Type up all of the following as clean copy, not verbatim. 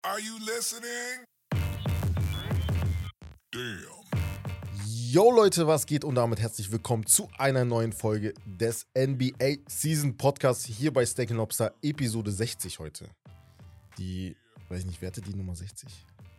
Are you listening? Damn. Yo Leute, was geht? Und damit herzlich willkommen zu einer neuen Folge des NBA Season Podcasts hier bei Steak & Lobster, Episode 60 heute. Die, weiß ich nicht, wer hatte die Nummer 60?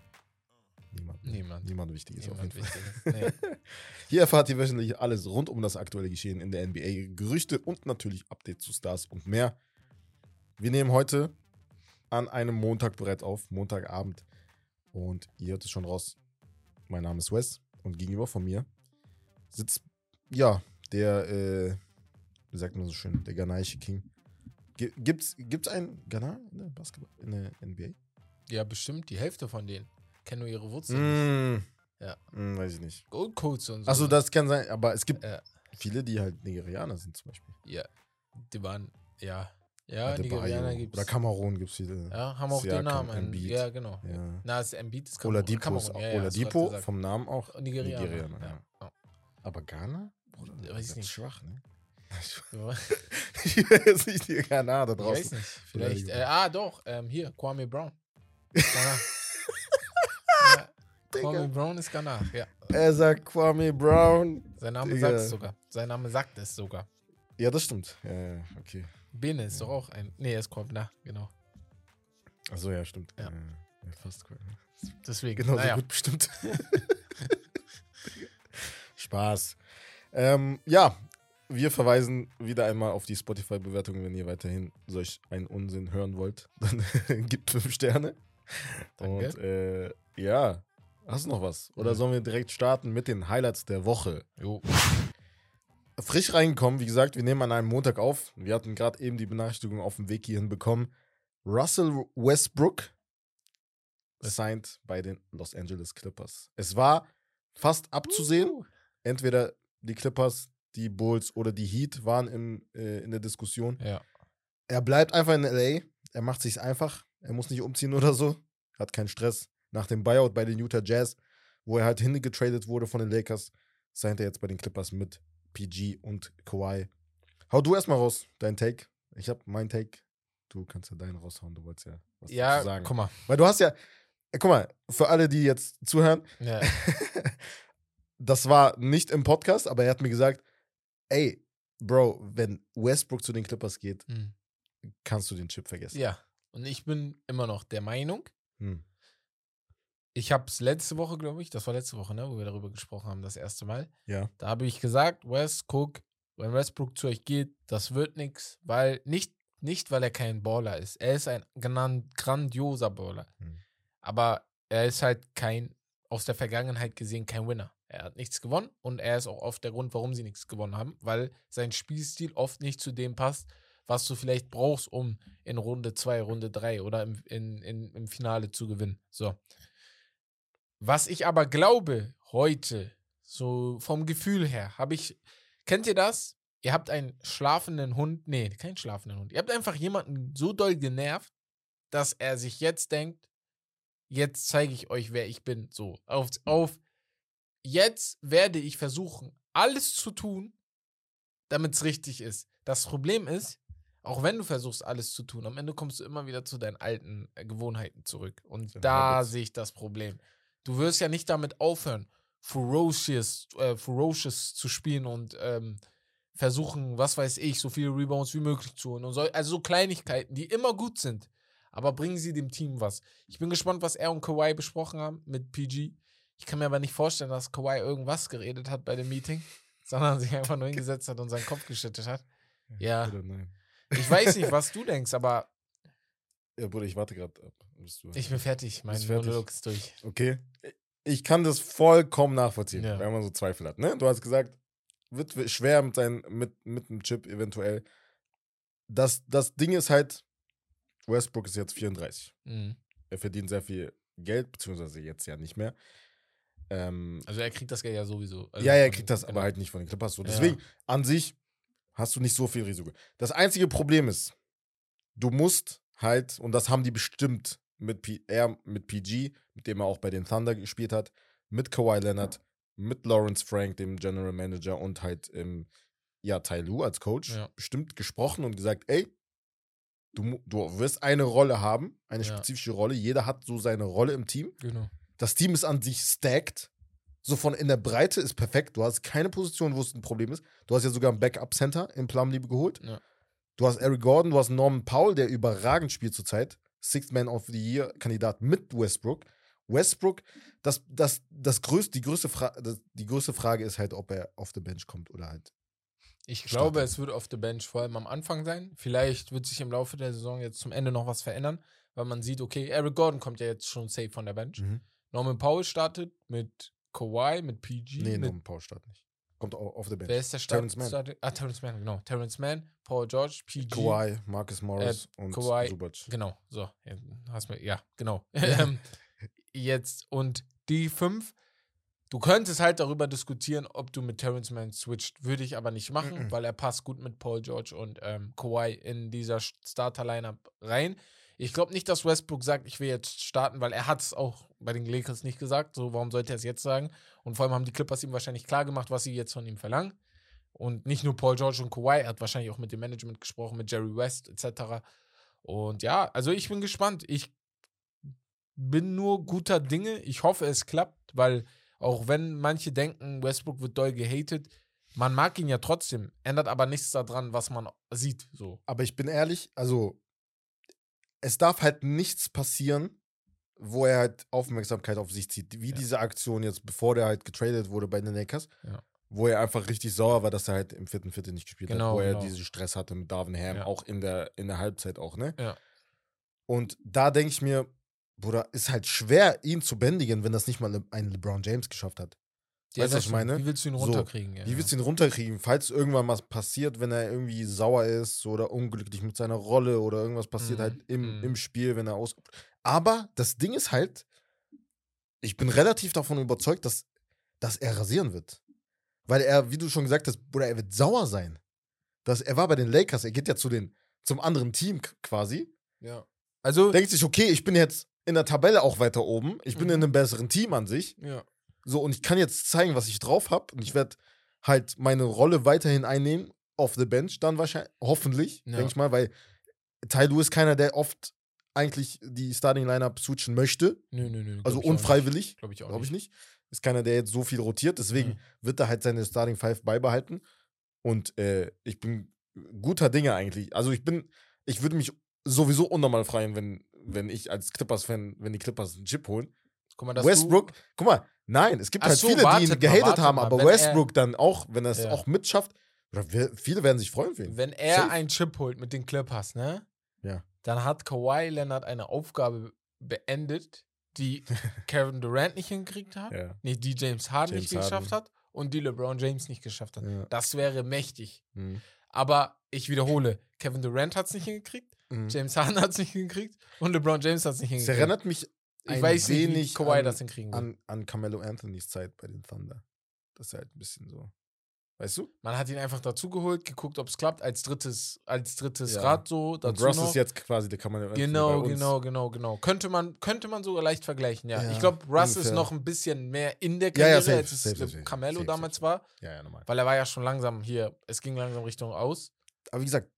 Niemand Wichtiges auf jeden Fall. Nee. Hier erfahrt ihr wöchentlich alles rund um das aktuelle Geschehen in der NBA, Gerüchte und natürlich Updates zu Stars und mehr. Wir nehmen heute an einem Montag bereits auf, Montagabend. Und ihr hört es schon raus. Mein Name ist Wes und gegenüber von mir sitzt, ja, der, wie sagt man so schön, der ghanaische King. Gibt's einen Ghana in der Basketball, in der NBA? Ja, bestimmt, die Hälfte von denen kennen nur ihre Wurzeln nicht. Ja. Weiß ich nicht. Gold Codes und so. Achso, das kann sein, aber es gibt viele, die halt Nigerianer sind zum Beispiel. Ja, die waren, ja, Nigerianer gibt's. Oder Kamerun gibt's viele. Ja, haben auch den Namen. Embiid. Ja, genau. Ja. Na, das Embiid ist Oladipo vom Namen auch Nigerianer. Ja. Aber Ghana? Weiß ich nicht. Schwach, ne? Ja. Ich weiß nicht, die Ghana da Ich draußen. weiß nicht, vielleicht. Doch, hier, Kwame Brown. Kwame Brown ist Ghana, ja. Er sagt Kwame Brown. Sein Name sagt es sogar. Sein Name sagt es sogar. Ja, das stimmt. Ja, okay. Bene ist doch auch ein. Nee, er ist Kwame, genau. Achso, ja, stimmt. Ja. Fast cool. Deswegen. Genau so gut bestimmt. Spaß. Ja, wir verweisen wieder einmal auf die Spotify-Bewertung. Wenn ihr weiterhin solch einen Unsinn hören wollt, dann gebt 5 Sterne. Danke. Und ja, hast du noch was? Oder sollen wir direkt starten mit den Highlights der Woche? Jo. Frisch reingekommen, wie gesagt, wir nehmen an einem Montag auf. Wir hatten gerade eben die Benachrichtigung auf dem Weg hierhin bekommen. Russell Westbrook signed bei den Los Angeles Clippers. Es war fast abzusehen. Entweder die Clippers, die Bulls oder die Heat waren in der Diskussion. Ja. Er bleibt einfach in LA. Er macht sich's einfach. Er muss nicht umziehen oder so. Hat keinen Stress. Nach dem Buyout bei den Utah Jazz, wo er halt hingetradet wurde von den Lakers, signed er jetzt bei den Clippers mit PG und Kawhi. Hau du erstmal raus, dein Take. Ich hab meinen Take. Du kannst ja deinen raushauen. Du wolltest ja was dazu sagen. Guck mal. Weil du hast ja, guck mal, für alle, die jetzt zuhören, Ja. das war nicht im Podcast, aber er hat mir gesagt, ey, Bro, wenn Westbrook zu den Clippers geht, kannst du den Chip vergessen. Ja. Und ich bin immer noch der Meinung, Hm. ich habe es letzte Woche, glaube ich, das war letzte Woche, ne, wo wir darüber gesprochen haben, das erste Mal. Ja. Da habe ich gesagt, guck, wenn Westbrook zu euch geht, das wird nichts, weil nicht, weil er kein Baller ist. Er ist ein grandioser Baller. Aber er ist halt aus der Vergangenheit gesehen, kein Winner. Er hat nichts gewonnen und er ist auch oft der Grund, warum sie nichts gewonnen haben, weil sein Spielstil oft nicht zu dem passt, was du vielleicht brauchst, um in Runde 2, Runde 3 oder im Finale zu gewinnen. So. Was ich aber glaube, heute, so vom Gefühl her, kennt ihr das? Ihr habt einen schlafenden Hund, nee, keinen schlafenden Hund. Ihr habt einfach jemanden so doll genervt, dass er sich jetzt denkt, jetzt zeige ich euch, wer ich bin. So, jetzt werde ich versuchen, alles zu tun, damit es richtig ist. Das Problem ist, auch wenn du versuchst, alles zu tun, am Ende kommst du immer wieder zu deinen alten Gewohnheiten zurück. Und da sehe ich das Problem. Du wirst ja nicht damit aufhören, ferocious zu spielen und versuchen, was weiß ich, so viele Rebounds wie möglich zu holen. Und also so Kleinigkeiten, die immer gut sind. Aber bringen sie dem Team was. Ich bin gespannt, was er und Kawhi besprochen haben mit PG. Ich kann mir aber nicht vorstellen, dass Kawhi irgendwas geredet hat bei dem Meeting, sondern sich einfach nur hingesetzt hat und seinen Kopf geschüttelt hat. Ja. Oder nein. Ich weiß nicht, was du denkst, aber Ja, Bruder, ich warte gerade ab. ich bin fertig. Mein Monolog ist durch. Okay. Ich kann das vollkommen nachvollziehen, Ja. wenn man so Zweifel hat. Ne? Du hast gesagt, wird schwer mit dem Chip eventuell. Das Ding ist halt, Westbrook ist jetzt 34. Er verdient sehr viel Geld, beziehungsweise jetzt ja nicht mehr. Also er kriegt das Geld ja sowieso. Also ja, er kriegt das aber halt nicht von den Clippers. So. Deswegen, an sich hast du nicht so viel Risiko. Das einzige Problem ist, du musst halt, und das haben die bestimmt mit PG, mit dem er auch bei den Thunder gespielt hat, mit Kawhi Leonard, mit Lawrence Frank, dem General Manager, und halt Ty Lue als Coach bestimmt gesprochen und gesagt, ey, Du wirst eine Rolle haben, eine spezifische Rolle. Jeder hat so seine Rolle im Team. Genau. Das Team ist an sich stacked. So von in der Breite ist perfekt. Du hast keine Position, wo es ein Problem ist. Du hast ja sogar einen Backup-Center in Plumlee geholt. Ja. Du hast Eric Gordon, du hast Norman Powell, der überragend spielt zurzeit. Sixth Man of the Year-Kandidat mit Westbrook. Westbrook, die größte Frage ist halt, ob er auf the Bench kommt oder halt. Ich glaube, es wird auf the Bench vor allem am Anfang sein. Vielleicht wird sich im Laufe der Saison jetzt zum Ende noch was verändern, weil man sieht, okay, Eric Gordon kommt ja jetzt schon safe von der Bench. Norman Powell startet mit Kawhi, mit PG. Nee, Norman Powell startet nicht. Kommt auf the Bench. Wer ist der Terrence Mann. Terrence Mann, genau. Terrence Mann, Paul George, PG. Kawhi, Marcus Morris und Kawhi, Zubac. Genau, so. Ja, genau. Jetzt, und die 5, du könntest halt darüber diskutieren, ob du mit Terrence Mann switcht. Würde ich aber nicht machen, weil er passt gut mit Paul George und Kawhi in dieser Starter-Lineup rein. Ich glaube nicht, dass Westbrook sagt, ich will jetzt starten, weil er hat es auch bei den Lakers nicht gesagt. So, warum sollte er es jetzt sagen? Und vor allem haben die Clippers ihm wahrscheinlich klar gemacht, was sie jetzt von ihm verlangen. Und nicht nur Paul George und Kawhi, er hat wahrscheinlich auch mit dem Management gesprochen, mit Jerry West etc. Und ja, also ich bin gespannt. Ich bin nur guter Dinge. Ich hoffe, es klappt, weil auch wenn manche denken, Westbrook wird doll gehatet, man mag ihn ja trotzdem. Ändert aber nichts daran, was man sieht. So. Aber ich bin ehrlich, also es darf halt nichts passieren, wo er halt Aufmerksamkeit auf sich zieht. Wie diese Aktion jetzt, bevor der halt getradet wurde bei den Lakers, wo er einfach richtig sauer war, dass er halt im vierten Viertel nicht gespielt hat, wo er diesen Stress hatte mit Darvin Ham, auch in der Halbzeit auch, ne? Ja. Und da denke ich mir, Bruder, ist halt schwer, ihn zu bändigen, wenn das nicht mal ein LeBron James geschafft hat. Weißt du, was ich meine? Wie willst du ihn runterkriegen? So, wie willst du ihn runterkriegen? Falls irgendwann was passiert, wenn er irgendwie sauer ist oder unglücklich mit seiner Rolle oder irgendwas passiert halt im Spiel, wenn er auskommt. Aber das Ding ist halt, ich bin relativ davon überzeugt, dass er rasieren wird. Weil er, wie du schon gesagt hast, Bruder, er wird sauer sein. Er war bei den Lakers, er geht ja zum anderen Team quasi. Ja. Also denkt sich, okay, ich bin jetzt in der Tabelle auch weiter oben. Ich bin in einem besseren Team an sich. Ja. So, und ich kann jetzt zeigen, was ich drauf habe. Und ich werde halt meine Rolle weiterhin einnehmen auf the bench, dann wahrscheinlich, hoffentlich, denke ich mal, weil Ty Lue ist keiner, der oft eigentlich die Starting-Lineup switchen möchte. Nö. Also unfreiwillig. Glaube ich auch Glaube ich nicht. Ist keiner, der jetzt so viel rotiert. Deswegen wird er halt seine Starting Five beibehalten. Und ich bin guter Dinge eigentlich. Also ich würde mich sowieso unnormal freuen, wenn ich als Clippers-Fan, wenn die Clippers einen Chip holen. Guck mal, Westbrook, guck mal, nein, es gibt halt viele, die ihn gehatet haben, aber Westbrook dann auch, wenn er es auch mitschafft, viele werden sich freuen für ihn. Wenn er einen Chip holt mit den Clippers, ne? Ja. Dann hat Kawhi Leonard eine Aufgabe beendet, die Kevin Durant nicht hingekriegt hat, die James Harden nicht geschafft hat und die LeBron James nicht geschafft hat. Ja. Das wäre mächtig. Aber ich wiederhole, Kevin Durant hat es nicht hingekriegt, James Harden hat es nicht hingekriegt und LeBron James hat es nicht hingekriegt. Es erinnert mich ich weiß nicht, wie Kawhi das hinkriegen will. An Carmelo Anthonys Zeit bei den Thunder. Das ist halt ein bisschen so. Weißt du? Man hat ihn einfach dazugeholt, geguckt, ob es klappt, als drittes Rad so. Dazu und Russ ist jetzt quasi der Carmelo Anthony. Genau. Könnte man sogar leicht vergleichen, ja. Ich glaube, Russ ist noch ein bisschen mehr in der Karriere, als es Carmelo damals war. Ja, normal. Weil er war ja schon langsam hier, es ging langsam Richtung aus. Aber wie gesagt,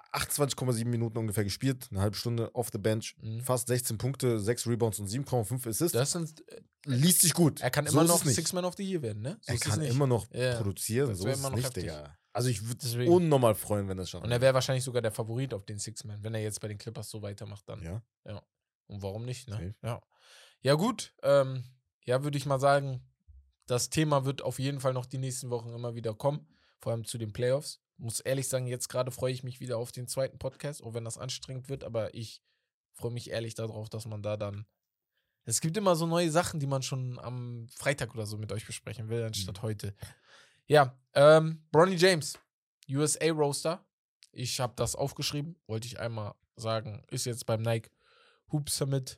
28,7 Minuten ungefähr gespielt, eine halbe Stunde off the bench, fast 16 Punkte, 6 Rebounds und 7,5 Assists. Das sind, liest sich gut. Er kann immer noch Six Man of the Year werden, ne? Er kann immer noch produzieren, so ist es nicht, Digga. Also ich würde unnormal freuen, wenn er es schafft. Und er wäre wahrscheinlich sogar der Favorit auf den Six Man, wenn er jetzt bei den Clippers so weitermacht dann. Ja. Und warum nicht, ne? Ja gut, würde ich mal sagen, das Thema wird auf jeden Fall noch die nächsten Wochen immer wieder kommen, vor allem zu den Playoffs. Muss ehrlich sagen, jetzt gerade freue ich mich wieder auf den zweiten Podcast, auch wenn das anstrengend wird, aber ich freue mich ehrlich darauf, dass man da dann. Es gibt immer so neue Sachen, die man schon am Freitag oder so mit euch besprechen will, anstatt heute. Ja, Bronny James, USA Roaster. Ich habe das aufgeschrieben, wollte ich einmal sagen, ist jetzt beim Nike Hoop Summit,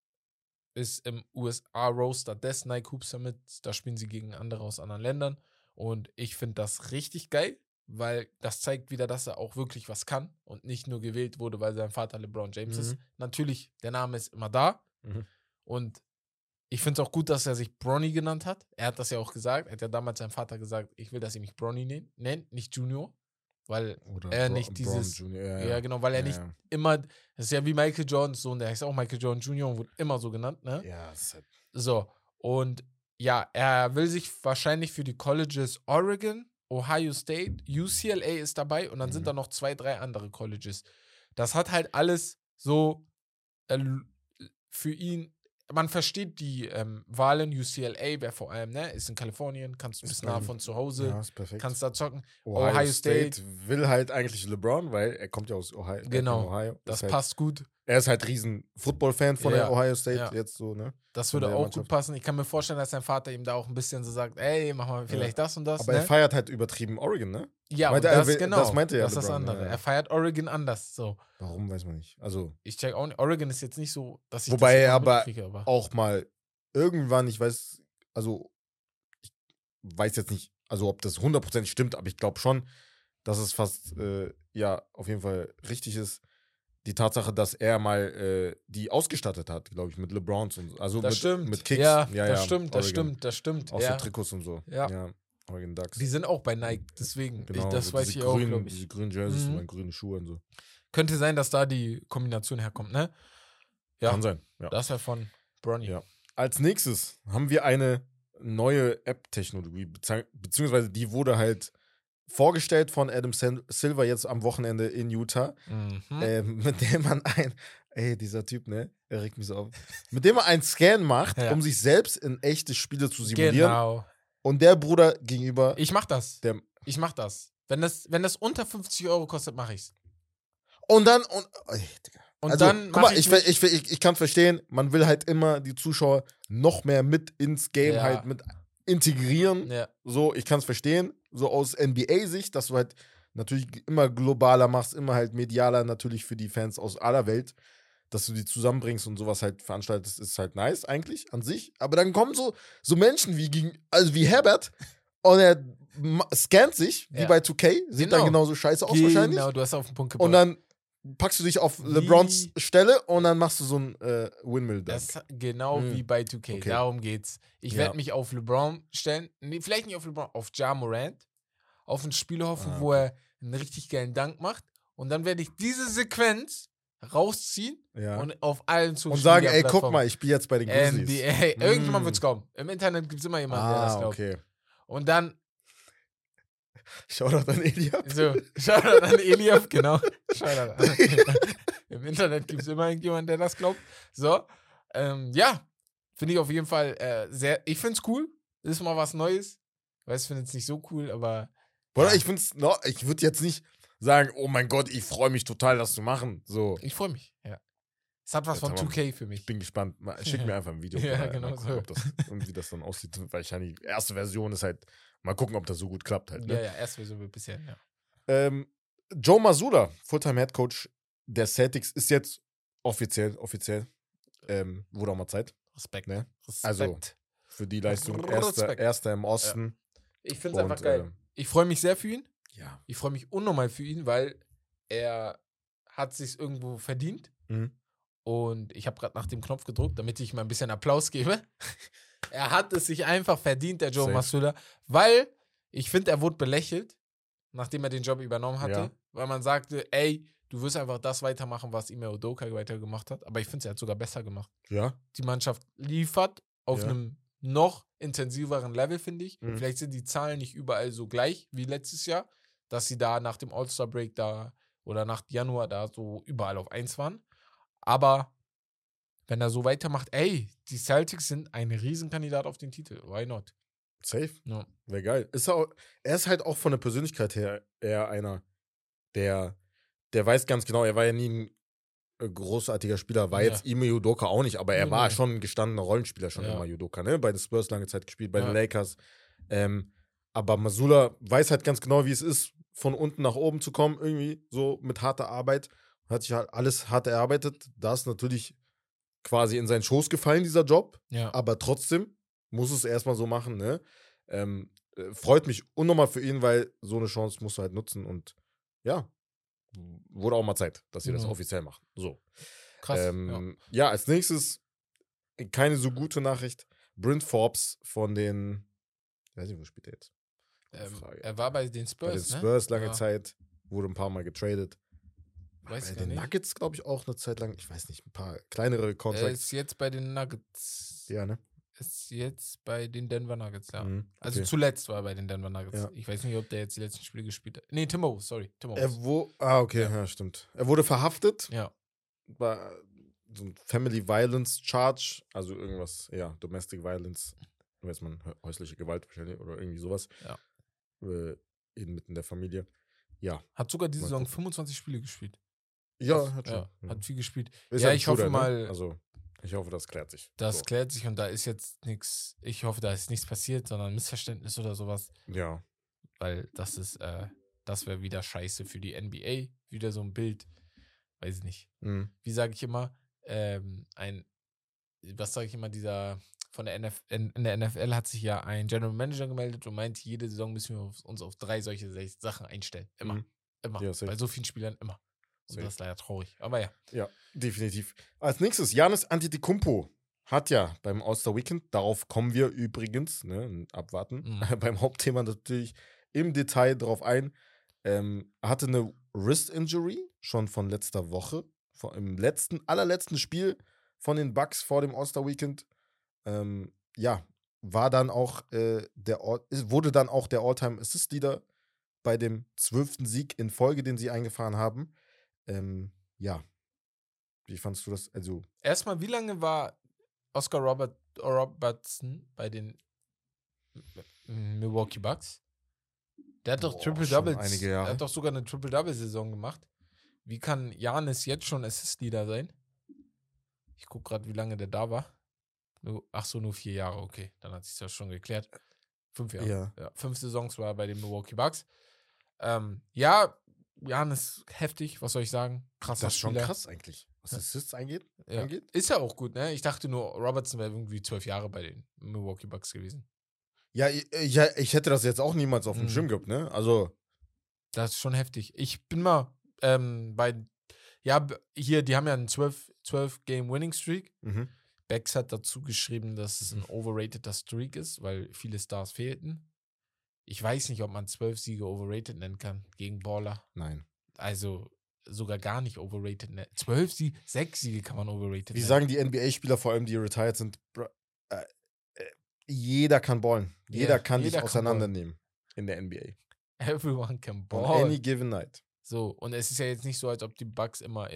ist im USA Roaster des Nike Hoop Summit. Da spielen sie gegen andere aus anderen Ländern und ich finde das richtig geil. Weil das zeigt wieder, dass er auch wirklich was kann und nicht nur gewählt wurde, weil sein Vater LeBron James ist. Natürlich, der Name ist immer da. Und ich finde es auch gut, dass er sich Bronny genannt hat. Er hat das ja auch gesagt. Er hat ja damals seinem Vater gesagt, ich will, dass ihr mich Bronny nennt, nicht Junior. weil Oder er nicht dieses, Braun Jr., ja genau, weil er nicht immer, das ist ja wie Michael Jordans Sohn, der heißt auch Michael Jordan Jr. und wurde immer so genannt, ne? Ja, das ist halt So, und ja, er will sich wahrscheinlich für die Colleges Oregon, Ohio State, UCLA ist dabei und dann sind da noch 2, 3 andere Colleges. Das hat halt alles so für ihn, man versteht die Wahlen, UCLA wäre vor allem, ne, ist in Kalifornien, kannst du bis nah von zu Hause, ja, ist perfekt. kannst da zocken. Ohio State will halt eigentlich LeBron, weil er kommt ja aus Ohio. Genau, Ohio. das halt, passt gut. Er ist halt riesen Football-Fan von der Ohio State ja. jetzt so, ne? Das würde auch gut passen. Ich kann mir vorstellen, dass sein Vater ihm da auch ein bisschen so sagt, ey, mach mal vielleicht das und das. Aber er feiert halt übertrieben Oregon, ne? Ja, meinte, das meinte er. Das ist das andere. Er feiert Oregon anders. So. Warum, weiß man nicht. Also, ich check auch nicht. Oregon ist jetzt nicht so, dass ich wobei das er aber mitkriege, auch mal irgendwann, ich weiß, also ich weiß jetzt nicht, also ob das 100% stimmt, aber ich glaube schon, dass es fast, ja, auf jeden Fall richtig ist, die Tatsache, dass er mal die ausgestattet hat, glaube ich, mit LeBrons und so. Also das mit Kicks. Ja, das stimmt. Auch so Trikots und so. Ja. Oregon Ducks. Die sind auch bei Nike, deswegen. Genau, das weiß ich auch, glaube ich. Diese grünen Jerseys und dann grüne Schuhe und so. Könnte sein, dass da die Kombination herkommt, ne? Ja. Kann sein, ja. Das wäre von Bronny. Ja. Als nächstes haben wir eine neue App-Technologie, beziehungsweise die wurde halt vorgestellt von Adam Silver jetzt am Wochenende in Utah, mit dem man dieser Typ, ne, er regt mich so auf, mit dem man einen Scan macht, um sich selbst in echte Spiele zu simulieren. Genau. Und der Bruder gegenüber. Ich mach das. Wenn das unter 50 Euro kostet, mach ich's. Und dann, also, dann guck mal, ich kann verstehen, man will halt immer die Zuschauer noch mehr mit ins Game halt mit integrieren. Ja. So, ich kann es verstehen, so aus NBA-Sicht, dass du halt natürlich immer globaler machst, immer halt medialer natürlich für die Fans aus aller Welt, dass du die zusammenbringst und sowas halt veranstaltest, ist halt nice eigentlich an sich. Aber dann kommen so Menschen wie Herbert und er scannt sich, wie bei 2K, sieht dann genauso scheiße aus wahrscheinlich. Genau, du hast auf den Punkt gebracht. Und dann packst du dich auf LeBrons Stelle und dann machst du so ein Windmill-Dunk. Das ist genau wie bei 2K, okay. Darum geht's. Ich werde mich auf LeBron stellen, nee, vielleicht nicht auf LeBron, auf Ja Morant, auf ein Spiel hoffen, wo er einen richtig geilen Dunk macht und dann werde ich diese Sequenz rausziehen und auf allen Social und sagen, ey, guck mal, ich spiele jetzt bei den Grizzlies. NBA. Irgendjemand wird's kommen. Im Internet gibt's immer jemanden, der das glaubt. Okay. Und dann Shoutout an Eliab. So, Shoutout an Eliab, genau. Shoutout an. Im Internet gibt es immer irgendjemanden, der das glaubt. So, ja, finde ich auf jeden Fall ich finde es cool. Ist mal was Neues. Ich weiß, ich finde es nicht so cool, aber. Oder ich würde jetzt nicht sagen, oh mein Gott, ich freue mich total, das zu machen. So. Ich freue mich, ja. Es hat was von 2K für mich. Ich bin gespannt. Schick mir einfach ein Video. Ja, genau so. Wie das dann aussieht. Wahrscheinlich die erste Version ist halt, mal gucken, ob das so gut klappt halt. Ne? Ja, erste Version wird bisher, ja. Joe Mazzulla, Fulltime-Headcoach der Celtics, ist jetzt offiziell. Wurde auch mal Zeit. Respekt. Ne? Also für die Leistung erster im Osten. Ja. Ich finde es einfach geil. Ich freue mich sehr für ihn. Ja. Ich freue mich unnormal für ihn, weil er hat es sich irgendwo verdient. Und ich habe gerade nach dem Knopf gedrückt, damit ich mal ein bisschen Applaus gebe. Er hat es sich einfach verdient, der Joe Mazzulla, weil ich finde, er wurde belächelt, nachdem er den Job übernommen hatte, weil man sagte, ey, du wirst einfach das weitermachen, was Ime Udoka weitergemacht hat. Aber ich finde, er hat sogar besser gemacht. Ja. Die Mannschaft liefert auf einem noch intensiveren Level, finde ich. Vielleicht sind die Zahlen nicht überall so gleich wie letztes Jahr, dass sie da nach dem All-Star-Break da oder nach Januar da so überall auf 1 waren. Aber wenn er so weitermacht, ey, die Celtics sind ein Riesenkandidat auf den Titel. Why not? Safe. Ja. Wäre geil. Er ist halt auch von der Persönlichkeit her eher einer, der weiß ganz genau, er war ja nie ein großartiger Spieler, war jetzt Ime Udoka auch nicht, aber er war schon ein gestandener Rollenspieler, schon immer Udoka, ne? Bei den Spurs lange Zeit gespielt, bei den Lakers. Aber Mazzulla weiß halt ganz genau, wie es ist, von unten nach oben zu kommen, irgendwie so mit harter Arbeit. Hat sich halt alles hart erarbeitet. Da ist natürlich quasi in seinen Schoß gefallen, dieser Job. Ja. Aber trotzdem muss es erstmal so machen, ne? Freut mich unnormal für ihn, weil so eine Chance musst du halt nutzen und ja, wurde auch mal Zeit, dass ihr das offiziell macht. So. Krass. Ja, als nächstes keine so gute Nachricht. Bryn Forbes von den, ich weiß nicht, wo spielt er jetzt? Er war bei den Spurs, lange Zeit. wurde ein paar Mal getradet. Weiß Bei gar den nicht. Nuggets, glaube ich, auch eine Zeit lang. Ich weiß nicht, ein paar kleinere Er Contracts. ist jetzt bei den Nuggets. Ja, ne? Ist jetzt bei den Denver Nuggets, ja. Mhm, Also okay. zuletzt war er bei den Denver Nuggets. Ja. Ich weiß nicht, ob der jetzt die letzten Spiele gespielt hat. Nee, Timberwolves, sorry. Okay, ja, stimmt. Er wurde verhaftet. Ja. War so ein Family Violence Charge, also irgendwas, ja, Domestic Violence, weiß man, häusliche Gewalt wahrscheinlich oder irgendwie sowas. Ja. Inmitten der Familie. Ja. Hat sogar diese Mal Saison gucken. 25 Spiele gespielt. Ja, hat schon. Ja, hat viel gespielt. Ist Ja, ein ich hoffe Bruder, mal, ne? Also, ich hoffe, das klärt sich. das klärt sich und da ist jetzt nichts, ich hoffe, da ist nichts passiert, sondern ein Missverständnis oder sowas. Ja. Weil das wäre wieder scheiße für die NBA. Wieder so ein Bild, weiß ich nicht. Mhm. Wie sage ich immer, was sage ich immer, von der in der NFL hat sich ja ein General Manager gemeldet und meint, jede Saison müssen wir uns auf 3 solche Sachen einstellen. Immer. Mhm. Immer. Ja, safe. Bei so vielen Spielern immer. Und Safe. das ist leider traurig. Aber ja. Ja, definitiv. Als nächstes, Giannis Antetokounmpo hat ja beim All-Star-Weekend, darauf kommen wir übrigens, ne, abwarten, beim Hauptthema natürlich im Detail drauf ein, hatte eine Wrist-Injury schon von letzter Woche, im allerletzten Spiel von den Bucks vor dem All-Star-Weekend. Ja, war dann auch wurde dann auch der All-Time-Assist-Leader bei dem 12. Sieg in Folge, den sie eingefahren haben. Ja. Wie fandst du das? Also. Erstmal, wie lange war Oscar Robertson bei den Milwaukee Bucks? Der hat doch Triple-Doubles. Einige Jahre. Er hat doch sogar eine Triple-Double-Saison gemacht. Wie kann Giannis jetzt schon Assist-Leader sein? Ich gucke gerade, wie lange der da war. Nur 4 Jahre, okay. Dann hat sich das schon geklärt. 5 Jahre. Ja. 5 Saisons war er bei den Milwaukee Bucks. Ja, Giannis heftig, was soll ich sagen? Krasser Das ist schon Spieler. krass eigentlich, was Assists angeht. Ist ja auch gut, ne? Ich dachte nur, Robertson wäre irgendwie 12 Jahre bei den Milwaukee Bucks gewesen. Ja, ich hätte das jetzt auch niemals auf dem Schirm gehabt, ne? Also. Das ist schon heftig. Ich bin mal die haben ja einen 12-Game-Winning-Streak. Mhm. Bex hat dazu geschrieben, dass es ein overrateder Streak ist, weil viele Stars fehlten. Ich weiß nicht, ob man 12 Siege overrated nennen kann gegen Baller. Nein. Also sogar gar nicht overrated nennen. 12 Siege, 6 Siege kann man overrated nennen. Wie sagen die NBA-Spieler, vor allem die retired sind, jeder kann ballen. Jeder kann dich auseinandernehmen in der NBA. Everyone can ball. On any given night. So, und es ist ja jetzt nicht so, als ob die Bucks immer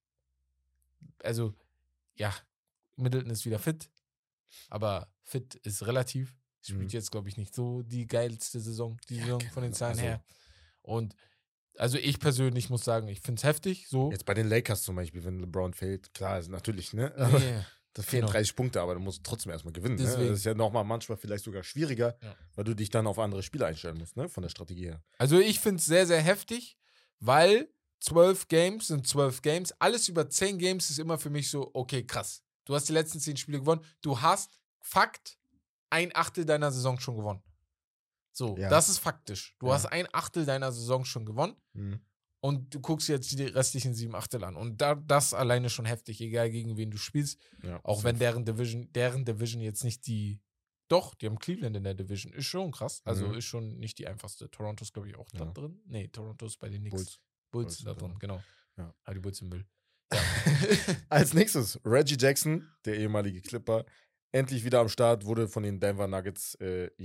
also, ja, Middleton ist wieder fit, aber fit ist relativ. Spielt jetzt, glaube ich, nicht so die geilste Saison, von den Zahlen her. Und also ich persönlich muss sagen, ich finde es heftig. So. Jetzt bei den Lakers zum Beispiel, wenn LeBron fehlt, klar, ist natürlich, ne? Nee, da fehlen 30 Punkte, aber du musst trotzdem erstmal gewinnen. Ne? Das ist ja nochmal manchmal vielleicht sogar schwieriger, weil du dich dann auf andere Spieler einstellen musst, ne? Von der Strategie her. Also ich finde es sehr, sehr heftig, weil 12 Games sind 12 Games. Alles über 10 Games ist immer für mich so, okay, krass. Du hast die letzten 10 Spiele gewonnen. Du hast, Fakt, 1/8 deiner Saison schon gewonnen. So, das ist faktisch. Du hast 1/8 deiner Saison schon gewonnen und du guckst jetzt die restlichen 7/8 an. Und das alleine schon heftig, egal gegen wen du spielst. Ja, auch wenn deren Division jetzt nicht die haben Cleveland in der Division. Ist schon krass. Also ist schon nicht die einfachste. Toronto ist, glaube ich, auch da drin. Nee, Toronto ist bei den Knicks. Bulls da drin, genau. Ja. Aber die Bulls im Müll. Ja. Als nächstes, Reggie Jackson, der ehemalige Clipper, endlich wieder am Start, wurde von den Denver Nuggets,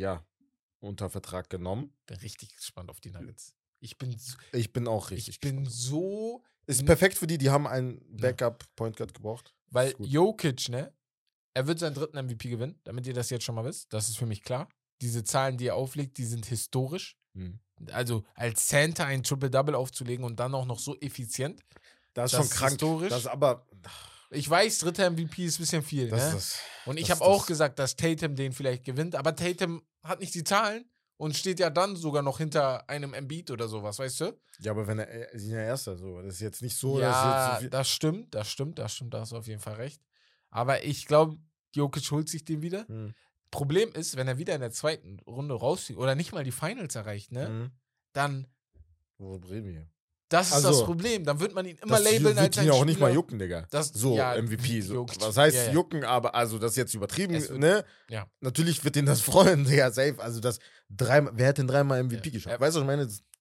unter Vertrag genommen. Bin richtig gespannt auf die Nuggets. Ich bin auch richtig gespannt. Ist perfekt für die haben einen Backup-Point Guard gebraucht. Weil Jokic, ne? Er wird seinen 3. MVP gewinnen, damit ihr das jetzt schon mal wisst. Das ist für mich klar. Diese Zahlen, die er auflegt, die sind historisch. Also als Center ein Triple-Double aufzulegen und dann auch noch so effizient. Das ist schon krank. Historisch. Das ist aber. Ich weiß, 3. MVP ist ein bisschen viel. Und ich habe auch gesagt, dass Tatum den vielleicht gewinnt, aber Tatum hat nicht die Zahlen und steht ja dann sogar noch hinter einem Embiid oder sowas, weißt du? Ja, aber wenn er ist ja Erster, so. Das ist jetzt nicht so, ja, das stimmt, da hast du auf jeden Fall recht. Aber ich glaube, Jokic holt sich den wieder. Problem ist, wenn er wieder in der 2. Runde rausfliegt oder nicht mal die Finals erreicht, ne? Dann. Worüber reden wir? Das ist das Problem. Dann wird man ihn immer labeln als ein Spieler. Auch nicht mal jucken, Digga. MVP. So. Was heißt jucken, aber also das ist jetzt übertrieben, ne? Ja. Natürlich wird ihn das freuen, Digga, safe. Also wer hat denn 3-mal MVP geschafft? Weißt du, was ich meine?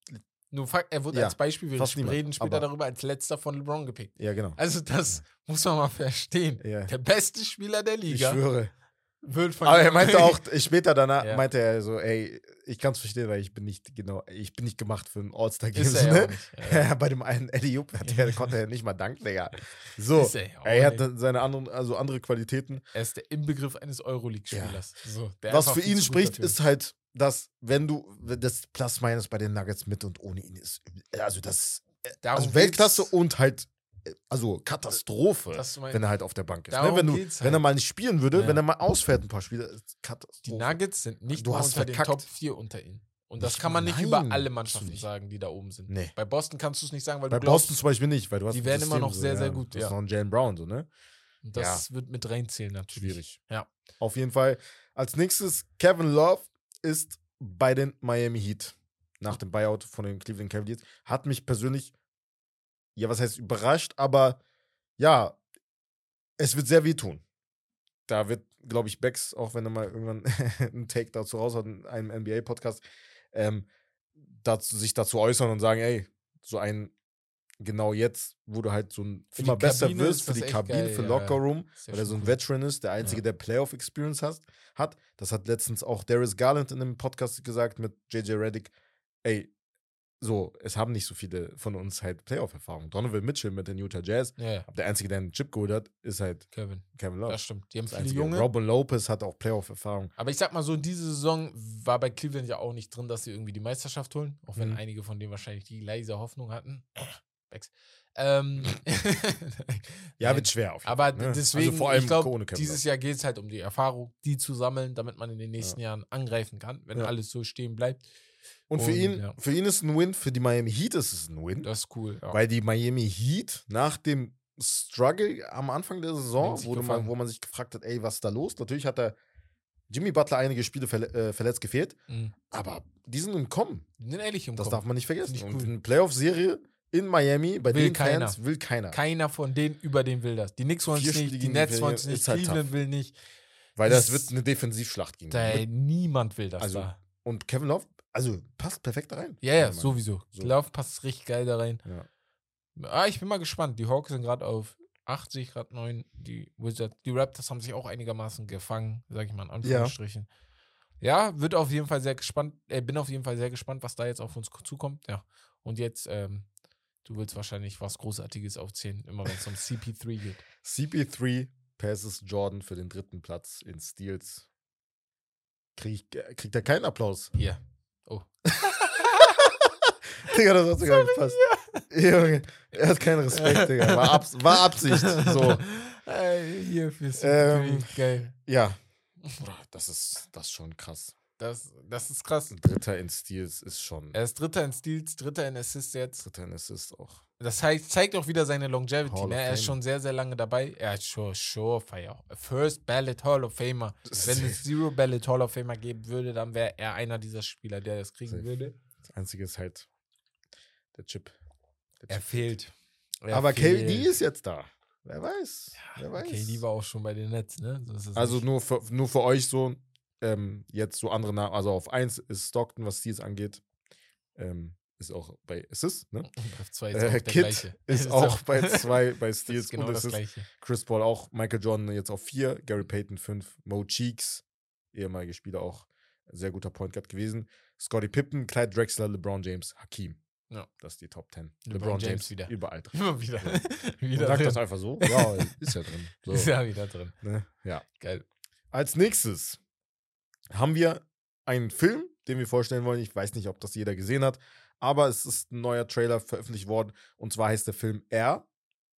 Nur Fakt, er wurde als Beispiel, wir reden später darüber, als letzter von LeBron gepickt. Ja, genau. Also das muss man mal verstehen. Ja. Der beste Spieler der Liga. Ich schwöre. Wird von Aber er meinte auch, später danach, meinte er so, ey, ich kann es verstehen, weil ich bin nicht gemacht für ein All-Star-Game. Ne? Ja. Bei dem einen Eddie Up, konnte er nicht mal danken, Digga. So, er hat seine andere Qualitäten. Er ist der Inbegriff eines Euroleague-Spielers. Ja. So, was für ihn spricht, ist halt, dass wenn du das Plus-Minus bei den Nuggets mit und ohne ihn ist, also das Weltklasse und halt also Katastrophe, wenn er halt auf der Bank ist. Ne? Wenn er mal nicht spielen würde, wenn er mal ausfällt ein paar Spiele, Katastrophe. Die Nuggets sind nicht mal unter den Top 4 unter ihnen. Und das kann man nicht über alle Mannschaften sagen, die da oben sind. Nee. Bei Boston kannst du es nicht sagen, weil bei du glaubst, Boston zum Beispiel nicht, weil du hast die werden immer noch sehr, sehr gut. Das ist noch ein Jalen Brown, so, ne? Und das wird mit reinzählen natürlich. Schwierig. Ja. Auf jeden Fall. Als nächstes, Kevin Love ist bei den Miami Heat nach dem Buyout von den Cleveland Cavaliers. Hat mich persönlich, ja, was heißt überrascht, aber ja, es wird sehr wehtun. Da wird, glaube ich, Becks, auch wenn er mal irgendwann einen Take dazu raus hat, in einem NBA-Podcast, sich dazu äußern und sagen, ey, so ein, genau jetzt, wo du halt so ein immer besser wirst für die Kabine, für Lockerroom, weil er so ein Veteran ist, der Einzige, der Playoff-Experience hat. Das hat letztens auch Darius Garland in einem Podcast gesagt mit JJ Redick, ey, so, es haben nicht so viele von uns halt Playoff-Erfahrung. Donovan Mitchell mit den Utah Jazz, aber der Einzige, der einen Chip geholt hat, ist halt Kevin Love. Das stimmt. Die haben viele Junge. Robin Lopez hat auch Playoff-Erfahrung. Aber ich sag mal so, in dieser Saison war bei Cleveland ja auch nicht drin, dass sie irgendwie die Meisterschaft holen. Auch wenn einige von denen wahrscheinlich die leise Hoffnung hatten. Ja, wird schwer auf jeden Fall. Aber deswegen, also vor allem ich glaube, dieses Jahr geht es halt um die Erfahrung, die zu sammeln, damit man in den nächsten Jahren angreifen kann, wenn alles so stehen bleibt. Und für ihn ist es ein Win, für die Miami Heat ist es ein Win. Das ist cool. Ja. Weil die Miami Heat nach dem Struggle am Anfang der Saison, wo man sich gefragt hat, ey, was ist da los? Natürlich hat Jimmy Butler einige Spiele verletzt gefehlt, aber die sind im Kommen. Die sind ehrlich im Kommen. Das darf man nicht vergessen. Und eine Playoff-Serie in Miami, bei den Fans will keiner. Keiner von denen über den will das. Die Knicks wollen es nicht, die Nets wollen es nicht, Cleveland will nicht. Weil das wird eine Defensivschlacht gegen niemand will das da. Und Kevin Love, also passt perfekt da rein. Ja, sowieso. So. Love passt richtig geil da rein. Ja. Ich bin mal gespannt. Die Hawks sind gerade auf 80, gerade 9. Die Raptors haben sich auch einigermaßen gefangen, sag ich mal in Anführungsstrichen. Ja, wird auf jeden Fall sehr gespannt. Bin auf jeden Fall sehr gespannt, was da jetzt auf uns zukommt. Ja. Und jetzt, du willst wahrscheinlich was Großartiges aufzählen, immer wenn es um CP3 geht. CP3 passes Jordan für den 3. Platz in Steals. Kriegt er keinen Applaus? Ja. Oh. Digga, das hat sogar gepasst. Junge, er hat keinen Respekt, Digga. War Absicht. So. Hier für CP3. Geil. Ja. Das ist schon krass. Das ist krass. Dritter in Steals ist schon. Er ist Dritter in Steals, Dritter in Assists jetzt. Dritter in Assists auch. Das zeigt auch wieder seine Longevity. Ne? Er ist schon sehr, sehr lange dabei. Er ist Surefire. First Ballot Hall of Famer. Wenn es Zero Ballot Hall of Famer geben würde, dann wäre er einer dieser Spieler, der das kriegen würde. Das Einzige ist halt der Chip. Er fehlt. Aber KD ist jetzt da. Wer weiß. KD war auch schon bei den Nets, ne? Also nur für euch so, jetzt so andere Namen. Also auf 1 ist Stockton, was Steals angeht. Ist auch bei Assists, ne? Auf 2 ist auch der Kid gleiche. ist auch bei 2 bei Steals genau und das Assists. Gleiche. Chris Paul auch, Michael Jordan jetzt auf 4, Gary Payton 5, Mo Cheeks, ehemalige Spieler auch, sehr guter Point Guard gewesen. Scottie Pippen, Clyde Drexler, LeBron James, Hakeem. Ja. Das ist die Top 10. LeBron James wieder. Überall drin. Immer wieder. wieder sagt das einfach so. Ja, ist ja drin. So. Ist ja wieder drin. Ne? Ja. Geil. Als nächstes haben wir einen Film, den wir vorstellen wollen. Ich weiß nicht, ob das jeder gesehen hat, aber es ist ein neuer Trailer veröffentlicht worden. Und zwar heißt der Film R.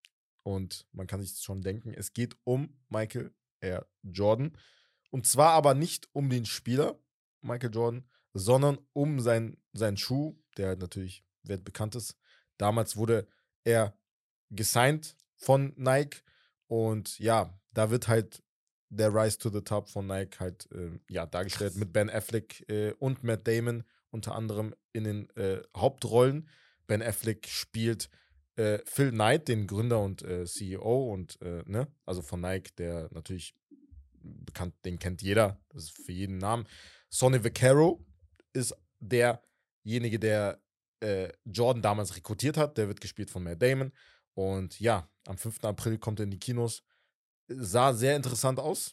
Und man kann sich schon denken, es geht um Michael R. Jordan. Und zwar aber nicht um den Spieler Michael Jordan, sondern um seinen Schuh, der natürlich weltbekannt ist. Damals wurde er gesigned von Nike. Und ja, da wird halt der Rise to the Top von Nike halt dargestellt. Krass. Mit Ben Affleck und Matt Damon unter anderem in den Hauptrollen. Ben Affleck spielt Phil Knight, den Gründer und CEO und also von Nike, der natürlich bekannt, den kennt jeder, das ist für jeden Namen. Sonny Vaccaro ist derjenige, der Jordan damals rekrutiert hat. Der wird gespielt von Matt Damon. Und ja, am 5. April kommt er in die Kinos. Sah sehr interessant aus.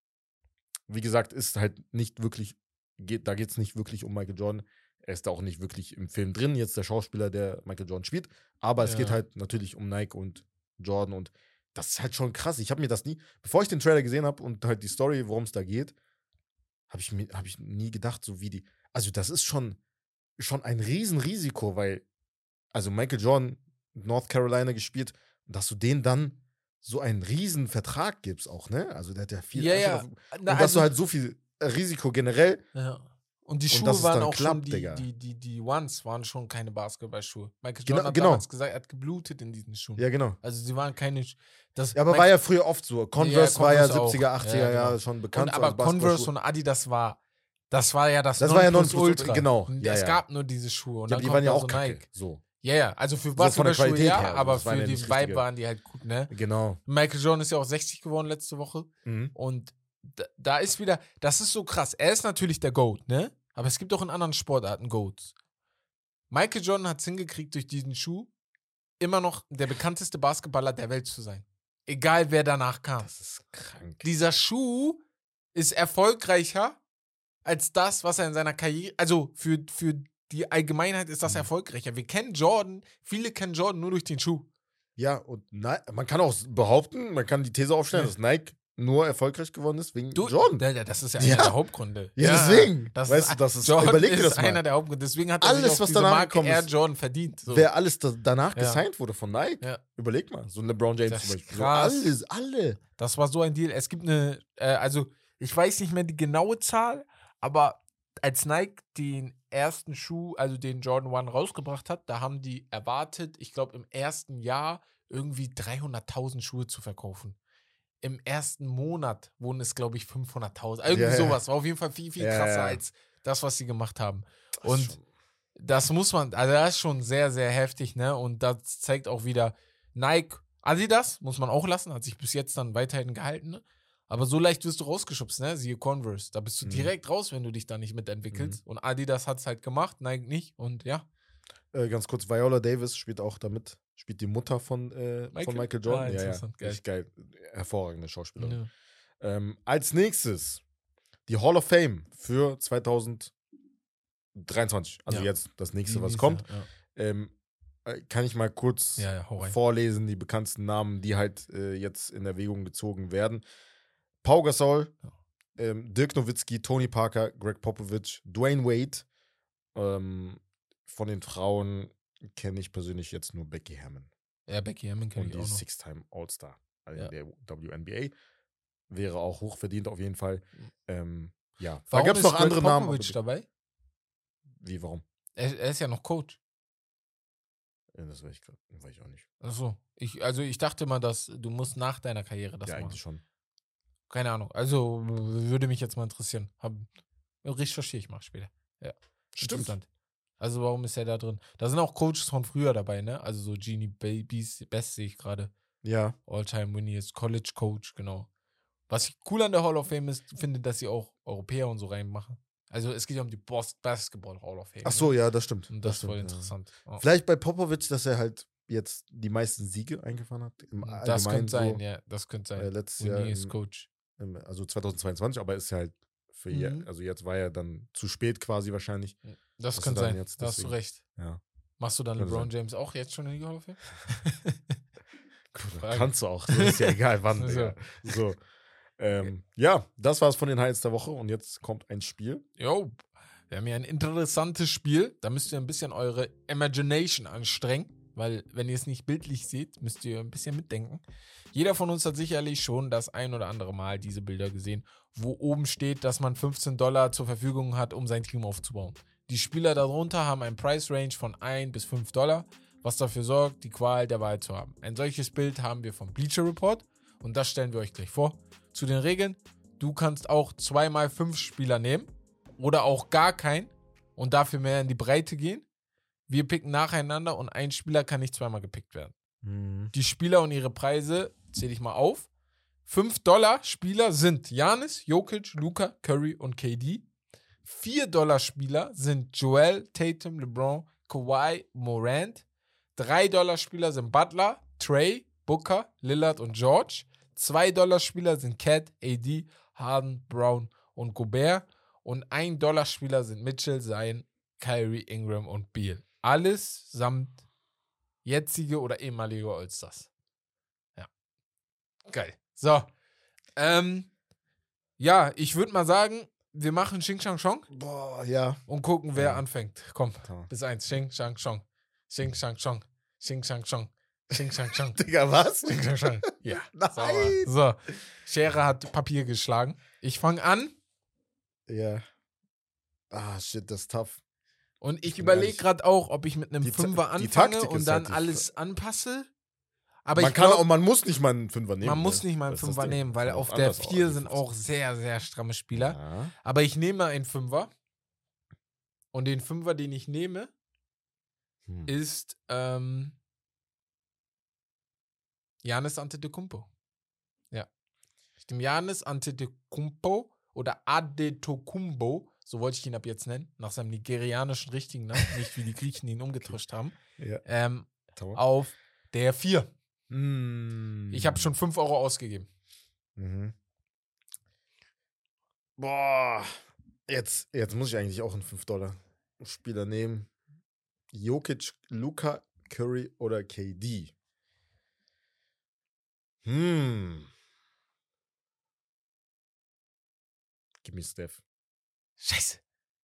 Wie gesagt, ist halt nicht wirklich, da geht es nicht wirklich um Michael Jordan. Er ist da auch nicht wirklich im Film drin, jetzt der Schauspieler, der Michael Jordan spielt. Aber es geht halt natürlich um Nike und Jordan. Und das ist halt schon krass. Ich habe mir das nie, bevor ich den Trailer gesehen habe und halt die Story, worum es da geht, habe ich nie gedacht, so wie die. Also, das ist schon ein Riesenrisiko, weil, also Michael Jordan, North Carolina gespielt, und dass du denen dann so einen riesen Vertrag gibst auch, ne? Also, der hat ja viel. Und dass du halt so viel Risiko generell. Ja. Und die Schuhe waren auch schon, die Ones waren schon keine Basketballschuhe. Michael Jordan hat damals gesagt, er hat geblutet in diesen Schuhen. Ja, genau. Also sie waren keine. Aber war ja früher oft so. Converse war ja 70er, 80er Jahre schon bekannt. Aber Converse und Adidas das war ja das Nonplusultra. Genau. Es gab nur diese Schuhe. Und dann die waren ja auch Nike. So. Ja, also für Basketballschuhe her, aber für den Vibe waren die halt gut, ne? Genau. Michael Jordan ist ja auch 60 geworden letzte Woche. Und da ist wieder, das ist so krass. Er ist natürlich der GOAT, ne? Aber es gibt auch in anderen Sportarten GOATs. Michael Jordan hat es hingekriegt, durch diesen Schuh immer noch der bekannteste Basketballer der Welt zu sein. Egal, wer danach kam. Das ist krank. Dieser Schuh ist erfolgreicher als das, was er in seiner Karriere, also für die Allgemeinheit ist das erfolgreicher. Wir kennen Jordan, viele kennen Jordan nur durch den Schuh. Ja, und man kann auch behaupten, man kann die These aufstellen, dass Nike nur erfolgreich geworden ist wegen Jordan. Das ist ja einer der Hauptgründe. Ja, deswegen. Das ist überleg dir das mal. Einer der Hauptgründe. Deswegen hat er alles, sich was diese danach Marke Air Jordan verdient. So. Wer alles danach gesigned wurde von Nike, überleg mal. So ein LeBron James zum Beispiel. Krass. So alle. Das war so ein Deal. Es gibt eine, also ich weiß nicht mehr die genaue Zahl, aber als Nike den ersten Schuh, also den Jordan 1 rausgebracht hat, da haben die erwartet, ich glaube im ersten Jahr irgendwie 300.000 Schuhe zu verkaufen. Im ersten Monat wurden es, glaube ich, 500.000. Irgendwie sowas. War auf jeden Fall viel, viel krasser als das, was sie gemacht haben. Und das muss man, also das ist schon sehr, sehr heftig, ne? Und das zeigt auch wieder, Nike, Adidas muss man auch lassen, hat sich bis jetzt dann weiterhin gehalten, ne? Aber so leicht wirst du rausgeschubst, ne? Siehe Converse. Da bist du direkt raus, wenn du dich da nicht mitentwickelst. Und Adidas hat es halt gemacht, Nike nicht. Und ja. Ganz kurz, Viola Davis spielt auch damit. Spielt die Mutter von Michael Jordan. Geil. Hervorragende Schauspielerin. Ja. Als nächstes die Hall of Fame für 2023. Also jetzt das nächste, was kommt. Ja. Kann ich mal kurz vorlesen, die bekanntesten Namen, die halt jetzt in Erwägung gezogen werden. Pau Gasol, Dirk Nowitzki, Tony Parker, Greg Popovich, Dwayne Wade. Von den Frauen kenne ich persönlich jetzt nur Becky Hammon. Ja, Becky Hammon kenne ich auch noch. Und die Six-Time All-Star in der WNBA. Wäre auch hochverdient auf jeden Fall. Ja. Da gab es noch andere Namen. Popovich dabei? Wie, warum? Er ist ja noch Coach. Ja, das weiß ich auch nicht. Achso. Ich dachte mal, dass du musst nach deiner Karriere das machen. Ja, eigentlich schon. Keine Ahnung. Also würde mich jetzt mal interessieren. Recherchiere ich mal später. Ja. Stimmt. Also warum ist er da drin? Da sind auch Coaches von früher dabei, ne? Also so Jeannie Best sehe ich gerade. Ja. All-Time-Winners, College Coach, genau. Was ich cool an der Hall of Fame ist, finde, dass sie auch Europäer und so reinmachen. Also es geht ja um die Basketball Hall of Fame. Ach so, ja, das stimmt. Und das ist voll interessant. Ja. Vielleicht bei Popovich, dass er halt jetzt die meisten Siege eingefahren hat. Das könnte sein, ja. Das könnte sein. Letztes Jahr ist Coach. Also 2022, aber ist ja halt für also jetzt war er dann zu spät quasi wahrscheinlich. Das könnte sein, da hast du recht. Ja. Machst du dann LeBron James auch jetzt schon in die Hall of Fame? Kannst du auch, das ist ja egal wann. So. Ja, das war's von den Highlights der Woche und jetzt kommt ein Spiel. Jo, wir haben hier ein interessantes Spiel. Da müsst ihr ein bisschen eure Imagination anstrengen, weil wenn ihr es nicht bildlich seht, müsst ihr ein bisschen mitdenken. Jeder von uns hat sicherlich schon das ein oder andere Mal diese Bilder gesehen, wo oben steht, dass man $15 zur Verfügung hat, um sein Team aufzubauen. Die Spieler darunter haben ein Price Range von $1 bis $5, was dafür sorgt, die Qual der Wahl zu haben. Ein solches Bild haben wir vom Bleacher Report und das stellen wir euch gleich vor. Zu den Regeln: Du kannst auch 2x5 Spieler nehmen oder auch gar keinen und dafür mehr in die Breite gehen. Wir picken nacheinander und ein Spieler kann nicht zweimal gepickt werden. Die Spieler und ihre Preise zähle ich mal auf. $5 Spieler sind Giannis, Jokic, Luka, Curry und KD. $4 Spieler sind Joel, Tatum, LeBron, Kawhi, Morant. $3-Spieler sind Butler, Trey, Booker, Lillard und George. $2-Spieler sind Cat, AD, Harden, Brown und Gobert. Und $1-Spieler sind Mitchell, Zion, Kyrie, Ingram und Beal. Alles samt jetzige oder ehemalige All-Stars. Ja. Geil. So. Ja, ich würde mal sagen, wir machen Xing Shang Chong. Boah, ja. Und gucken, wer anfängt. Komm, bis 1. Xing Shang Chong. Xing Shang Chong. Xing Shang Chong. Xing Shang Chong. Digga, was? Xing Shang Chong. Ja. Nein. So. Schere hat Papier geschlagen. Ich fange an. Ja. Ah, shit, das ist tough. Und ich überlege gerade auch, ob ich mit einem Fünfer anfange und dann halt alles anpasse. Aber man muss nicht mal einen Fünfer nehmen. Man muss nicht mal einen Fünfer nehmen, weil auf der 4 sind auch sehr, sehr stramme Spieler. Ja. Aber ich nehme einen Fünfer. Und den Fünfer, den ich nehme, ist Giannis Antetokounmpo. Ja. Ich nehme Giannis Antetokounmpo oder Adetokounmpo, so wollte ich ihn ab jetzt nennen, nach seinem nigerianischen richtigen Namen, nicht wie die Griechen ihn umgetauscht haben, auf der 4. Ich habe schon 5 Euro ausgegeben. Mhm. Boah, jetzt muss ich eigentlich auch einen $5-Spieler nehmen. Jokic, Luka, Curry oder KD? Gib mir Steph. Scheiße.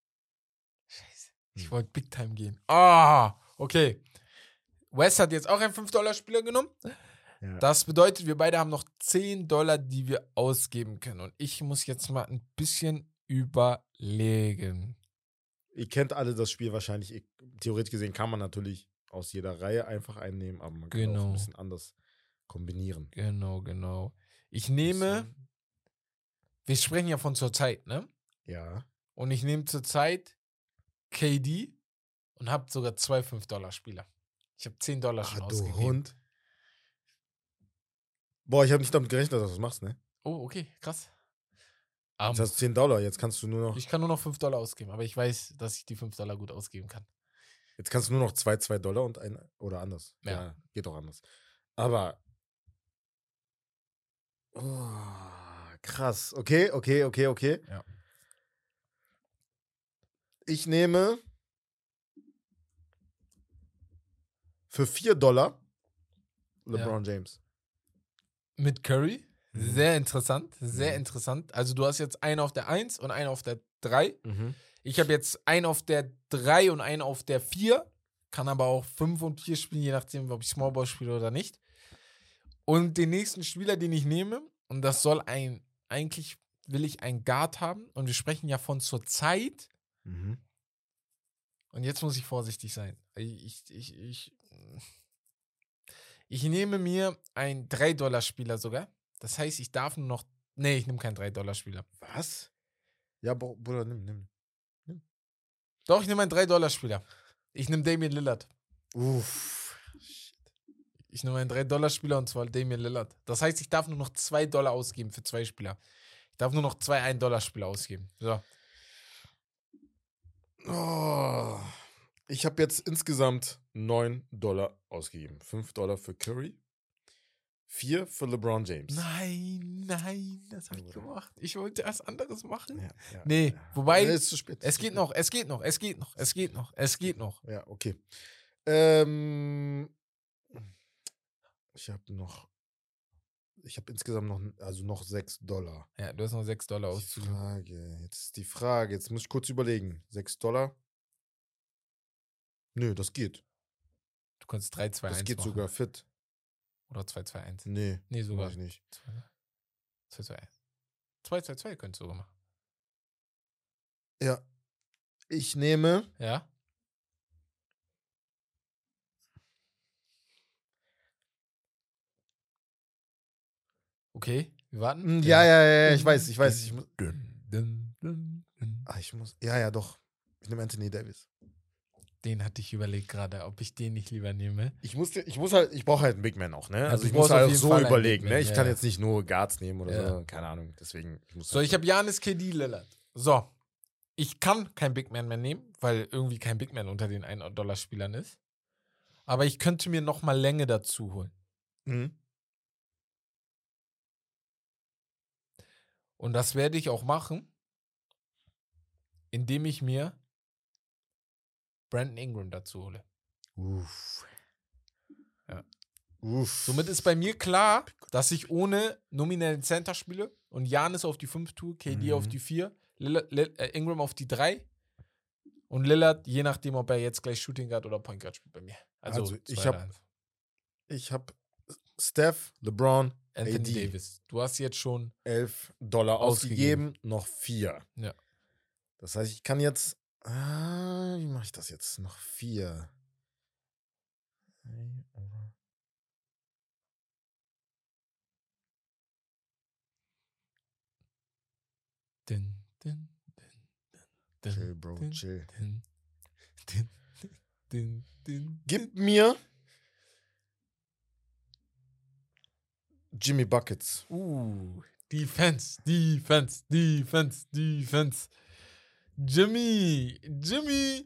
Ich wollte Big Time gehen. Okay. Wes hat jetzt auch einen $5-Spieler genommen. Ja. Das bedeutet, wir beide haben noch $10, die wir ausgeben können. Und ich muss jetzt mal ein bisschen überlegen. Ihr kennt alle das Spiel wahrscheinlich. Theoretisch gesehen kann man natürlich aus jeder Reihe einfach einnehmen, aber man kann auch ein bisschen anders kombinieren. Genau. Ich nehme, wir sprechen ja von zur Zeit, ne? Ja. Und ich nehme zur Zeit KD und habe sogar 2 $5-Spieler. Ich habe $10 schon ausgegeben. Du Hund. Boah, ich habe nicht damit gerechnet, dass du das machst, ne? Oh, okay, krass. Jetzt hast du $10, jetzt kannst du nur noch... Ich kann nur noch $5 ausgeben, aber ich weiß, dass ich die $5 gut ausgeben kann. Jetzt kannst du nur noch $2 und ein... Oder anders. Ja, geht auch anders. Aber... krass. Okay. Ja. Ich nehme für $4 LeBron James. Mit Curry? Sehr interessant, interessant. Also du hast jetzt einen auf der 1 und einen auf der 3. Ich habe jetzt einen auf der 3 und einen auf der 4. Kann aber auch 5 und 4 spielen, je nachdem, ob ich Smallball spiele oder nicht. Und den nächsten Spieler, den ich nehme, und das soll eigentlich will ich einen Guard haben, und wir sprechen ja von zur Zeit. Und jetzt muss ich vorsichtig sein. Ich nehme mir einen $3-Spieler sogar. Das heißt, ich darf nur noch... Nee, ich nehme keinen $3-Spieler. Was? Ja, Bruder, nimm. Doch, ich nehme einen $3-Spieler. Ich nehme Damian Lillard. Uff. Shit. Ich nehme einen $3-Spieler, und zwar Damian Lillard. Das heißt, ich darf nur noch $2 ausgeben für 2 Spieler. Ich darf nur noch 2 $1-Spieler ausgeben. So. Ich habe jetzt insgesamt $9 ausgegeben. $5 für Curry, 4 für LeBron James. Nein, das habe ich gemacht. Ich wollte was anderes machen. Ja, nee, wobei, es ist zu spät. Es geht noch. Ja, okay. Ich habe insgesamt noch $6. Ja, du hast noch $6 auszugeben. Jetzt ist die Frage, jetzt muss ich kurz überlegen. $6? Nö, das geht. Du kannst 3, 2, 1 Das geht machen. sogar fit. Oder 2, 2, 1. Nee, sogar. Mach ich nicht. 2, 2, 1. 2, 2, 2 könntest du sogar machen. Ja. Ich nehme... Ja? Okay, wir warten. Ja, ich weiß. Ich muss. Ja, doch. Ich nehme Anthony Davis. Den hatte ich überlegt gerade, ob ich den nicht lieber nehme. Ich brauche halt einen Big Man auch, ne? Ja, also ich muss halt auch so überlegen, ne? Ich kann jetzt nicht nur Guards nehmen oder so, keine Ahnung. Deswegen. Ich habe Giannis, KD, Lillard. So. ich kann kein Big Man mehr nehmen, weil irgendwie kein Big Man unter den $1-Spielern ist. Aber ich könnte mir nochmal Länge dazu holen. Mhm. Und das werde ich auch machen, indem ich mir Brandon Ingram dazu hole. Uff. Ja. Uff. Somit ist bei mir klar, dass ich ohne nominellen Center spiele und Giannis auf die 5 tue, KD auf die 4, Ingram auf die 3 und Lillard, je nachdem, ob er jetzt gleich Shooting Guard oder Point Guard spielt bei mir. Also ich hab Steph, LeBron, Anthony AD. Davis. Du hast jetzt schon $11 ausgegeben, noch 4. Ja. Das heißt, ich kann jetzt. Wie mache ich das jetzt? Noch 4. Chill, Bro, chill. Gib mir Jimmy Buckets. Defense. Jimmy.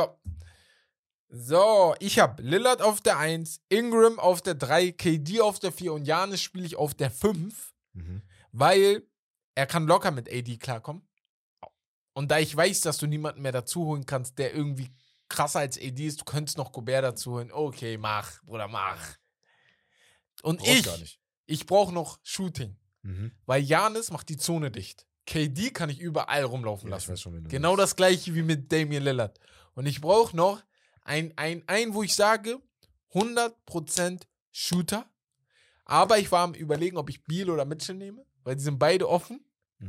So, ich habe Lillard auf der 1, Ingram auf der 3, KD auf der 4 und Giannis spiele ich auf der 5, weil er kann locker mit AD klarkommen. Und da ich weiß, dass du niemanden mehr dazu holen kannst, der irgendwie krasser als AD ist, du könntest noch Gobert dazu holen. Okay, mach, Bruder, mach. Und ich brauche noch Shooting. Weil Giannis macht die Zone dicht. KD kann ich überall rumlaufen lassen. Ich weiß schon, genau das gleiche wie mit Damian Lillard. Und ich brauche noch ein, wo ich sage, 100% Shooter. Aber ich war am Überlegen, ob ich Beal oder Mitchell nehme, weil die sind beide offen.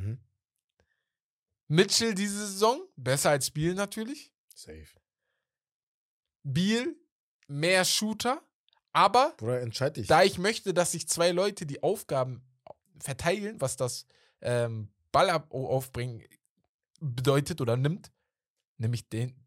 Mitchell diese Saison, besser als Beal natürlich. Safe. Beal, mehr Shooter, aber Bruder, entscheid dich. Da ich möchte, dass sich 2 Leute die Aufgaben verteilen, was das Ball aufbringen bedeutet oder nimmt, nämlich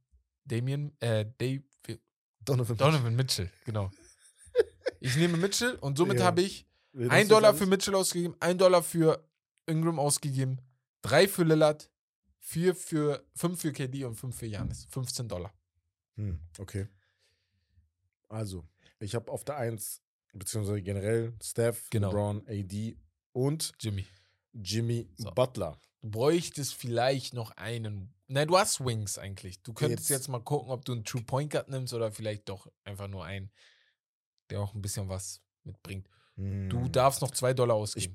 Donovan Mitchell, genau. Ich nehme Mitchell und somit habe ich $1 für Mitchell ausgegeben, $1 für Ingram ausgegeben, 3 für Lillard, 5 für KD und 5 für Giannis. $15. Okay. Also, ich habe auf der 1, beziehungsweise generell Steph, LeBron, AD und Jimmy Butler. Du bräuchtest vielleicht noch einen. Nein, du hast Wings eigentlich. Du könntest jetzt mal gucken, ob du einen True Point Guard nimmst oder vielleicht doch einfach nur einen, der auch ein bisschen was mitbringt. Du darfst noch $2 ausgeben.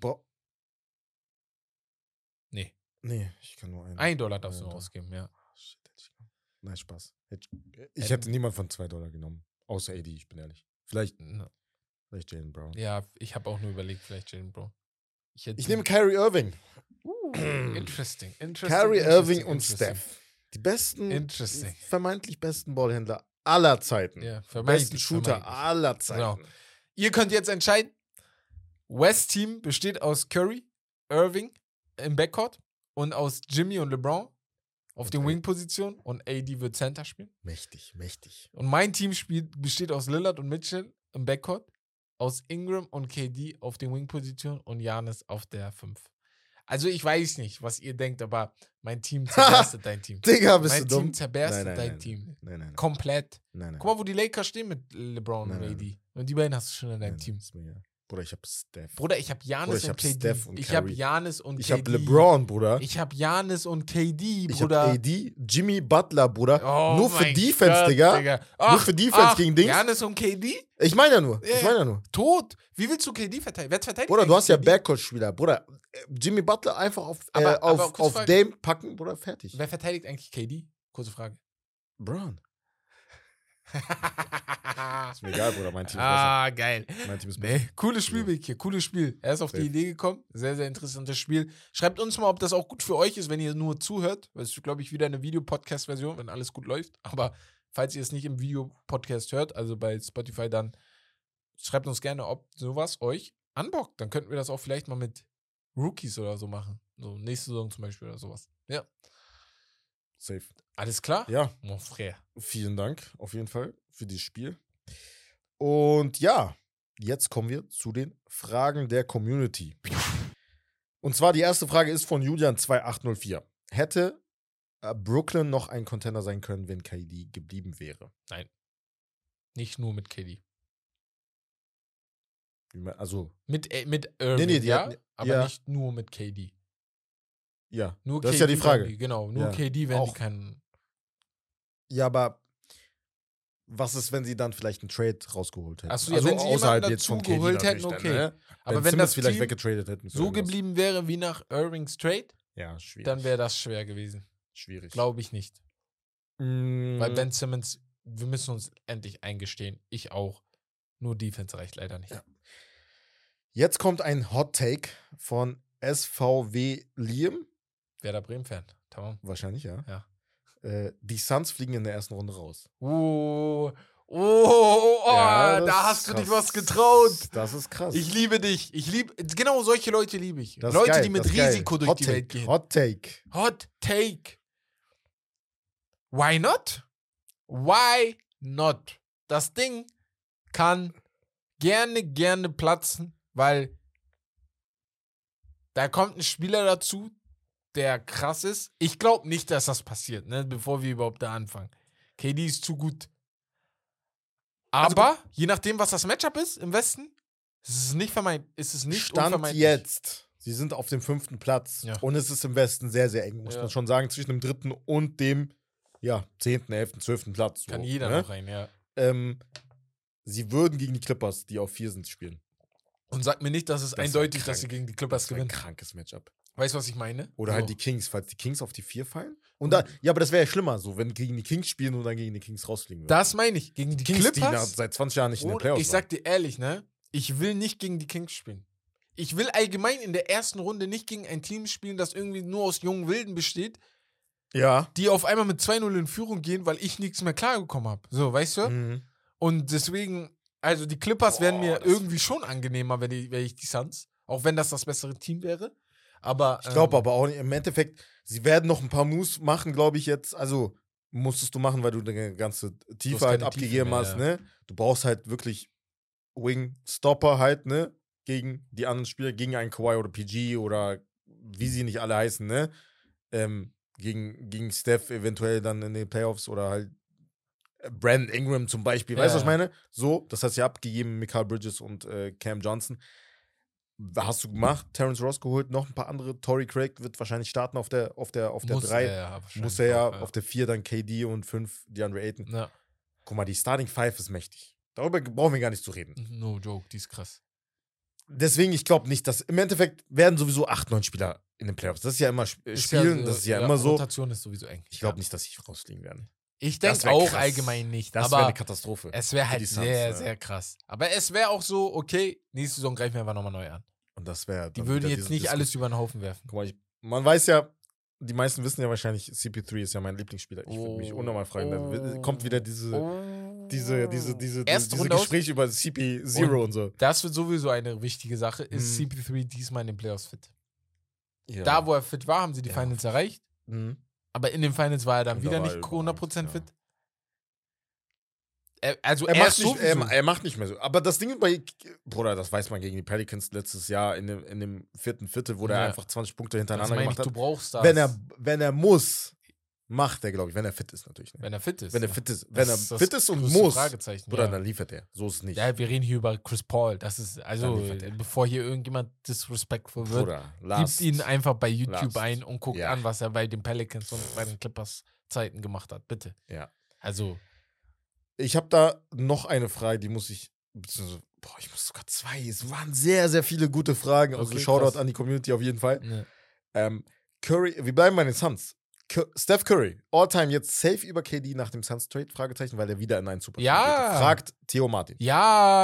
Nee, ich kann nur einen. $1 darfst du noch ausgeben, ja. Shit, nein, Spaß. Ich hätte niemand von $2 genommen. Außer AD, ich bin ehrlich. Vielleicht Jaylen Brown. Ja, ich habe auch nur überlegt, vielleicht Jaylen Brown. Ich nehme Kyrie Irving. Interesting. Kyrie Irving und Steph. Die vermeintlich besten Ballhändler aller Zeiten. Ja, besten Shooter aller Zeiten. Genau. Ihr könnt jetzt entscheiden. West-Team besteht aus Curry, Irving im Backcourt und aus Jimmy und LeBron auf den Wing-Positionen und AD wird Center spielen. Mächtig. Und mein Team besteht aus Lillard und Mitchell im Backcourt, aus Ingram und KD auf den Wing-Positionen und Giannis auf der 5. Also ich weiß nicht, was ihr denkt, aber mein Team zerberstet dein Team. Digga, bist du dumm? Mein Team zerberstet dein Team. Nein. Komplett. Nein. Guck mal, wo die Lakers stehen mit LeBron und AD. Und die beiden hast du schon in deinem Team. Bruder, ich hab Steph. Bruder, ich hab Giannis und KD. Ich hab Giannis und KD. Ich hab LeBron, Bruder. Ich hab Giannis und KD, Bruder. Ich hab AD, Jimmy Butler, Bruder. Oh nur für Defense, Digga. Nur für Defense gegen Dings. Giannis und KD? Ich meine ja nur. Tot. Wie willst du KD verteidigen? Wer verteidigt? Bruder, du hast ja Backcourt-Spieler. Bruder, Jimmy Butler einfach auf Dame packen, Bruder, fertig. Wer verteidigt eigentlich KD? Kurze Frage. Brown. Ist mir egal, Bruder, mein Team ist besser. Geil. Mein Team ist besser. Cooles Spiel, Vicky, cooles Spiel. Er ist auf die Idee gekommen. Sehr, sehr interessantes Spiel. Schreibt uns mal, ob das auch gut für euch ist, wenn ihr nur zuhört. Das ist, glaube ich, wieder eine Videopodcast-Version, wenn alles gut läuft. Aber falls ihr es nicht im Videopodcast hört, also bei Spotify, dann schreibt uns gerne, ob sowas euch anbockt. Dann könnten wir das auch vielleicht mal mit Rookies oder so machen. So nächste Saison zum Beispiel oder sowas. Ja. Safe. Alles klar? Ja. Mon frère. Vielen Dank auf jeden Fall für dieses Spiel. Und ja, jetzt kommen wir zu den Fragen der Community. Und zwar die erste Frage ist von Julian2804. Hätte Brooklyn noch ein Contender sein können, wenn KD geblieben wäre? Nein. Nicht nur mit KD. Also. Mit Irving, die hatten, aber nicht nur mit KD. Ja, nur das KD ist ja die Frage. Genau, nur KD, wenn die keinen. Ja, aber was ist, wenn sie dann vielleicht einen Trade rausgeholt hätten? Achso, ja, wenn sie außerhalb jemanden jetzt von dazu KD geholt hätten, dann, okay. ne? Aber wenn das vielleicht Team weggetradet hätten. so geblieben wäre wie nach Irvings Trade, ja, schwierig. dann wäre das schwer gewesen. Schwierig. Glaube ich nicht. Weil Ben Simmons, wir müssen uns endlich eingestehen, ich auch. Nur Defense reicht leider nicht. Ja. Jetzt kommt ein Hot Take von SVW Liam. Werder Bremen-Fan. Tamam. Wahrscheinlich, ja. Ja. Die Suns fliegen in der ersten Runde raus. Ja, da hast du dich was getraut. Das ist krass. Ich liebe dich. Genau solche Leute liebe ich. Das Leute, geil, die mit Risiko durch die Welt gehen. Hot Take. Hot Take. Why not? Why not? Das Ding kann gerne platzen, weil da kommt ein Spieler dazu, der krass ist. Ich glaube nicht, dass das passiert, ne, bevor wir überhaupt da anfangen. KD ist zu gut. Aber, je nachdem, was das Matchup ist im Westen, ist es nicht Stand unvermeidlich. jetzt, sie sind auf dem 5. Platz. Ja. Und es ist im Westen sehr, sehr eng, muss man schon sagen, zwischen dem 3. und dem 10., 11., 12. Platz. Kann so, jeder ne? noch rein, ja. Sie würden gegen die Clippers, die auf 4 sind, spielen. Und sag mir nicht, dass es eindeutig, dass sie gegen die Clippers gewinnen. gewinnen. Ein krankes Matchup. Weißt du, was ich meine? Oder halt die Kings, falls die Kings auf die 4 fallen. Und da, aber das wäre ja schlimmer, so, wenn gegen die Kings spielen und dann gegen die Kings rausfliegen würden. Das meine ich. Gegen die Kings, Clippers. die seit 20 Jahren nicht in den Playoffs Ich sag dir ehrlich, ne? Ich will nicht gegen die Kings spielen. Ich will allgemein in der ersten Runde nicht gegen ein Team spielen, das irgendwie nur aus jungen Wilden besteht. Ja. Die auf einmal mit 2-0 in Führung gehen, weil ich nichts mehr klargekommen habe. So, weißt du? Mhm. Und deswegen, also die Clippers wären mir irgendwie schon angenehmer, wenn ich die Suns. Auch wenn das bessere Team wäre. Aber ich glaube aber auch nicht. Im Endeffekt, sie werden noch ein paar Moves machen, glaube ich jetzt. Also musstest du machen, weil du deine ganze Tiefe halt abgegeben hast, ne? Du brauchst halt wirklich Wing-Stopper halt, ne? Gegen die anderen Spieler, gegen einen Kawhi oder PG oder wie sie nicht alle heißen, ne? Gegen Steph eventuell dann in den Playoffs oder halt Brandon Ingram zum Beispiel. Weißt du, was ich meine? So, das hast du ja abgegeben, Mikal Bridges und Cam Johnson. Hast du gemacht, Terrence Ross geholt, noch ein paar andere. Torrey Craig wird wahrscheinlich starten auf der 3. Muss er ja. Auf der 4 dann KD und 5 DeAndre Ayton. Ja. Guck mal, die Starting 5 ist mächtig. Darüber brauchen wir gar nicht zu reden. No joke, die ist krass. Deswegen, ich glaube nicht, dass im Endeffekt werden sowieso 8, 9 Spieler in den Playoffs. Das ist ja immer Spielen, das ist ja immer so. Rotation ist sowieso eng. Ich glaube nicht, dass sie rausfliegen werden. Ich denke auch krass. Allgemein nicht. Das wäre eine Katastrophe. Es wäre halt sehr, sehr krass. Aber es wäre auch so, okay, nächste Saison greifen wir einfach nochmal neu an. Und das wäre. Die würden jetzt nicht alles über den Haufen werfen. Guck mal, man weiß ja, die meisten wissen ja wahrscheinlich, CP3 ist ja mein Lieblingsspieler. Ich würde mich unnormal freuen. Da kommt wieder diese Gespräche über CP0 und so. Das wird sowieso eine wichtige Sache. Ist CP3 diesmal in den Playoffs fit? Ja. Da, wo er fit war, haben sie die Finals erreicht. Mhm. Aber in den Finals war er dann wieder nicht 100% fit. Er macht nicht mehr so. Aber das Ding Bruder, das weiß man gegen die Pelicans letztes Jahr in dem 4. Viertel, wo er einfach 20 Punkte hintereinander gemacht hat. Du brauchst das. Wenn er muss, macht er, glaube ich. Wenn er fit ist, natürlich. Ne? Wenn er fit ist. Wenn er fit ist und muss, Bruder, dann liefert er. So ist es nicht. Ja, wir reden hier über Chris Paul. Das ist, also, bevor hier irgendjemand disrespectful wird, gibt ihn einfach bei YouTube ein und guckt an, was er bei den Pelicans und bei den Clippers Zeiten gemacht hat. Bitte. Ja. Also. Ich habe da noch eine Frage, die muss ich. Ich muss sogar 2. Es waren sehr, sehr viele gute Fragen. Also Shoutout an die Community auf jeden Fall. Ja. Curry, wir bleiben bei den Suns. Steph Curry, All-Time jetzt safe über KD nach dem Suns-Trade? Fragezeichen, weil er wieder in einen Super geht. Fragt Theo Martin. Ja.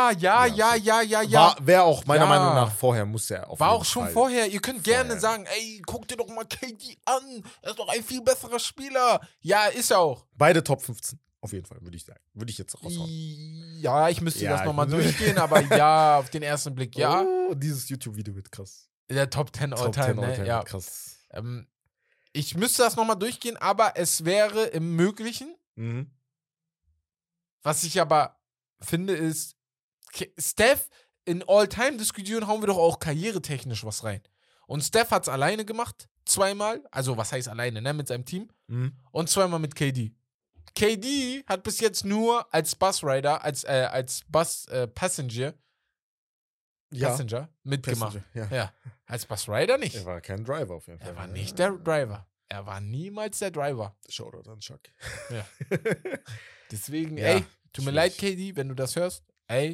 Wäre auch meiner Meinung nach vorher, muss er auf jeden Fall. War auch schon vorher. Ihr könnt gerne sagen, ey, guck dir doch mal KD an. Er ist doch ein viel besserer Spieler. Ja, ist er auch. Beide Top 15. Auf jeden Fall, würde ich sagen. Würde ich jetzt raushauen. Ja, ich müsste das nochmal durchgehen, aber ja, auf den ersten Blick, ja. Oh, dieses YouTube-Video wird krass. Der Top 10 All-Time, ne? Ja. Krass. Ich müsste das nochmal durchgehen, aber es wäre im Möglichen. Mhm. Was ich aber finde, ist, Steph, in All-Time-Diskussionen hauen wir doch auch karrieretechnisch was rein. Und Steph hat es alleine gemacht. zweimal, also was heißt alleine, ne, mit seinem Team und zweimal mit KD. KD hat bis jetzt nur als Busrider, als Passenger mitgemacht. Passenger, Ja. Als Busrider nicht. Er war kein Driver auf jeden Fall. Er war nicht der Driver. Er war niemals der Driver. Shoutout an Chuck. Ja. Deswegen, Ja, tut mir schwierig. leid, KD, wenn du das hörst.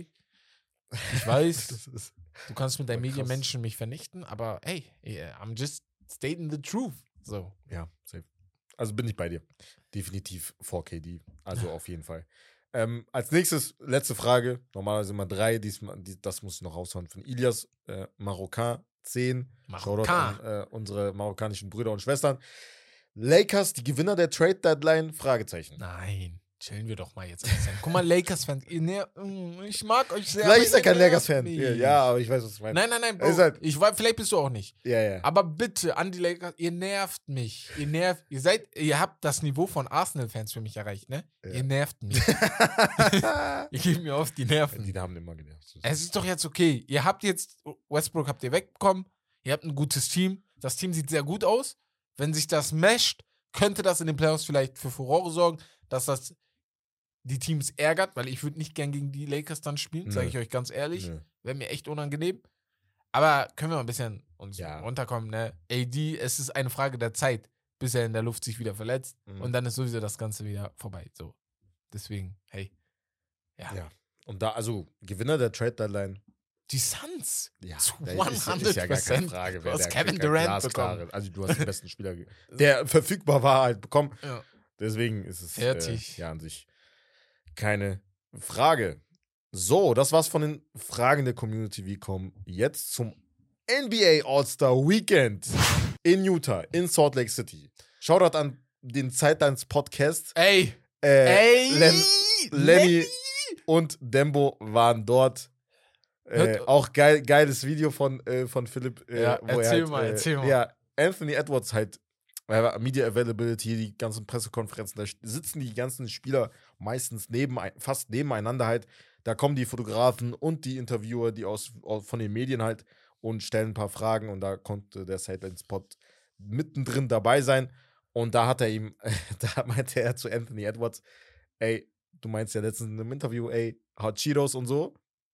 Ich weiß, du kannst mit deinen krass. Medienmenschen mich vernichten, aber I'm just stating the truth. So. Ja, safe. Also bin ich bei dir. Definitiv vor KD. Also auf jeden Fall. Als nächstes, letzte Frage. Normalerweise immer 3. Das muss ich noch raushauen von Ilias. Marokkan 10. Shoutout an unsere marokkanischen Brüder und Schwestern. Lakers, die Gewinner der Trade-Deadline? Fragezeichen. Nein, chillen wir doch mal jetzt ein bisschen. Guck mal, Lakers-Fans, ich mag euch sehr. Vielleicht ist er kein Lakers-Fan. Ja, aber ich weiß, was du meinst. Nein, Bro. Halt vielleicht bist du auch nicht. Ja. Aber bitte, an die Lakers, ihr nervt mich. Ihr habt das Niveau von Arsenal-Fans für mich erreicht, ne? Ja. Ihr nervt mich. Ihr gebt mir auf die Nerven. Die haben immer genervt. Es ist doch jetzt okay. Ihr habt jetzt, Westbrook habt ihr wegbekommen. Ihr habt ein gutes Team. Das Team sieht sehr gut aus. Wenn sich das mescht, könnte das in den Playoffs vielleicht für Furore sorgen, dass das die Teams ärgert, weil ich würde nicht gern gegen die Lakers dann spielen, sage ich euch ganz ehrlich. Wäre mir echt unangenehm. Aber können wir mal ein bisschen uns runterkommen, ne? AD, es ist eine Frage der Zeit, bis er in der Luft sich wieder verletzt. Und dann ist sowieso das Ganze wieder vorbei. So. Deswegen, hey. Ja. Und da, also, Gewinner der Trade-Deadline. Die Suns. Ja, zu 100%. Ist ja gar keine Frage. Du hast Kevin Durant bekommen. Also, du hast den besten Spieler, der verfügbar war, halt bekommen. Ja. Deswegen ist es Fertig. an sich keine Frage. So, das war's von den Fragen der Community. Wir kommen jetzt zum NBA All-Star Weekend in Utah, in Salt Lake City. Shoutout an den Zeitdance Podcast. Lenny und Dembo waren dort. Auch geiles Video von Philipp. Erzähl mal. Ja, Anthony Edwards halt, Media Availability, die ganzen Pressekonferenzen, da sitzen die ganzen Spieler meistens fast nebeneinander halt. Da kommen die Fotografen und die Interviewer, die von den Medien halt, und stellen ein paar Fragen, und da konnte der Sideline-Spot mittendrin dabei sein. Und da da meinte er zu Anthony Edwards, du meinst ja letztens in einem Interview, Hot Cheetos und so.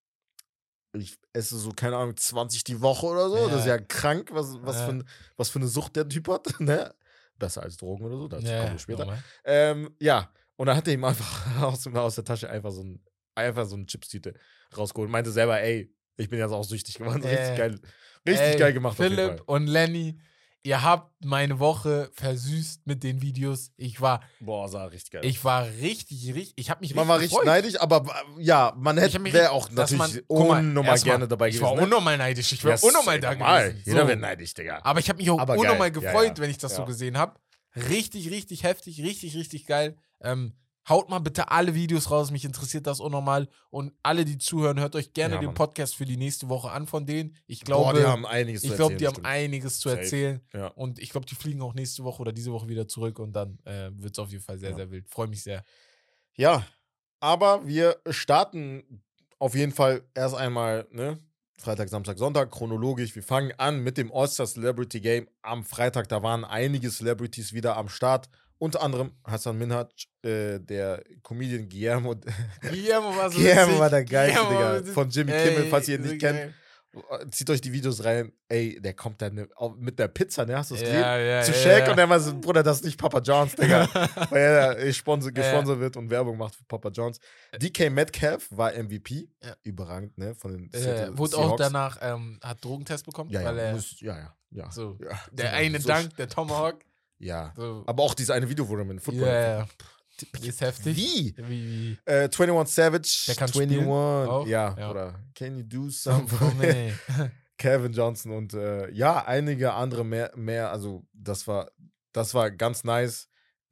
Ich esse so, keine Ahnung, 20 die Woche oder so. Ja. Das ist ja krank, was für eine Sucht der Typ hat. Ne? Besser als Drogen oder so, dazu kommen wir später. Und dann hat er ihm einfach aus der Tasche einfach so eine Chips-Tüte rausgeholt und meinte selber, ich bin jetzt auch süchtig geworden. Richtig geil gemacht. Philipp und Lenny, ihr habt meine Woche versüßt mit den Videos. Sah richtig geil aus. Ich war richtig, ich habe mich Man war richtig neidisch, aber ja, wäre auch natürlich unnormal gerne dabei gewesen. Ich war unnormal neidisch, ich wäre unnormal da gewesen. Jeder wäre neidisch, Digga. Aber ich habe mich auch unnormal gefreut, wenn ich das so gesehen habe. Richtig, richtig heftig, richtig, richtig geil. Haut mal bitte alle Videos raus, mich interessiert das unnormal. Und alle, die zuhören, hört euch gerne den Podcast für die nächste Woche an von denen. Ich glaube, die haben einiges zu erzählen. Die haben einiges zu erzählen. Ja. Und ich glaube, die fliegen auch nächste Woche oder diese Woche wieder zurück, und dann wird es auf jeden Fall sehr, sehr wild. Freue mich sehr. Ja, aber wir starten auf jeden Fall erst einmal, ne? Freitag, Samstag, Sonntag, chronologisch. Wir fangen an mit dem All-Star Celebrity Game am Freitag. Da waren einige Celebrities wieder am Start. Unter anderem Hassan Minhaj, der Comedian Guillermo. Guillermo war der geilste, Digga. Von Jimmy Kimmel, falls ihr ihn nicht kennt. Zieht euch die Videos rein. Der kommt dann mit der Pizza, ne? Hast du es gesehen? Zu Shaq, und der war so, Bruder, das ist nicht Papa John's, Digga. Weil er gesponsert wird und Werbung macht für Papa John's. DK Metcalf war MVP. Überragend, ne? Von den wurde Seahawks. Auch danach, hat Drogentest bekommen. Ja. So, der eine Dank, der Tomahawk. Ja, so. Aber auch dieses eine Video, wo er mit dem Football... Ja. Ist heftig. Wie? 21 Savage. Der kann 21. Auch? Ja, oder Can You Do Something? Kevin Johnson und einige andere mehr. Also das war ganz nice.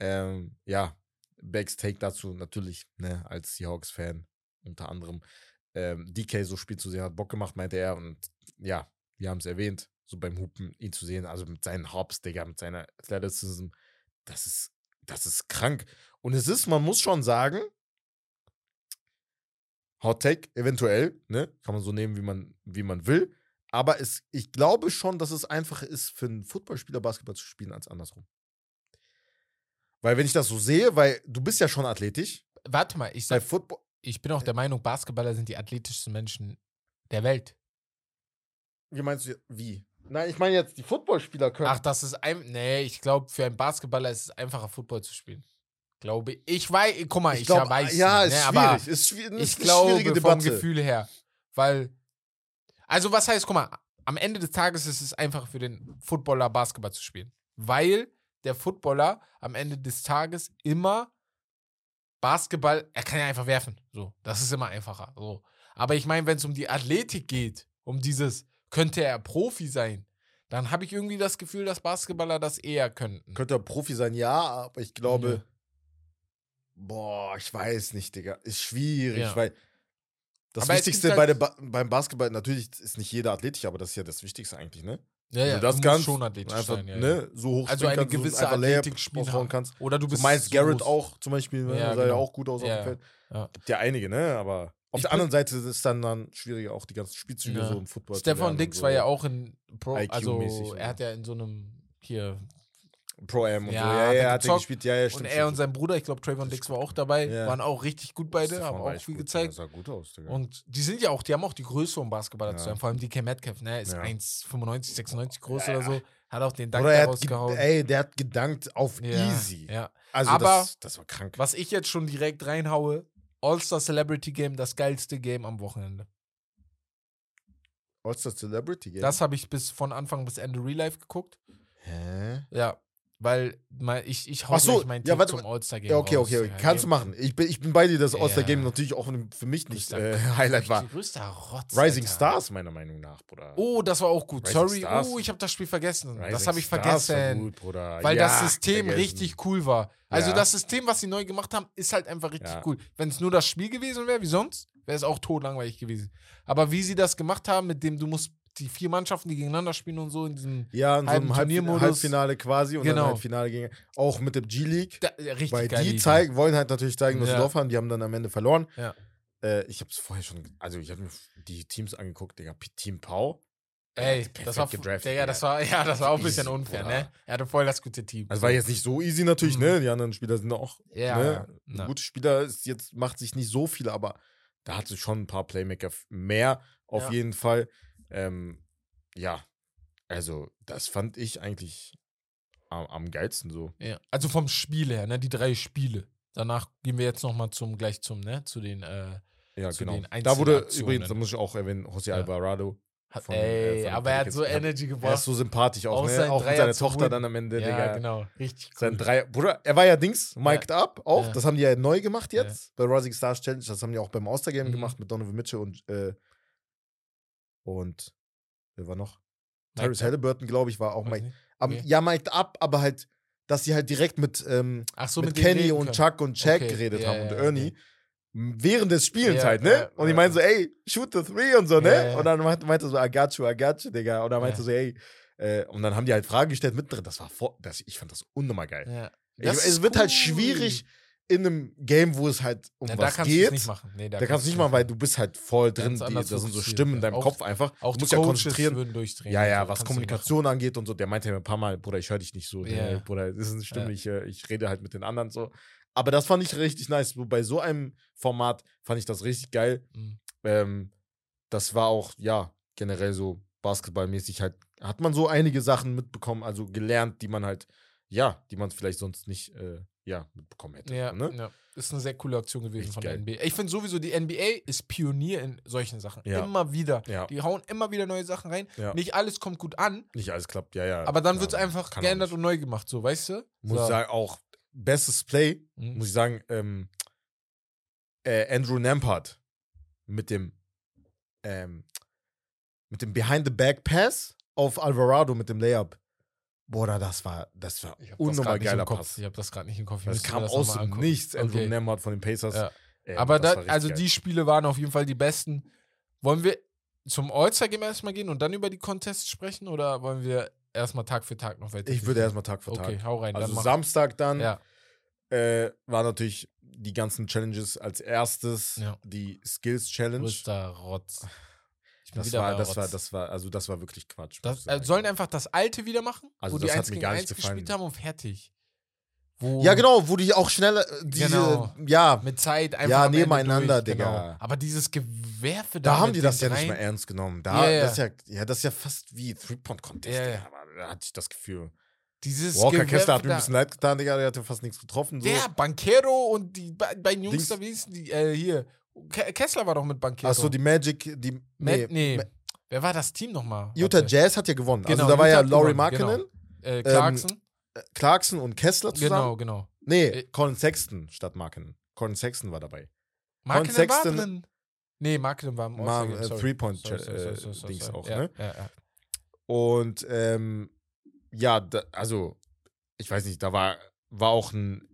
Becks Take dazu natürlich, ne, als Seahawks-Fan unter anderem. DK so Spiel zu sehen, hat Bock gemacht, meinte er. Und ja, wir haben es erwähnt, so beim Hupen ihn zu sehen, also mit seinen Hops, Digga, mit seiner Athleticism, das ist krank. Und man muss schon sagen, Hot Take, eventuell, ne, kann man so nehmen, wie man will, Aber ich glaube schon, dass es einfacher ist, für einen Footballspieler Basketball zu spielen, als andersrum. Weil wenn ich das so sehe, weil du bist ja schon athletisch. Warte mal, ich bin auch der Meinung, Basketballer sind die athletischsten Menschen der Welt. Wie meinst du, wie? Nein, ich meine jetzt, die Footballspieler können. Ach, das ist nee, ich glaube, für einen Basketballer ist es einfacher, Football zu spielen. Glaube ich. Guck mal, ich weiß ja, nicht, ist ne, schwierig. aber Ist ich eine glaube, schwierige vom Debatte. Gefühl her. Weil, also was heißt, guck mal, am Ende des Tages ist es einfach für den Footballer Basketball zu spielen. Weil der Footballer am Ende des Tages immer Basketball, er kann ja einfach werfen. So, das ist immer einfacher. So. Aber ich meine, wenn es um die Athletik geht, um dieses, könnte er Profi sein, dann habe ich irgendwie das Gefühl, dass Basketballer das eher könnten. Könnte er Profi sein, ja, aber ich glaube, ich weiß nicht, Digga. Ist schwierig, weil das aber Wichtigste beim Basketball, natürlich ist nicht jeder athletisch, aber das ist ja das Wichtigste eigentlich, ne? Ja, du musst schon athletisch einfach, sein, ja. Ne, so hoch also eine gewisse Athletik spielen kannst. Oder du bist Miles Garrett auch zum Beispiel, ne? Ja, sah ja auch gut aus auf dem Feld. Ja. Gibt ja einige, ne? Aber auf der anderen Seite ist es dann schwieriger, auch die ganzen Spielzüge so im Football Stefan Diggs war ja auch in IQ-mäßig, er hat ja in so einem hier Pro-Am und so. Ja, er hat ja gespielt. Ja, stimmt. Und er und sein Bruder, ich glaube, Trayvon Diggs war auch dabei, waren auch richtig gut beide, haben auch viel gezeigt. Das sah gut aus, Digga. Und die sind ja auch, die haben auch die Größe, um Basketballer zu sein. Vor allem DK Metcalf, ne, ist 1,95, 96 groß oder so. Hat auch den Dank rausgehauen. Der hat gedankt auf easy. Ja. Also aber das war krank. Was ich jetzt schon direkt reinhaue, All-Star Celebrity Game, das geilste Game am Wochenende. All-Star Celebrity Game? Das habe ich von Anfang bis Ende Real Life geguckt. Hä? Ja, weil ich hau gleich meinen Tipp zum All-Star-Game raus. Okay. Kannst du machen. Ich bin bei dir, dass All-Star-Game natürlich auch für mich nicht Highlight war. Größter Rotz, Rising Stars, meiner Meinung nach, Bruder. Oh, das war auch gut. Sorry. Ich habe das Spiel vergessen. Das habe ich vergessen. War gut, Bruder. Weil das System richtig cool war. Also das System, was sie neu gemacht haben, ist halt einfach richtig cool. Wenn es nur das Spiel gewesen wäre, wie sonst, wäre es auch totlangweilig gewesen. Aber wie sie das gemacht haben, mit dem du musst die 4 Mannschaften, die gegeneinander spielen und so in diesem in so einem Halbfinale quasi und dann halt Finale gegen, auch mit dem G-League. Richtig weil geil. Die wollen halt natürlich zeigen, was sie drauf haben. Die haben dann am Ende verloren. Ja. Ich habe es vorher schon, also ich habe mir die Teams angeguckt, Digga, Team Pau. Ey, das war auch ein bisschen unfair, oder? Ne? Er hatte voll das gute Team. Also war jetzt nicht so easy natürlich, ne? Die anderen Spieler sind auch, gute Spieler, macht sich nicht so viele, aber da hatte schon ein paar Playmaker mehr, auf jeden Fall. Also das fand ich eigentlich am geilsten so. Ja. Also vom Spiel her, ne? Die 3 Spiele. Danach gehen wir jetzt nochmal zu den genau. Da wurde übrigens, da muss ich auch erwähnen, José Alvarado. Aber er hat so Energy gebracht. Er ist so sympathisch auch, ne? Auch mit seiner Tochter dann am Ende, Digga. Ja, genau. Richtig cool. Bruder, er war ja mic'd up auch. Ja. Das haben die ja neu gemacht jetzt. Bei Rising Stars Challenge. Das haben die auch beim All-Star-Game gemacht mit Donovan Mitchell und wer war noch? Tyrese Halliburton, glaube ich, war auch mic'd up, aber halt, dass sie halt direkt mit Kenny und Chuck und Shaq geredet haben und Ernie. Okay. Während des Spielens halt, ne? Und ich meinte so, ey, shoot the 3 und so, ne? Und dann meinte so, I got you, Digga. Und dann meinte so, ey, und dann haben die halt Fragen gestellt mittendrin. Ich fand das unnormal geil. Ja. Es wird halt schwierig in einem Game, wo es halt um was geht. Nicht machen. Nee, da kannst du nicht machen, weil du bist halt voll drin. Da sind so Stimmen in deinem Kopf einfach. Auch du musst ja konzentrieren. Würden durchdrehen. Ja, was Kommunikation angeht und so. Der meinte ja ein paar Mal, Bruder, ich höre dich nicht so. Yeah. Bruder, das ist eine Stimme, ich rede halt mit den anderen so. Aber das fand ich richtig nice. Bei so einem Format fand ich das richtig geil. Das war auch, generell so basketballmäßig halt, hat man so einige Sachen mitbekommen, also gelernt, die man halt, die man vielleicht sonst nicht, mitbekommen hätte. Ja, ne? ja. Ist eine sehr coole Aktion gewesen richtig von der geil. NBA. Ich finde sowieso, die NBA ist Pionier in solchen Sachen. Ja. Immer wieder. Ja. Die hauen immer wieder neue Sachen rein. Ja. Nicht alles kommt gut an. Nicht alles klappt, ja. Aber dann wird es einfach geändert und neu gemacht, so, weißt du? Muss ich sagen, auch bestes Play, muss ich sagen, Andrew Nembhard mit dem Behind-the-Back-Pass auf Alvarado mit dem Layup. Boah, das war unnormal geiler Pass. Ich hab das gerade nicht im Kopf. Das kam aus dem Nichts, Andrew Nembhard von den Pacers. Ja. Aber die Spiele waren auf jeden Fall die besten. Wollen wir zum All-Star-Game erstmal gehen und dann über die Contests sprechen oder wollen wir erstmal Tag für Tag noch weiter? Ich würde erstmal Tag für Tag. Okay, hau rein. Also Samstag dann war natürlich die ganzen Challenges als erstes. Ja. Die Skills Challenge. Größter Rotz. Geschichten Das wieder war, bei das war, Rotz. das war wirklich Quatsch. Das, muss ich sagen. sollen einfach das alte wieder machen, Also wo die das hat 1 mir gegen gar nicht 1 gefallen. gespielt haben und fertig. Wo Ja, genau, wo die auch schneller, Genau. ja, mit Zeit einfach ja, am Ende nebeneinander, durch, Digga. genau. Aber dieses Gewerfe Da haben mit die das den ja nicht dreien- mehr ernst genommen. Ja, ja. Das ist ja fast wie Three-Point-Contest, Ja, ja. Digga. Aber da hatte ich das Gefühl. Dieses Walker Kessler hat Gewerfe mir ein bisschen leid getan, Digga, der hatte fast nichts getroffen. So. Der Banquero und die beiden Jungs Dings- da, wie hießen die? Hier. Kessler war doch mit Banquero. Achso, die Magic, die. Nee. Wer war das Team nochmal? Utah Warte. Jazz hat ja gewonnen. Genau, Also da war ja Utah hat Laurie gewonnen, Markkinen, Clarkson. Clarkson und Kessler zusammen. Genau. Nee, Colin Sexton statt Markkinen. Colin Sexton war dabei. Markkinen war Sexton- drin. Nee, Markkinen war im All-Star-Game, sorry. Three-Point-Dings auch, ja, ne? Ja. Und ja, also, ich weiß nicht, da war auch ein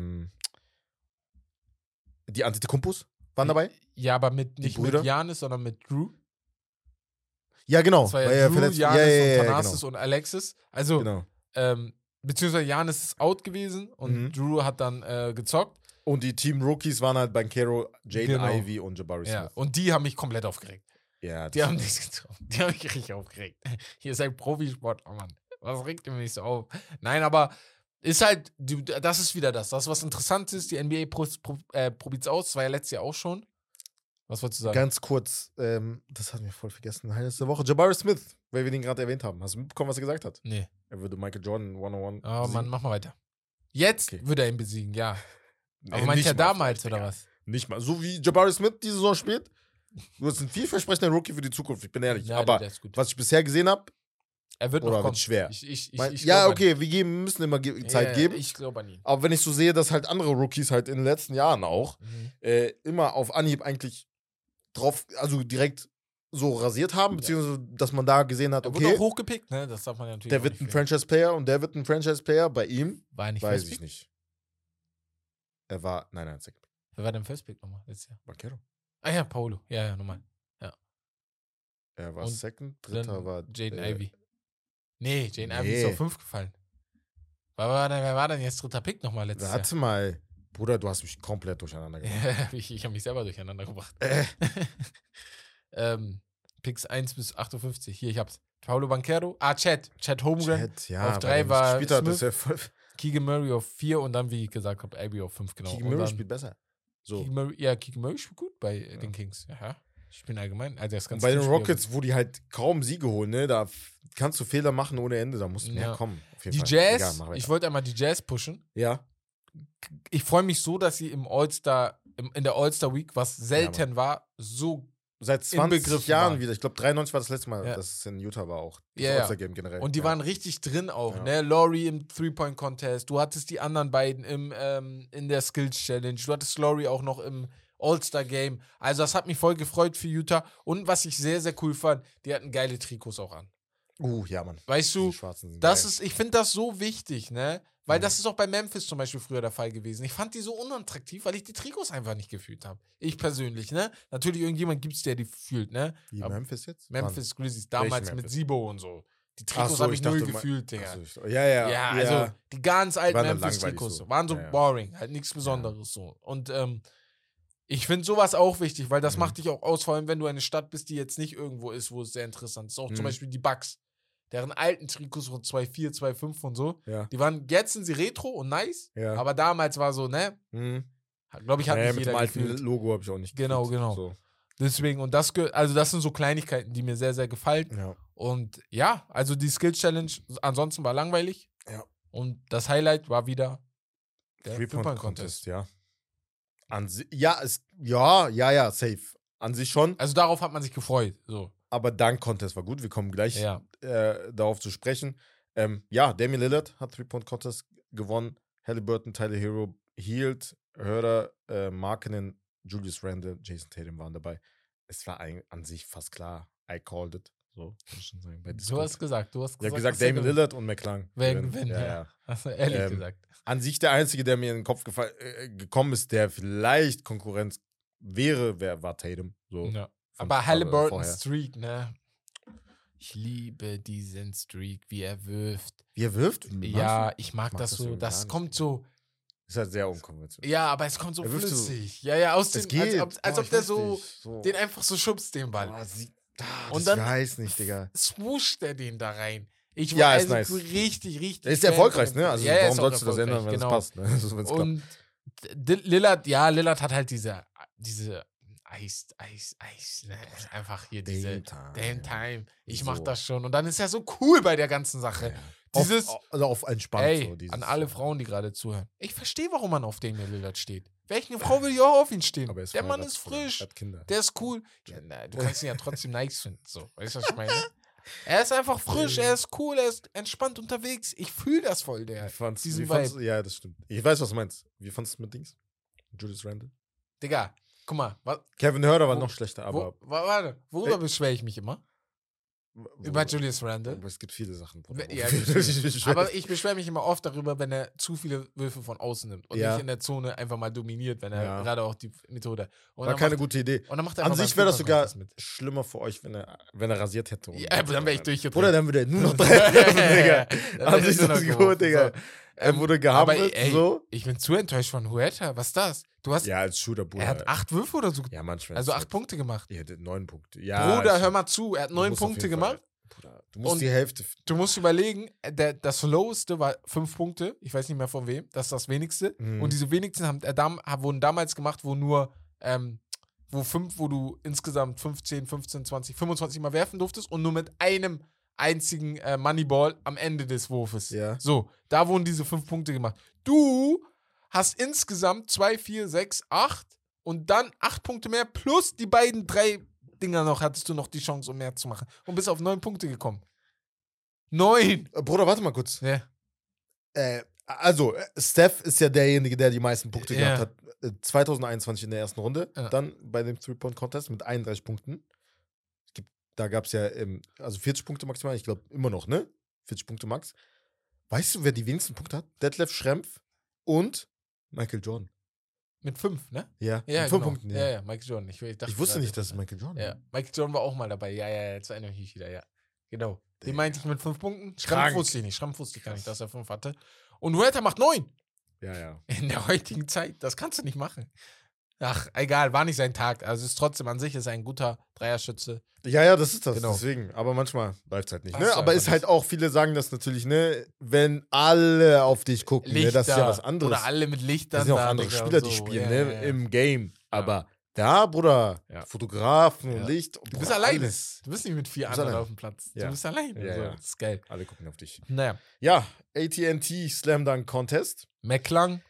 die Antetokounmpos waren dabei? Ja, aber nicht Brüder? mit Giannis, sondern mit Drew. Ja, genau. Das war weil ja er Drew, verletzt Giannis und genau. Thanasis und Alexis. Also, Genau. beziehungsweise Giannis ist out gewesen und Drew hat dann gezockt. Und die Team-Rookies waren halt Banchero, Jaden Genau. Ivey und Jabari Smith. Ja, und die haben mich komplett aufgeregt. Ja, Die haben nichts getroffen. Die haben mich richtig aufgeregt. Hier ist ein Profisportler, Mann. Was regt ihr mich so auf? Nein, aber ist halt, das ist wieder das. Das, was interessant ist, die NBA probiert es aus. Das war ja letztes Jahr auch schon. Was wolltest du sagen? Ganz kurz, das hatten wir voll vergessen. Highlights der Woche. Jabari Smith, weil wir den gerade erwähnt haben. Hast du mitbekommen, was er gesagt hat? Nee. Er würde Michael Jordan 101. Oh Mann, mach mal weiter. Jetzt Okay. würde er ihn besiegen, ja. Nee, Aber meint er nicht mal damals, vielleicht, oder Digga. was? Nicht mal. So wie Jabari Smith die Saison spielt. Du bist ein vielversprechender Rookie für die Zukunft, ich bin ehrlich. Ja, aber der ist gut. was ich bisher gesehen habe, Er wird noch oder kommen. wird schwer. Ich ja, glaub okay, wir müssen immer Zeit an ihn. geben. Ich glaube an ihn. Aber wenn ich so sehe, dass halt andere Rookies halt in den letzten Jahren auch immer auf Anhieb eigentlich drauf, also direkt so rasiert haben, beziehungsweise dass man da gesehen hat, Er wurde okay, auch hochgepickt, ne? Das darf man ja natürlich der auch wird nicht ein vergessen. Franchise-Player und der wird ein Franchise-Player. Bei ihm War er nicht weiß First ich Pick? nicht. Er war, nein, Second Pick. Wer war denn First Pick nochmal letztes Jahr? Banchero. Ah ja, Paolo. Ja, nochmal. Er war Und Second, Dritter Dann war Jaden Ivey. Nee, Jaden Ivey nee. ist auf 5 gefallen. Wer war denn jetzt dritter Pick nochmal letztes Warte mal. Bruder, du hast mich komplett durcheinander gemacht. Jahr? ich habe mich selber durcheinander gebracht. Picks 1 bis 58. Hier, ich hab's. Paolo Banchero. Chad Holmgren. Chat, ja, Auf 3 weil er war nicht gespielt hat, Smith. ist ja voll. Keegan Murray auf 4 und dann, wie ich gesagt habe, Ivey auf 5, genau. Keegan Und Murray dann spielt besser. So. Keegan Murray spielt gut bei den Kings. Ja. Spielen allgemein. Also das Und ganze bei den Team spielt Rockets, wo die halt kaum Siege holen, ne, da kannst du Fehler machen ohne Ende, da musst du mehr Ja. kommen. Auf jeden die Fall. Jazz, Egal, mach weiter. ich wollte einmal die Jazz pushen. Ja. Ich freue mich so, dass sie im All-Star, in der All-Star Week, was selten war, so Seit 20 Inbegriffen Jahren waren. wieder. Ich glaube, 93 war das letzte Mal, Ja. dass es in Utah war auch. Das Ja, ja. All-Star-Game generell. und die ja. waren richtig drin auch, Ja. ne? Laurie im Three-Point-Contest, du hattest die anderen beiden in der Skills-Challenge, du hattest Laurie auch noch im All-Star-Game. Also das hat mich voll gefreut für Utah. Und was ich sehr, sehr cool fand, die hatten geile Trikots auch an. Ja, Mann. Weißt du, Die Schwarzen sind das geil. ist, ich finde das so wichtig, ne? Weil das ist auch bei Memphis zum Beispiel früher der Fall gewesen. Ich fand die so unattraktiv, weil ich die Trikots einfach nicht gefühlt habe. Ich persönlich, ne? Natürlich, irgendjemand gibt es, der die fühlt, ne? Wie Aber Memphis jetzt? Memphis Grizzlies, damals mit Memphis? Sibo und so. Die Ach Trikots so, habe ich dachte, null du gefühlt, Digga. Ja. Also die ganz alten Waren dann Memphis-Trikots langweilig so. waren so Ja, ja. boring, halt nichts Besonderes so. Und ich finde sowas auch wichtig, weil das Mhm. macht dich auch aus, vor allem wenn du eine Stadt bist, die jetzt nicht irgendwo ist, wo es sehr interessant ist. Auch zum Mhm. Beispiel die Bucks. Deren alten Trikots von 2,4, 2,5 und so. Ja. Die waren, jetzt sind sie retro und nice, Ja. aber damals war so, ne? Glaube ich, hat Ja, nicht mit jeder dem alten gefühlt. Logo habe ich auch nicht Genau, gefühlt. genau. So. Deswegen, und das sind so Kleinigkeiten, die mir sehr, sehr gefallen. Ja. Und ja, also die Skill Challenge ansonsten war langweilig. Ja. Und das Highlight war wieder der Three-Point-Contest, ja. Ja, safe. An sich schon. Also darauf hat man sich gefreut. So. Aber Dunk-Contest war gut. Wir kommen gleich Ja. darauf zu sprechen. Damian Lillard hat Three-Point-Contest gewonnen. Halliburton, Tyler Hero, Hield, Hörder, Markkanen, Julius Randle, Jason Tatum waren dabei. Es war an sich fast klar. I called it. So, kann ich schon sagen. Bei Du Discord. hast gesagt, Ich habe dass gesagt, er Damian gewinnt. Lillard und McClung. Wer gewinnen. gewinnt, Ja, ja. ja. Hast du ehrlich Ähm, gesagt. An sich der Einzige, der mir in den Kopf gekommen ist, der vielleicht Konkurrenz wäre, war Tatum. So. Ja. von- Aber Halliburton vorher. Streak, ne? Ich liebe diesen Streak, wie er wirft. Wie er wirft? Ja, ich mag mag das das so. irgendwie Das gar nicht. kommt so. Ist halt sehr unkonventionell. Ja, aber es kommt so Er wirft so- flüssig. Ja, aus Es dem, geht. als ob ich der weiß so nicht. den einfach so schubst, den Ball. Und das dann weiß nicht, Digga. swoosht er den da rein. Ich Ja, war ist nice. richtig. Er ist erfolgreich, ne? Also warum ist auch sollst du das ändern, wenn es genau. passt? Ne? Also, wenn's klappt. Und Lillard hat halt diese Eis, ne? Einfach hier diese Damn Time. Ich mach das schon. Und dann ist er so cool bei der ganzen Sache. Ja. Dieses, auf entspannt. ey, so, dieses, an alle Frauen, die gerade zuhören. Ich verstehe, warum man auf Damian Lillard steht. Welche Frau will ja auch auf ihn stehen? Aber Der Mann ist frisch. Hat Kinder. Der ist cool. Ja, na, du kannst ihn ja trotzdem nice finden. So, weißt du, was ich meine? Er ist einfach frisch, er ist cool, er ist entspannt unterwegs. Ich fühle das voll, diesen Vibe. Ja, das stimmt. Ich weiß, was du meinst. Wie fandest du mit Dings? Julius Randle? Digga, guck mal. Kevin Huerter war noch schlechter, aber... Warte, worüber beschwere ich mich immer? Über Julius Randle. Aber es gibt viele Sachen. Ja, aber ich beschwere mich immer oft darüber, wenn er zu viele Würfe von außen nimmt und nicht in der Zone einfach mal dominiert, wenn er gerade auch die Methode. Und war keine gute Idee. Und dann macht er an sich wäre das sogar schlimmer für euch, wenn er rasiert hätte. Ja, dann wäre ich durchgedreht. Oder dann würde er nur noch 3 Digga. An sich ist das gut, Digga. Er wurde gehabt, so. Ich bin zu enttäuscht von Huerta. Was ist das? Du hast, ja, als Shooter, Bruder. Er hat 8 Würfe oder so. Ja, manchmal. Also 8 Punkte gemacht. Er hat 9 Punkte. Ja, Bruder, hör mal zu. Er hat 9 Punkte gemacht. Bruder, du musst die Hälfte. Du musst überlegen, das Loweste war 5 Punkte. Ich weiß nicht mehr von wem. Das ist das wenigste. Und diese wenigsten wurden damals gemacht, wo nur, wo du insgesamt 15, 20, 25 Mal werfen durftest und nur mit einem einzigen Moneyball am Ende des Wurfes. Ja. So, da wurden diese 5 Punkte gemacht. Du hast insgesamt 2, 4, 6, 8 und dann 8 Punkte mehr plus die beiden 3 Dinger noch, hattest du noch die Chance, um mehr zu machen. Und bist auf 9 Punkte gekommen. 9! Bruder, warte mal kurz. Ja. Also, Steph ist ja derjenige, der die meisten Punkte gehabt hat. 2021 in der ersten Runde. Ja. Dann bei dem 3-Point-Contest mit 31 Punkten. Da gab es ja, also 40 Punkte maximal, ich glaube immer noch, ne? 40 Punkte max. Weißt du, wer die wenigsten Punkte hat? Detlef Schrempf und Michael Jordan. Mit 5, ne? Ja, mit 5 Punkten. Ja, Michael Jordan. Ich wusste nicht, dass es Michael Jordan war. Ja, Michael Jordan war auch mal dabei. Ja, jetzt erinnere ich mich wieder, ja. Genau. Den meinte ich mit 5 Punkten. Schrempf wusste ich nicht. Schrempf wusste ich gar nicht, dass er 5 hatte. Und Huerta macht 9. Ja. In der heutigen Zeit. Das kannst du nicht machen. Ach, egal, war nicht sein Tag. Also ist trotzdem an sich ist ein guter Dreierschütze. Ja, das ist das. Genau. Deswegen. Aber manchmal läuft es halt nicht. Ne? Aber ist halt auch, viele sagen das natürlich, ne, wenn alle auf dich gucken, ne, das ist ja was anderes. Oder alle mit Lichtern. Das sind ja auch andere Spieler, die spielen, ne, im Game. Aber da, Bruder, Fotografen und Licht. Du bist alleine. Du bist nicht mit 4 anderen auf dem Platz. Ja. Du bist alleine. Ja, Das ist geil. Alle gucken auf dich. Naja. Ja, AT&T Slam Dunk Contest. McClung.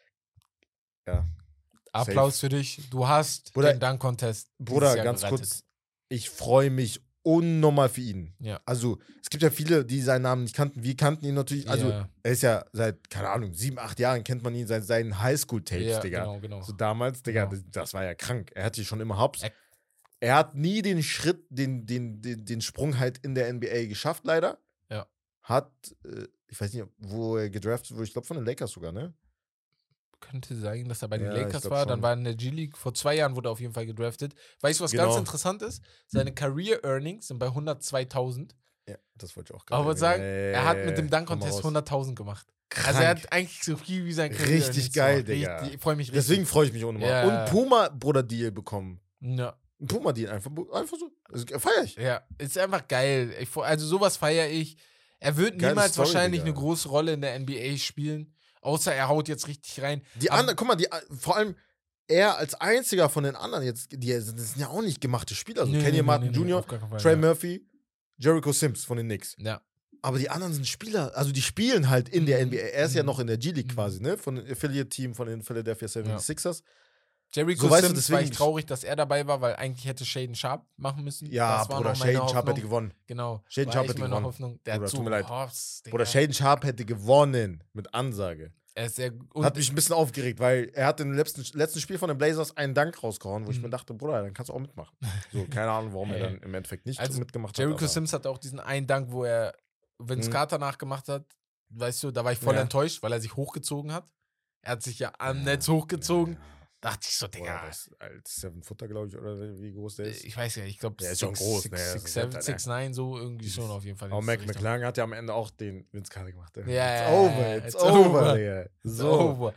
Ja. Applaus für dich. Du hast den Dunk-Contest. Bruder, ganz kurz. Ich freue mich unnormal für ihn. Ja. Also, es gibt ja viele, die seinen Namen nicht kannten. Wir kannten ihn natürlich. Also, er ist ja seit, keine Ahnung, 7, 8 Jahren kennt man ihn seit seinen Highschool-Tapes, Digga. Genau. So damals, Digga, das war ja krank. Er hatte schon immer Hops. Er hat nie den Schritt, den Sprung halt in der NBA geschafft, leider. Ja. Hat, ich weiß nicht, wo er gedraftet wurde, ich glaube von den Lakers sogar, ne? Könnte sein, dass er bei den Lakers war. Dann war er in der G-League. Vor 2 Jahren wurde er auf jeden Fall gedraftet. Weißt du, was ganz interessant ist? Seine Career-Earnings sind bei 102.000. Ja, das wollte ich auch gerade sagen. Aber sagen, er hat mit dem Dunk-Contest 100.000 gemacht. Krank. Also er hat eigentlich so viel wie sein Career-Earnings. Richtig geil, Digga. Ich freue mich richtig. Deswegen freue ich mich unnormal. Ja. Und Puma, Bruder, Deal bekommen. Ja. Ein Puma-Deal, einfach so. Das feiere ich. Ja, ist einfach geil. Also sowas feiere ich. Er wird niemals wahrscheinlich eine große Rolle in der NBA spielen. Außer er haut jetzt richtig rein. Die anderen, guck mal, vor allem er als einziger von den anderen jetzt, das sind ja auch nicht gemachte Spieler. Also Kenyon Martin Jr., Trey Murphy, Jericho Sims von den Knicks. Ja. Aber die anderen sind Spieler, also die spielen halt in der NBA. Er ist ja noch in der G-League quasi, ne? Von dem Affiliate-Team von den Philadelphia 76ers. Jericho Sims war ich traurig, dass er dabei war, weil eigentlich hätte Shaden Sharp machen müssen. Ja, Bruder, Shaden Sharp hätte gewonnen. Genau. Shaden Sharp hätte gewonnen. Hoffnung. Der Bruder, hat so tut mir leid. Hoffs, Bruder, Shaden Sharp hätte gewonnen mit Ansage. Er ist sehr hat mich ein bisschen aufgeregt, weil er hat im letzten Spiel von den Blazers einen Dank rausgehauen, wo ich mir dachte, Bruder, dann kannst du auch mitmachen. So, keine Ahnung, warum er dann im Endeffekt nicht mitgemacht hat. Jericho Sims hatte auch diesen einen Dank, wo er Vince Carter nachgemacht hat. Weißt du, da war ich voll enttäuscht, weil er sich hochgezogen hat. Er hat sich ja am Netz hochgezogen. Dachte ich so, Digga. Boah, als 7-Footer, glaube ich, oder wie groß der ist. Ich weiß ja, ich glaube, der ist schon groß. 6'9", so irgendwie schon auf jeden Fall. Aber McClung hat ja am Ende auch den Vince Carter gemacht. Ja, it's over, Digga. So.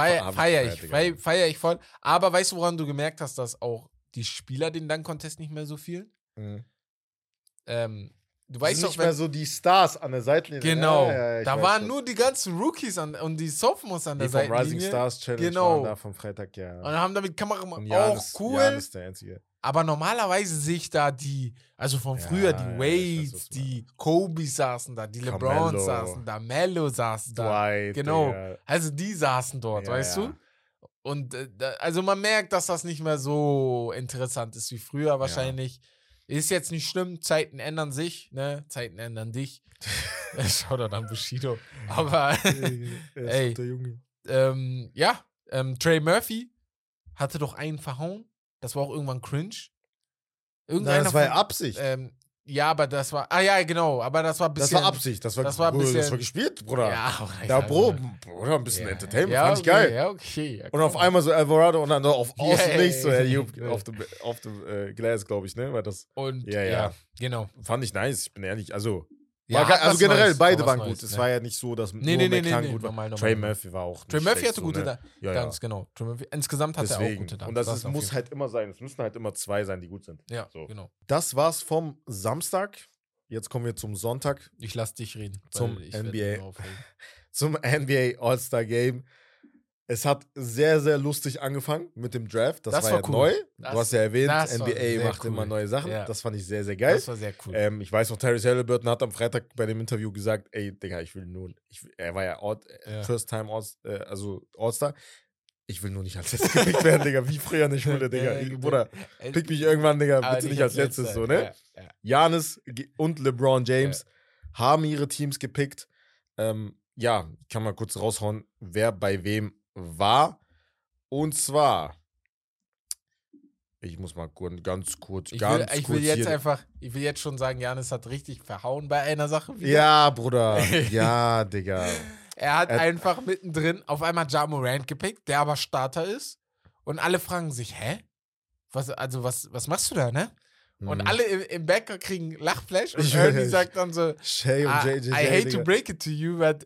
Feier ich voll. Aber weißt du, woran du gemerkt hast, dass auch die Spieler den Dunk-Contest nicht mehr so viel? du weißt doch, nicht mehr so die Stars an der Seitenlinie. Genau, ja, da waren nur die ganzen Rookies und die Sophomores an der die vom Seitenlinie. Rising Stars Challenge Genau. waren da vom Freitag, ja. Und haben damit Kamera gemacht, Und auch cool. Giannis der Einzige. Aber normalerweise sehe ich da also von früher, die Wades, die Kobe saßen da, die LeBron saßen da, Melo saßen da. Dwight, genau, Digga. also die saßen dort, weißt du? Und also man merkt, dass das nicht mehr so interessant ist wie früher wahrscheinlich. Ist jetzt nicht schlimm, Zeiten ändern sich, ne? Zeiten ändern dich. Schau da dann Bushido. Aber ey, der Junge. Trey Murphy hatte doch einen verhauen. Das war auch irgendwann cringe. Das war ja Absicht. Ja, aber das war. Ah ja, genau. Aber das war ein bisschen. Das war Absicht. Das war gespielt, Bruder. Ja, Bruder, ein bisschen Entertainment. Fand ich geil. Ja, okay. Ja, und auf einmal so Alvarado und dann auf außen links so auf dem Glas, glaube ich, ne? Weil das, und genau. Fand ich nice, ich bin ehrlich. Also generell, generell, beide waren gut. Es war ja nicht so, dass nur McClung gut war. Normal. Trey Murphy war auch Trey Murphy hatte gute da. Ganz genau. Trey Murphy, insgesamt hat er auch gute da. Und das muss halt immer sein. Es müssen halt immer 2 sein, die gut sind. Ja, so. genau. Das war's vom Samstag. Jetzt kommen wir zum Sonntag. Ich lass dich reden. Zum NBA All-Star Game. Es hat sehr, sehr lustig angefangen mit dem Draft. Das war ja cool. Neu. Du hast ja erwähnt, NBA macht immer neue Sachen. Ja. Das fand ich sehr, sehr geil. Das war sehr cool. Ich weiß noch, Tyrese Halliburton hat am Freitag bei dem Interview gesagt, ey, Digga, er war ja First Time All-Star. Ich will nur nicht als letztes gepickt werden, Digga. Wie früher in der Schule, Digga. Bruder, pick mich irgendwann, Digga. Bitte nicht als letztes, so, ne? Giannis und LeBron James haben ihre Teams gepickt. Ich kann mal kurz raushauen, wer bei wem war. Und zwar, ich muss mal ganz kurz ich will jetzt schon sagen, Giannis hat richtig verhauen bei einer Sache. Wieder. Ja, Bruder. Ja, Digga. Er hat einfach mittendrin auf einmal Ja Morant gepickt, der aber Starter ist. Und alle fragen sich, hä? Was machst du da, ne? Und alle im Backer kriegen Lachflash und Ernie sagt dann so, Shay und JJ, I hate to break it to you, but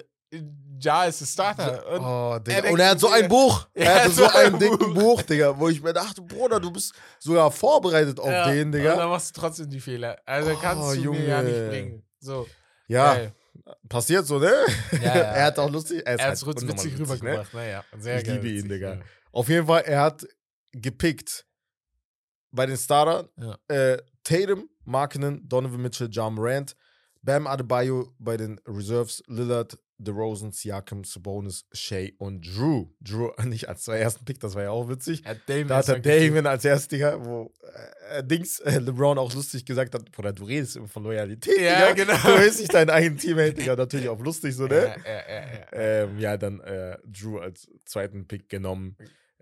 Ja ist ein Starter. Digga. Und er hat so ein Buch. Er hatte so ein dicken Buch, Digga, wo ich mir dachte, Bruder, du bist sogar vorbereitet auf den, Digga. Und dann machst du trotzdem die Fehler. Also kannst du mir ja nicht bringen. So. Ja. Geil. Passiert so, ne? Ja. Er hat auch lustig. Er hat es witzig rübergebracht. Ne? Sehr ich liebe ihn, Digga. Auf jeden Fall, er hat gepickt bei den Startern Tatum, Markkanen, Donovan Mitchell, Ja Morant, Bam Adebayo bei den Reserves, Lillard, DeRozan, Siakam, Sabonis, Shea und Drew. Drew nicht als ersten Pick, das war ja auch witzig. Da hat er Damon als erster, Digga, wo LeBron auch lustig gesagt hat, Bruder, du redest immer von Loyalität, ja, Digga. Genau. Du willst nicht deinen eigenen Teammate, Digga, natürlich auch lustig, so, ne? Dann Drew als zweiten Pick genommen.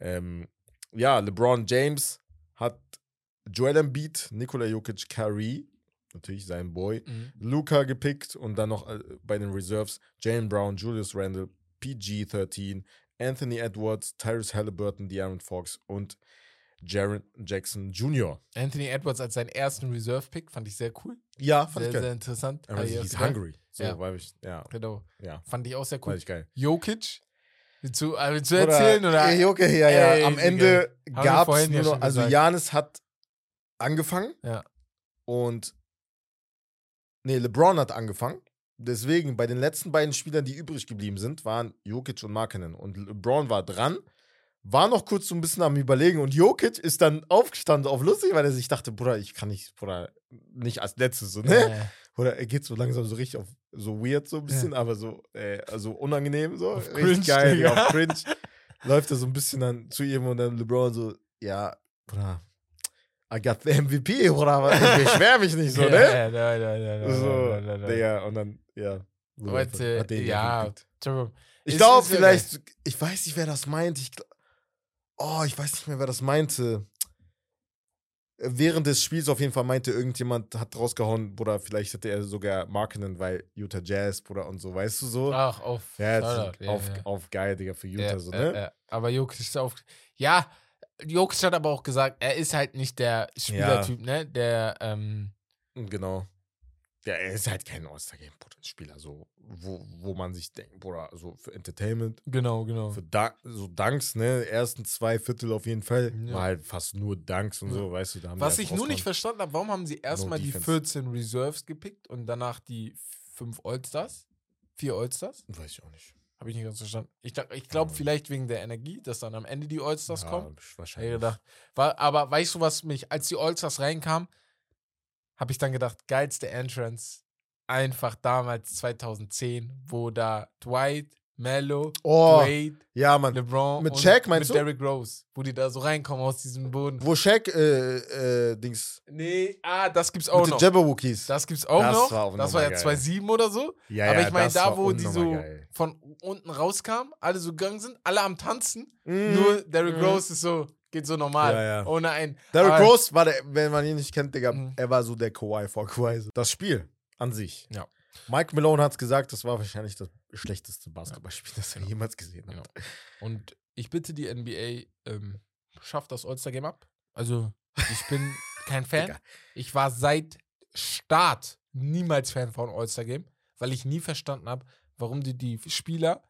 LeBron James hat Joel Embiid, Nikola Jokic, Kyrie, natürlich sein Boy, Luka gepickt und dann noch bei den Reserves Jaylen Brown, Julius Randle, PG-13, Anthony Edwards, Tyrese Halliburton, De'Aaron Fox und Jaren Jackson Jr. Anthony Edwards als seinen ersten Reserve-Pick fand ich sehr cool. Ja, fand ich geil. Sehr interessant. Aber he's hungry. So, Genau. Ja. Fand ich auch sehr cool. Fand ich geil. Jokic? Willst du erzählen? Oder? Jokic, ja. Am Ende gab es nur noch, also Giannis hat angefangen und LeBron hat angefangen. Deswegen, bei den letzten beiden Spielern, die übrig geblieben sind, waren Jokic und Markkanen. Und LeBron war dran, war noch kurz so ein bisschen am Überlegen. Und Jokic ist dann aufgestanden auf lustig, weil er sich dachte, Bruder, ich kann nicht, nicht als letztes, so, ne? Oder er geht so langsam so richtig auf, so weird so ein bisschen, aber so, also unangenehm so. Auf richtig cringe, geil, Digga. auf cringe. Läuft er so ein bisschen dann zu ihm und dann LeBron so, ja, Bruder, I got the MVP, Bruder, ich beschwer mich nicht so, ne? Nein. Digga, und dann, Leute, ich glaube vielleicht, ich weiß nicht, wer das meint. Ich weiß nicht mehr, wer das meinte. Während des Spiels auf jeden Fall meinte irgendjemand, hat rausgehauen, Bruder, vielleicht hätte er sogar Markkanen, weil Utah Jazz, Bruder, und so, weißt du so? Ach, auf geil, Digga, für Utah, so, ne? Aber Jokic ist Jokic hat aber auch gesagt, er ist halt nicht der Spielertyp, ne? Der, Genau. Ja, er ist halt kein All-Star-Game-Spieler, so, wo man sich denkt, Bruder, so für Entertainment, Genau. für so Dunks, ne, ersten 2 Viertel auf jeden Fall, Ja. war halt fast nur Dunks und so, weißt du, da haben Was die ich einfach nur nicht rausgehauen. verstanden habe, warum haben sie erstmal die Defense. 14 Reserves gepickt und danach die 5 All-Stars? 4 All-Stars? Weiß ich auch nicht. Habe ich nicht ganz verstanden. Ich glaube, vielleicht wegen der Energie, dass dann am Ende die All-Stars kommen. Hab ich Wahrscheinlich. gedacht. Aber weißt du, was mich, als die All-Stars reinkamen, habe ich dann gedacht, geilste Entrance, einfach damals 2010, wo da Dwight, Melo, Wade, ja, Mann. LeBron Mit und Shaq, meinst mit du? Derrick Rose, wo die da so reinkommen aus diesem Boden. Wo Shaq, Dings. Nee, das gibt's auch mit noch. den Jabberwookies. Das gibt's auch Das noch. war auch das war ja geil. 2007 oder so. Ja, aber ja, ich meine, das da, war wo die so geil. von unten rauskamen, alle so gegangen sind, alle am Tanzen, Mhm. nur Derrick Rose ist so, geht so normal. Ja, ja. Ohne ein. Derrick aber- Rose war der, wenn man ihn nicht kennt, Digga, Mhm. er war so der Kawhi vor Kawhi. Das Spiel an sich. Ja. Mike Malone hat es gesagt, das war wahrscheinlich das schlechteste Basketballspiel, das er Genau. jemals gesehen hat. Genau. Und ich bitte die NBA, schafft das All-Star-Game ab. Also, ich bin kein Fan. Digga. Ich war seit Start niemals Fan von All-Star-Game, weil ich nie verstanden habe, warum die Spieler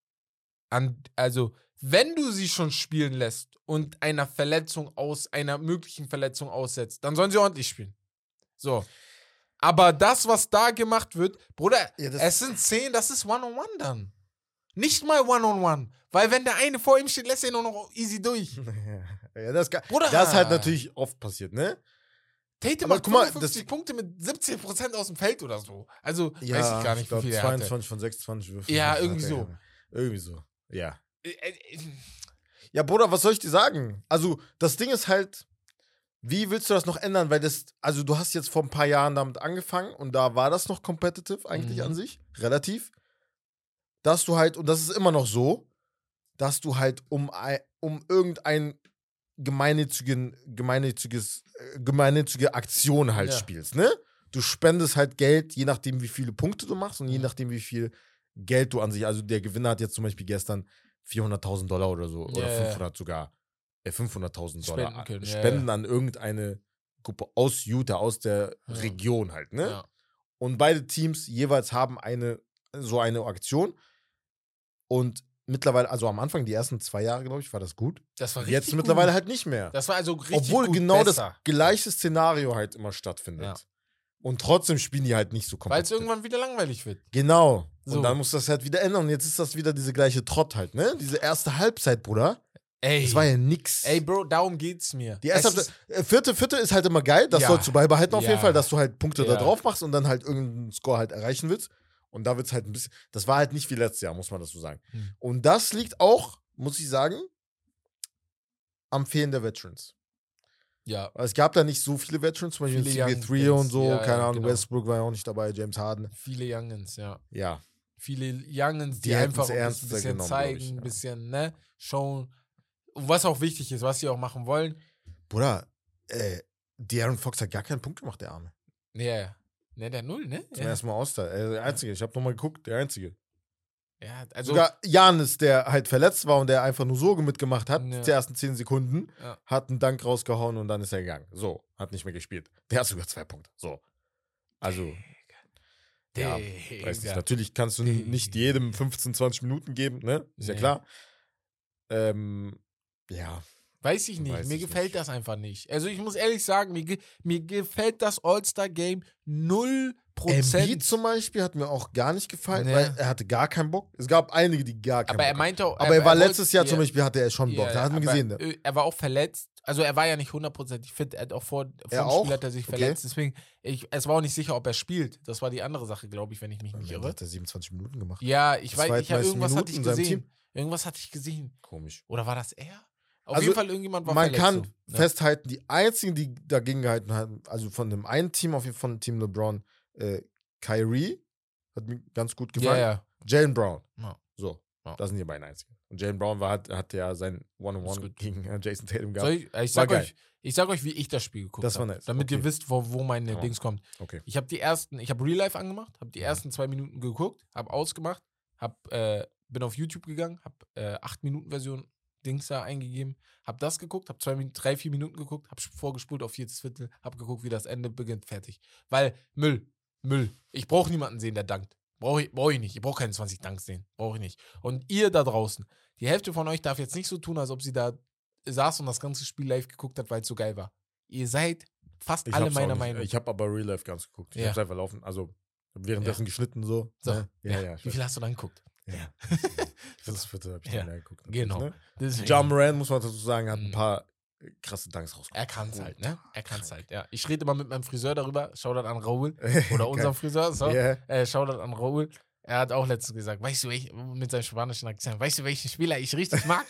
also, wenn du sie schon spielen lässt und einer möglichen Verletzung aussetzt, dann sollen sie ordentlich spielen. So. Aber das, was da gemacht wird, Bruder, Ja, es sind 10, das ist One-on-One dann. Nicht mal One-on-One. Weil wenn der eine vor ihm steht, lässt er ihn nur noch easy durch. Ja, das Bruder. ist halt natürlich oft passiert, ne? Tatum Aber macht guck mal, 55 Punkte mit 17% aus dem Feld oder so. Also, Ja, weiß ich gar nicht, wie glaub, viel er 22 hatte. von 26 Würfen. Ja, hat er, irgendwie so. ja. Irgendwie so, ja. Äh, Ja, Bruder, was soll ich dir sagen? Also, das Ding ist halt, wie willst du das noch ändern? Weil also du hast jetzt vor ein paar Jahren damit angefangen und da war das noch competitive eigentlich an sich, relativ. Dass du halt, und das ist immer noch so, dass du halt um irgendein gemeinnützige Aktion halt Ja. spielst, ne? Du spendest halt Geld, je nachdem, wie viele Punkte du machst und je Mhm. nachdem, wie viel Geld du an sich, also der Gewinner hat jetzt zum Beispiel gestern $400.000 oder so, oder Ja, ja. 500 sogar, $500.000 Spenden können, ja, spenden an irgendeine Gruppe aus Utah, aus der Ja. Region halt, ne? Ja. Und beide Teams jeweils haben so eine Aktion. Und mittlerweile, also am Anfang, die ersten 2 Jahre, glaube ich, war das gut. Das war richtig Jetzt mittlerweile gut. halt nicht mehr. Das war also richtig Obwohl gut genau besser. das gleiche Szenario halt immer stattfindet. Ja. Und trotzdem spielen die halt nicht so Weil es kompetitiv. irgendwann wieder langweilig wird. Genau. So. Und dann muss das halt wieder ändern. Und jetzt ist das wieder diese gleiche Trott halt, ne? Diese erste Halbzeit, Bruder. Ey. Das war ja nix. Ey, Bro, darum geht's mir. Die erste Es Halbzeit, vierte ist halt immer geil. Das Ja. sollst du beibehalten auf Ja. jeden Fall, dass du halt Punkte da Ja. drauf machst und dann halt irgendeinen Score halt erreichen willst. Und da wird's halt ein bisschen, das war halt nicht wie letztes Jahr, muss man dazu sagen. Und das liegt auch, muss ich sagen, am Fehlen der Veterans. Ja. Weil es gab da nicht so viele Veterans, zum Beispiel Viele CP3 Young und so, Guns. Ja, keine ja, Ahnung, genau. Westbrook war ja auch nicht dabei, James Harden. Viele Youngins, ja. Ja. Viele Youngins, die Die einfach hätten's ein ernster bisschen genommen, zeigen, glaub ich, ein ja. bisschen, ne, showen. Und was auch wichtig ist, was sie auch machen wollen. Bruder, De'Aaron Fox hat gar keinen Punkt gemacht, der Arme. Ja. Ne, der Null, ne? Zum Ja. ersten Mal All-Star. Der Einzige. Ich habe nochmal geguckt, der Einzige. Ja, also. Sogar Giannis, der halt verletzt war und der einfach nur so mitgemacht hat, Ja. die ersten 10 Sekunden, Ja. hat einen Dank rausgehauen und dann ist er gegangen. So, hat nicht mehr gespielt. Der hat sogar 2 Punkte. So. Also, ja, weiß nicht. Ja. Natürlich kannst du nicht jedem 15, 20 Minuten geben, ne? Ist ja Nee. klar. Ja. Weiß ich nicht. Weiß Mir ich gefällt nicht. das einfach nicht. Also ich muss ehrlich sagen, mir gefällt das All-Star-Game 0%. Embiid zum Beispiel hat mir auch gar nicht gefallen, Nee. weil er hatte gar keinen Bock. Es gab einige, die gar keinen Aber Bock er meinte auch. Aber er war wollte- letztes Jahr ja, zum Beispiel, hatte er schon Bock. ja, Da hat man aber, gesehen. Ne? Er war auch verletzt. Also er war ja nicht 100% fit. Er hat auch vor dem auch? Spiel hat er sich Okay. verletzt. Deswegen, es war auch nicht sicher, ob er spielt. Das war die andere Sache, glaube ich, wenn ich mich nicht Dann irre. hat er 27 Minuten gemacht. Ja, ich weiß, Zweitmeisten irgendwas hatte ich Minuten in seinem gesehen. Irgendwas hatte ich gesehen. Komisch. Oder war das er? Auf Also, jeden Fall irgendjemand war Man verletzt. kann so, ne? festhalten, die einzigen, die dagegen gehalten haben, also von dem einen Team, auf jeden Fall von Team LeBron, Kyrie, hat mir ganz gut Ja, gefallen. ja. Jalen Brown. Ja. So, Ja. das sind die beiden einzigen. Und Jalen Brown hat ja sein Ist One-on-One gut. gegen Jason Tatum Soll gehabt. ich, War geil. sag euch, wie ich das Spiel geguckt habe. Das war nice. Damit ihr Okay. wisst, wo meine Ja. Dings kommt. Okay. Ich habe Real Life angemacht, habe die ersten 2 Minuten geguckt, habe ausgemacht, bin auf YouTube gegangen, habe 8-Minuten-Version Dings da eingegeben, habe das geguckt, habe 3, 4 Minuten geguckt, habe vorgespult auf 4. Viertel, habe geguckt, wie das Ende beginnt, fertig. Weil Müll. Müll. Ich brauche niemanden sehen, der dankt. Brauche ich nicht. Ich brauche keine 20 Danks sehen. Brauche ich nicht. Und ihr da draußen, die Hälfte von euch darf jetzt nicht so tun, als ob sie da saß und das ganze Spiel live geguckt hat, weil es so geil war. Ihr seid fast alle meiner Meinung. Ich habe aber Real Life ganz geguckt. Ich habe es einfach laufen. Also währenddessen geschnitten so. So. Ne? Ja. Wie viel hast du dann geguckt? Ja. Das vierte habe ich dann geguckt. Genau. Ne? Ja Moran, muss man dazu sagen, hat ein paar krasse Danks rausgekommen. Er kann es halt, ne? Er kann es halt, ja. Ich rede immer mit meinem Friseur darüber. Shoutout an Raoul. Oder unserem Friseur. So. Shoutout an Raoul. Er hat auch letztens gesagt, weißt du, mit seinem spanischen Akzent, weißt du, welchen Spieler ich richtig mag?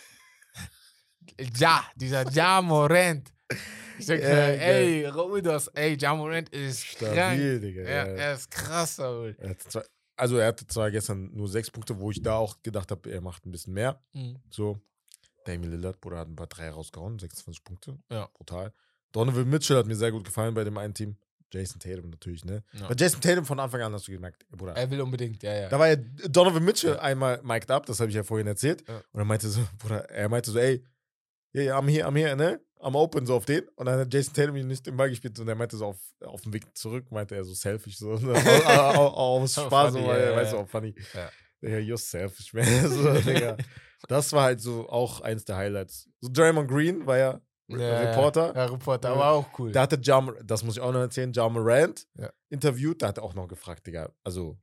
Dieser Ja Morant. Ich sag, ey, Raoul, Ja Morant ist stabil, Digga. Er ist krass, Raoul. Er hatte zwar gestern nur 6 Punkte, wo ich da auch gedacht habe, er macht ein bisschen mehr. So. Damian Lillard, Bruder, hat ein paar 3 rausgehauen, 26 Punkte. Ja. Brutal. Donovan Mitchell hat mir sehr gut gefallen bei dem einen Team. Jason Tatum natürlich, ne? Ja. Bei Jason Tatum von Anfang an hast du gemerkt, Bruder. Er will unbedingt, ja. Da war ja Donovan Mitchell einmal mic'd up, das habe ich ja vorhin erzählt. Ja. Und er meinte so, ey, I'm here, ne? I'm open, so auf den. Und dann hat Jason Tatum ihn nicht den Ball gespielt und er meinte so auf dem Weg zurück, meinte er so selfish, so. Aus Spaß, funny, so, weißt du, auch funny. Ja. Digga, you're selfish, man. So, Digga. Das war halt so auch eins der Highlights. So Draymond Green war ja Reporter. Ja, Reporter, aber auch cool. Da hatte das muss ich auch noch erzählen, Ja Morant interviewt, da hat er auch noch gefragt, Digga, also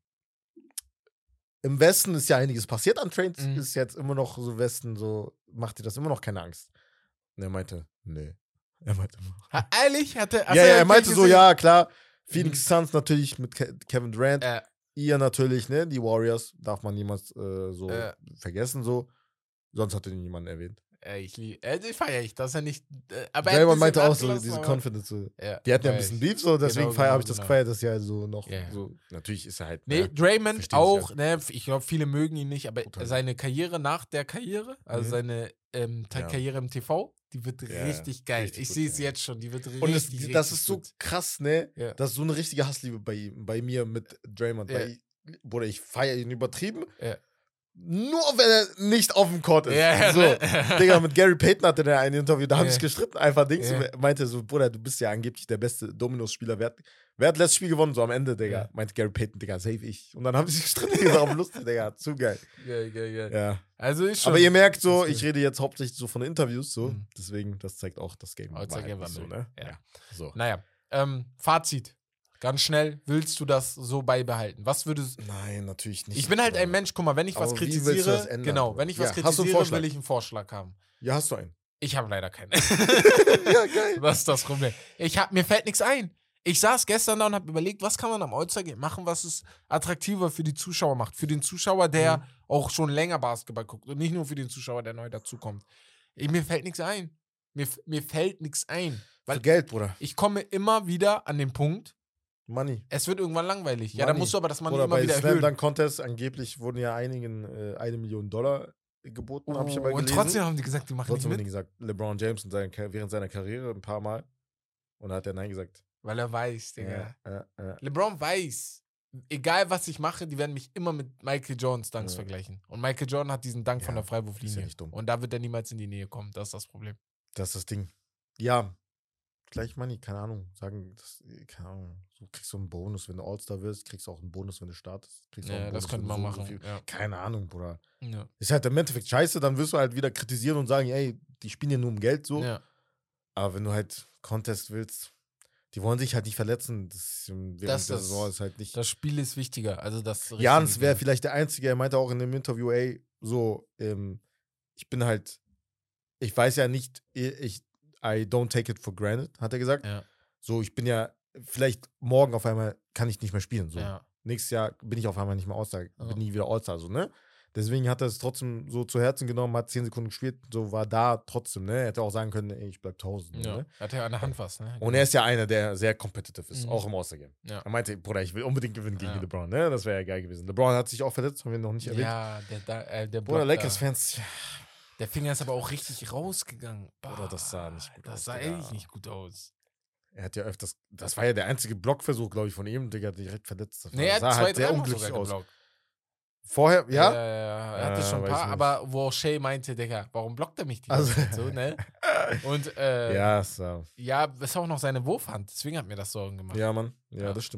im Westen ist ja einiges passiert an Trades, ist jetzt immer noch so Westen, so macht dir das immer noch keine Angst. Und er meinte, nee. Er meinte, ehrlich? Er meinte so, ja, klar, Phoenix Suns natürlich mit Kevin Durant, ihr natürlich, ne, die Warriors, darf man niemals vergessen, so. Sonst hat er niemanden erwähnt. Ich feiere ich, dass er nicht. Aber Draymond meinte auch so, diese Confidence. So. Ja, die hatten ja ein bisschen Beef, so, deswegen habe ich das gefeiert, dass er halt so noch. So, natürlich ist er halt. Nee, Draymond auch, halt. Ne, ich glaube, viele mögen ihn nicht, aber seine Karriere nach der Karriere, also seine Karriere im TV, die wird richtig geil. Richtig ich sehe es jetzt schon, die wird richtig Und das ist so krass, ne? Ja. Das ist so eine richtige Hassliebe bei mir mit Draymond. Bruder, ich feiere ihn übertrieben. Ja. Nur wenn er nicht auf dem Court ist. So, Digga, mit Gary Payton hatte der ein Interview, da haben sie sich gestritten, einfach Dings. Meinte so, Bruder, du bist ja angeblich der beste Dominos-Spieler. Wer hat letztes Spiel gewonnen? So am Ende, Digga. Meinte Gary Payton, Digga, save ich. Und dann haben sie sich gestritten, Digga, auf lustig, Digga. Zu geil. Geil. Ja. Also ist schon. Aber ihr merkt so, ich rede jetzt hauptsächlich so von Interviews, so. Deswegen, das zeigt auch das Game. So, ne? Ja. So. Naja, Fazit. Ganz schnell, willst du das so beibehalten? Was würdest du. Nein, natürlich nicht. Ich bin halt ein Mensch, guck mal, wenn ich was kritisiere. Genau, wenn ich was kritisiere, will ich einen Vorschlag haben. Ja, hast du einen? Ich habe leider keinen. Ja, geil. Was ist das Problem? Mir fällt nichts ein. Ich saß gestern da und habe überlegt, was kann man am All-Star-Game machen, was es attraktiver für die Zuschauer macht. Für den Zuschauer, der auch schon länger Basketball guckt und nicht nur für den Zuschauer, der neu dazukommt. Mir fällt nichts ein. Mir fällt nichts ein. Weil für Geld, Bruder. Ich komme immer wieder an den Punkt, Money. Es wird irgendwann langweilig. Ja, dann musst du aber das Money immer wieder erhöhen. Bei Slam Dunk Contest angeblich wurden ja einigen $1 Million geboten, habe ich aber gelesen. Und trotzdem haben die gesagt, die machen trotzdem nicht mit. Trotzdem haben die gesagt, LeBron James während seiner Karriere ein paar Mal. Und da hat er Nein gesagt. Weil er weiß, Digga. LeBron weiß, egal was ich mache, die werden mich immer mit Michael Jordans Dunks vergleichen. Und Michael Jordan hat diesen Dunk von der Freiwurflinie. Ist ja nicht dumm. Und da wird er niemals in die Nähe kommen. Das ist das Problem. Das ist das Ding. Ja, gleich Money, keine Ahnung. Keine Ahnung. Du kriegst so einen Bonus, wenn du All-Star wirst, kriegst du auch einen Bonus, wenn du startest. Das könnte man machen. So keine Ahnung, Bruder. Ja. Ist halt im Endeffekt scheiße, dann wirst du halt wieder kritisieren und sagen, ey, die spielen ja nur um Geld so. Ja. Aber wenn du halt Contest willst, die wollen sich halt nicht verletzen. Während der Saison ist halt nicht. Das Spiel ist wichtiger. Also das Jans wäre vielleicht der Einzige, er meinte auch in dem Interview, ey, so, ich bin halt, ich weiß ja nicht, I don't take it for granted, hat er gesagt. Ja. So, ich bin ja, vielleicht morgen auf einmal kann ich nicht mehr spielen. So. Ja. Nächstes Jahr bin ich auf einmal nicht mehr All-Star, bin nie wieder All-Star, so, ne? Deswegen hat er es trotzdem so zu Herzen genommen, hat 10 Sekunden gespielt, so war da trotzdem, ne? Er hätte auch sagen können, ey, ich bleib 1000. Ja. Ne? Er hat ja an der Hand was, ne? Und er ist ja einer, der sehr competitive ist, auch im All-Star-Game. Ja. Er meinte, Bruder, ich will unbedingt gewinnen gegen LeBron, ne? Das wäre ja geil gewesen. LeBron hat sich auch verletzt, haben wir noch nicht erwähnt. Ja, der Bruder, Lakers-Fans. Der Finger ist aber auch richtig rausgegangen. Bruder, das sah nicht gut aus. Das sah ehrlich nicht gut aus. Er hat ja öfters, das war ja der einzige Blockversuch, glaube ich, von ihm, Digga, direkt verletzt. Nee, er hat halt sehr unglücklich aus. Vorher, ja? Ja, er hatte schon ein paar, aber wo Shea meinte, Digga, warum blockt er mich die ganze Zeit so, ne? Und, ja, so. Ja, ist auch noch seine Wurfhand, deswegen hat mir das Sorgen gemacht. Ja, Mann, ja, das stimmt.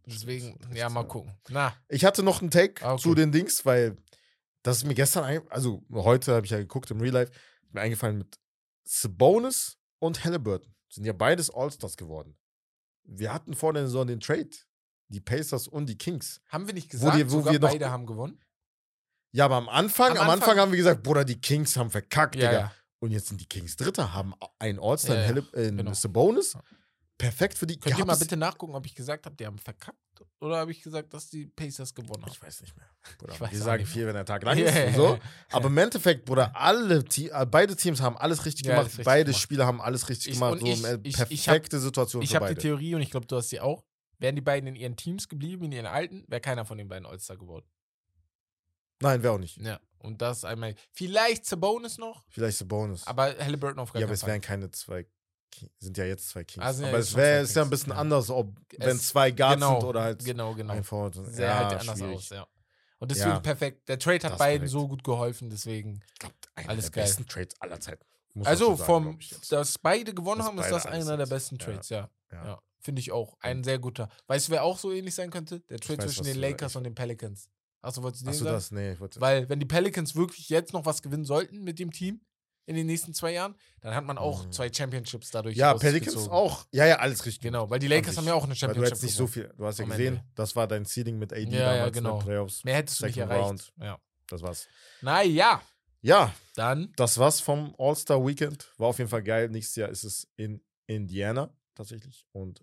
Deswegen, ja, mal gucken. Ich hatte noch einen Take Okay. zu den Dings, weil das ist mir gestern, also heute habe ich ja geguckt im Real Life, ist mir eingefallen mit Sabonis und Halliburton. Sind ja beides All-Stars geworden. Wir hatten vor der Saison den Trade. Die Pacers und die Kings. Haben wir nicht gesagt, wo wir noch, beide haben gewonnen? Ja, aber am Anfang haben wir gesagt, Bruder, die Kings haben verkackt, Ja, Digga. ja. Und jetzt sind die Kings Dritter, haben einen All-Star in genau. Sabonis. Perfekt für die. Könnt ihr mal bitte nachgucken, ob ich gesagt habe, die haben verkackt? Oder habe ich gesagt, dass die Pacers gewonnen haben? Ich weiß nicht mehr. Bruder, Ich weiß wir auch sagen nicht viel, wenn der Tag lang ist und so. Aber im Endeffekt, Bruder, beide Teams haben alles richtig Ja, gemacht. alles richtig Beide gemacht. Spieler haben alles richtig gemacht. Perfekte Situation Ich für habe beide. die Theorie und ich glaube, du hast sie auch. Wären die beiden in ihren Teams geblieben, in ihren alten, wäre keiner von den beiden All-Star geworden. Nein, wäre auch nicht. Ja, und das einmal. Vielleicht Sabonis noch, Vielleicht Sabonis. aber Halliburton auf gar Ja, aber keinen es Fall. wären keine zwei. Sind ja jetzt zwei Kings. Also, ja, aber jetzt es schon zwei ist ja ein Kings. bisschen Ja. anders, wenn zwei Guards sind oder halt Genau. ein Forward. Sähe halt anders aus, ja. Und deswegen perfekt. Der Trade hat beiden so gut geholfen, deswegen alles der geil. besten Trades aller Zeiten. Also, sagen, dass beide gewonnen Dass haben, ist beide das alles einer der sind. besten Trades, ja. Ja. Finde ich auch. Ein sehr guter. Weißt du, wer auch so ähnlich sein könnte? Der Trade weiß, zwischen was den du Lakers sagst. und den Pelicans. Achso, wolltest du den Achso, sagen? das? Nee, ich wollte. Weil, wenn die Pelicans wirklich jetzt noch was gewinnen sollten mit dem Team in den nächsten 2 Jahren, dann hat man auch 2 Championships dadurch Ja, rausgezogen. Pelicans auch. Ja, alles richtig. Genau, weil die Lakers haben ja auch eine Weil Championship du hättest nicht so gewonnen. viel. Du hast ja Am gesehen, Ende. das war dein Seeding mit AD Ja, damals genau. in den Playoffs. Mehr hättest du nicht Second erreicht. Round. Ja. Das war's. Naja, Ja, dann. das war's vom All-Star Weekend. War auf jeden Fall geil. Nächstes Jahr ist es in Indiana tatsächlich. Und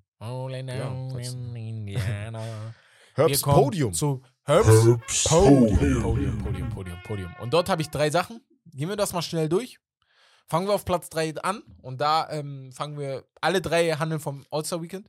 Indiana. Herbst Podium. Zu Herbst Podium. Und dort habe ich 3 Sachen. Gehen wir das mal schnell durch. Fangen wir auf Platz 3 an. Und da fangen wir, alle 3 handeln vom All-Star-Weekend.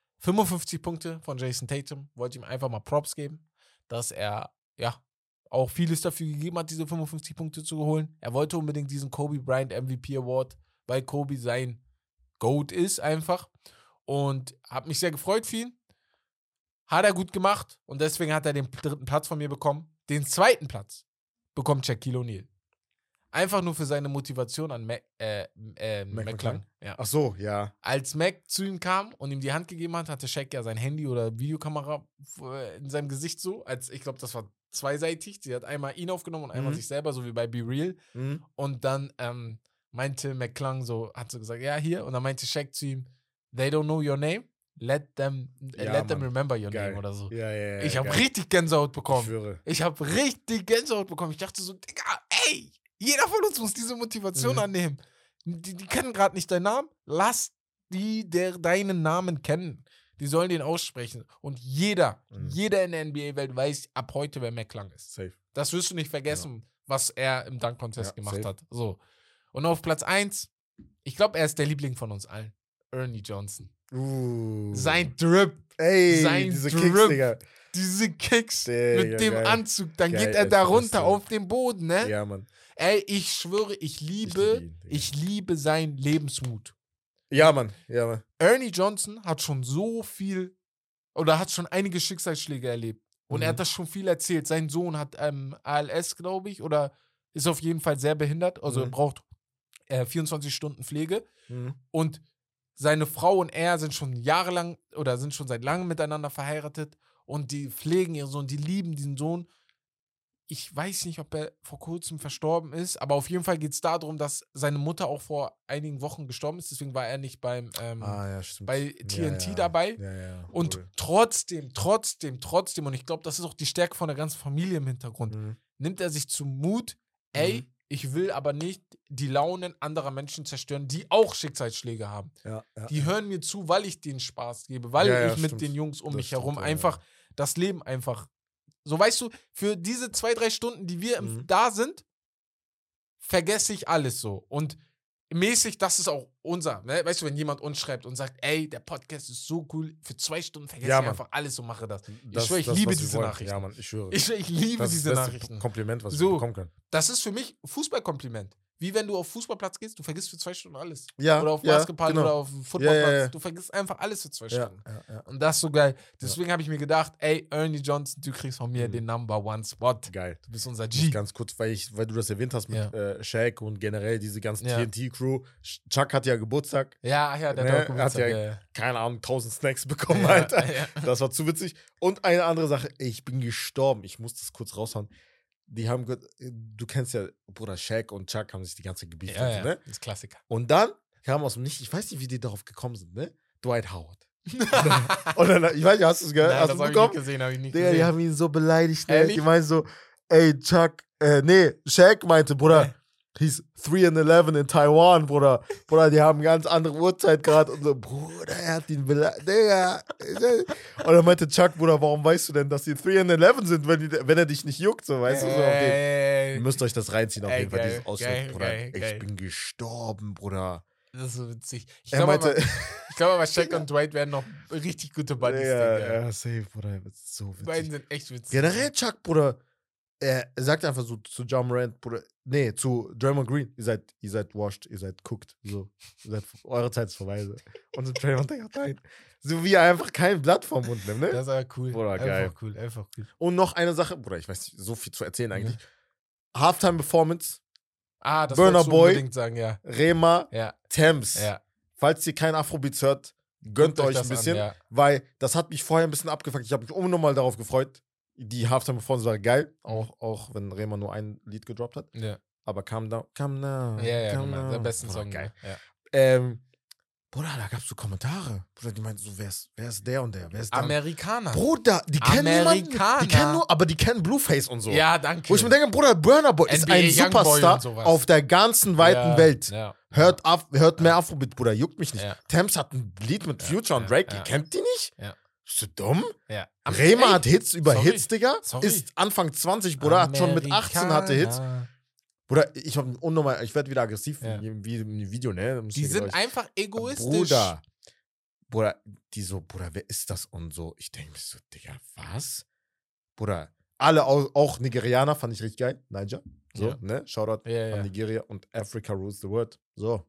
55 Punkte von Jason Tatum. Wollte ihm einfach mal Props geben, dass er, auch vieles dafür gegeben hat, diese 55 Punkte zu holen. Er wollte unbedingt diesen Kobe Bryant MVP Award, weil Kobe sein GOAT ist einfach. Und habe mich sehr gefreut für ihn. Hat er gut gemacht und deswegen hat er den 3. Platz von mir bekommen. Den 2. Platz bekommt Shaquille O'Neal. Einfach nur für seine Motivation an McClung. Ja. Ach so, ja. Als Mac zu ihm kam und ihm die Hand gegeben hat, hatte Shaq ja sein Handy oder Videokamera in seinem Gesicht so. Ich glaube, das war zweiseitig. Sie hat einmal ihn aufgenommen und einmal sich selber, so wie bei Be Real. Und dann meinte McClung so, hat so gesagt, ja, hier. Und dann meinte Shaq zu ihm, they don't know your name. Let them remember your name oder so. Ja, ich habe richtig Gänsehaut bekommen. Ich schwöre. Ich habe richtig Gänsehaut bekommen. Ich dachte so, Digga, ey, jeder von uns muss diese Motivation annehmen. Die kennen gerade nicht deinen Namen. Lass deinen Namen kennen. Die sollen den aussprechen. Und jeder in der NBA-Welt weiß ab heute, wer McClung ist. Safe. Das wirst du nicht vergessen, was er im Dunk-Contest gemacht safe. hat. So. Und auf Platz 1, ich glaube, er ist der Liebling von uns allen. Ernie Johnson. Sein Drip. Diese Kicks, Digga. Diese Kicks Digga, mit dem geil. Anzug. Dann Geil, geht er da ist runter so. auf den Boden, ne? Ja, Mann. Ey, ich schwöre, ich liebe seinen Lebensmut. Ja, Mann. Ernie Johnson hat schon so viel oder hat schon einige Schicksalsschläge erlebt. Und er hat das schon viel erzählt. Sein Sohn hat ALS, glaube ich, oder ist auf jeden Fall sehr behindert. Also er braucht 24 Stunden Pflege. Und seine Frau und er sind schon jahrelang oder sind schon seit langem miteinander verheiratet. Und die pflegen ihren Sohn, die lieben diesen Sohn. Ich weiß nicht, ob er vor kurzem verstorben ist, aber auf jeden Fall geht es darum, dass seine Mutter auch vor einigen Wochen gestorben ist. Deswegen war er nicht bei TNT dabei. Ja, und cool. trotzdem, und ich glaube, das ist auch die Stärke von der ganzen Familie im Hintergrund, nimmt er sich zum Mut, ich will aber nicht die Launen anderer Menschen zerstören, die auch Schicksalsschläge haben. Die hören mir zu, weil ich denen Spaß gebe, weil ich mit den Jungs um mich herum einfach das Leben einfach. So, weißt du, für diese 2-3 Stunden, die wir da sind, vergesse ich alles so. Und mäßig, das ist auch unser, ne? Weißt du, wenn jemand uns schreibt und sagt, ey, der Podcast ist so cool, für 2 Stunden vergesse ich einfach alles und mache das. Ich schwöre, ich liebe diese Nachrichten. Ja, Mann, ich schwöre. Ich liebe diese Nachrichten. Kompliment, was wir bekommen können. Das ist für mich Fußballkompliment. wie wenn du auf Fußballplatz gehst, du vergisst für 2 Stunden alles. Ja, Oder auf Basketball genau. oder auf Footballplatz. Ja. Du vergisst einfach alles für 2 Stunden. Ja. Und das ist so geil. Deswegen habe ich mir gedacht, ey, Ernie Johnson, du kriegst von mir den Number One Spot. Geil. Du bist unser Ich G. muss ganz kurz, weil du das erwähnt hast mit Shaq und generell diese ganzen TNT-Crew. Chuck hat ja Geburtstag. Ja, der hat auch Geburtstag. Hat keine Ahnung, 1000 Snacks bekommen, Alter. Das war zu witzig. Und eine andere Sache, ich bin gestorben. Ich muss das kurz raushauen. Die haben, du kennst ja, Bruder, Shaq und Chuck haben sich die ganze Zeit gebieft. Ja, ne? Das ist Klassiker. Und dann kam aus dem Nichts, ich weiß nicht, wie die darauf gekommen sind, ne? Dwight Howard. Und dann, ich weiß nicht, hast du es gehört? Nein, hast das du habe bekommen? ich nicht gesehen, Digga, die haben ihn so beleidigt, ne? Ehrlich? Die meinen so, ey, Chuck, Shaq meinte, Bruder, he's 3-11 in Taiwan, Bruder. Bruder, die haben ganz andere Uhrzeit gerade. Und so, Bruder, er hat ihn beleidigt. Digga. Und dann meinte Chuck, Bruder, warum weißt du denn, dass die 3-11 sind, wenn er dich nicht juckt, so, weißt du? So, ihr müsst euch das reinziehen, auf jeden Fall, dieses Ausschnitt, Bruder. Ich bin gestorben, Bruder. Das ist so witzig. Ich Er glaube meinte, aber, Shaq und Dwight werden noch richtig gute Buddies. ja, safe, Bruder. Das ist so witzig. Die beiden sind echt witzig. Generell Chuck, Bruder, er sagt einfach so zu Ja Morant, Bruder, zu Draymond Green, ihr seid washed, ihr seid cooked, so. Eure Zeit ist vorbei. So. Und so Draymond denkt, nein. So wie er einfach kein Blatt vom Mund nimmt, ne? Das ist aber cool. Bruder, geil. Einfach cool. Und noch eine Sache, Bruder, ich weiß nicht, so viel zu erzählen eigentlich. Halftime-Performance. Das Burna wolltest du Boy, unbedingt sagen, ja. Rema, Ja. Thames. Ja. Falls ihr kein Afrobeats hört, gönnt euch ein bisschen, weil das hat mich vorher ein bisschen abgefuckt. Ich habe mich unnormal darauf gefreut. Die Halftime-Performance war geil, auch wenn Rema nur ein Lied gedroppt hat. Ja. Aber Come Now. Der besten Bruder, Song. geil. Ja. Bruder, da gab's so Kommentare. Bruder, die meinten so, wer ist der und der? Wer ist der? Amerikaner. Bruder, die kennen niemanden. Aber die kennen Blueface und so. Ja, danke. Wo ich mir denke, Bruder, Burna Boy ist ein Superstar auf der ganzen weiten Welt. Ja. Hört mehr Afrobeat, Bruder, juckt mich nicht. Ja. Thames hat ein Lied mit Future und Drake, ihr kennt die nicht? Ja. Bist du dumm? Ja. Rema hat Hits über Hits, Digga. Sorry. Ist Anfang 20, Bruder, hat schon mit 18 hatte Hits. Bruder, ich werde wieder aggressiv wie im Video, ne? Die sind einfach egoistisch. Bruder, die so, Bruder, wer ist das und so? Ich denke mir so, Digga, was? Bruder, alle auch Nigerianer, fand ich richtig geil. Niger, so, ne? Shoutout an Nigeria und Africa rules the world. So.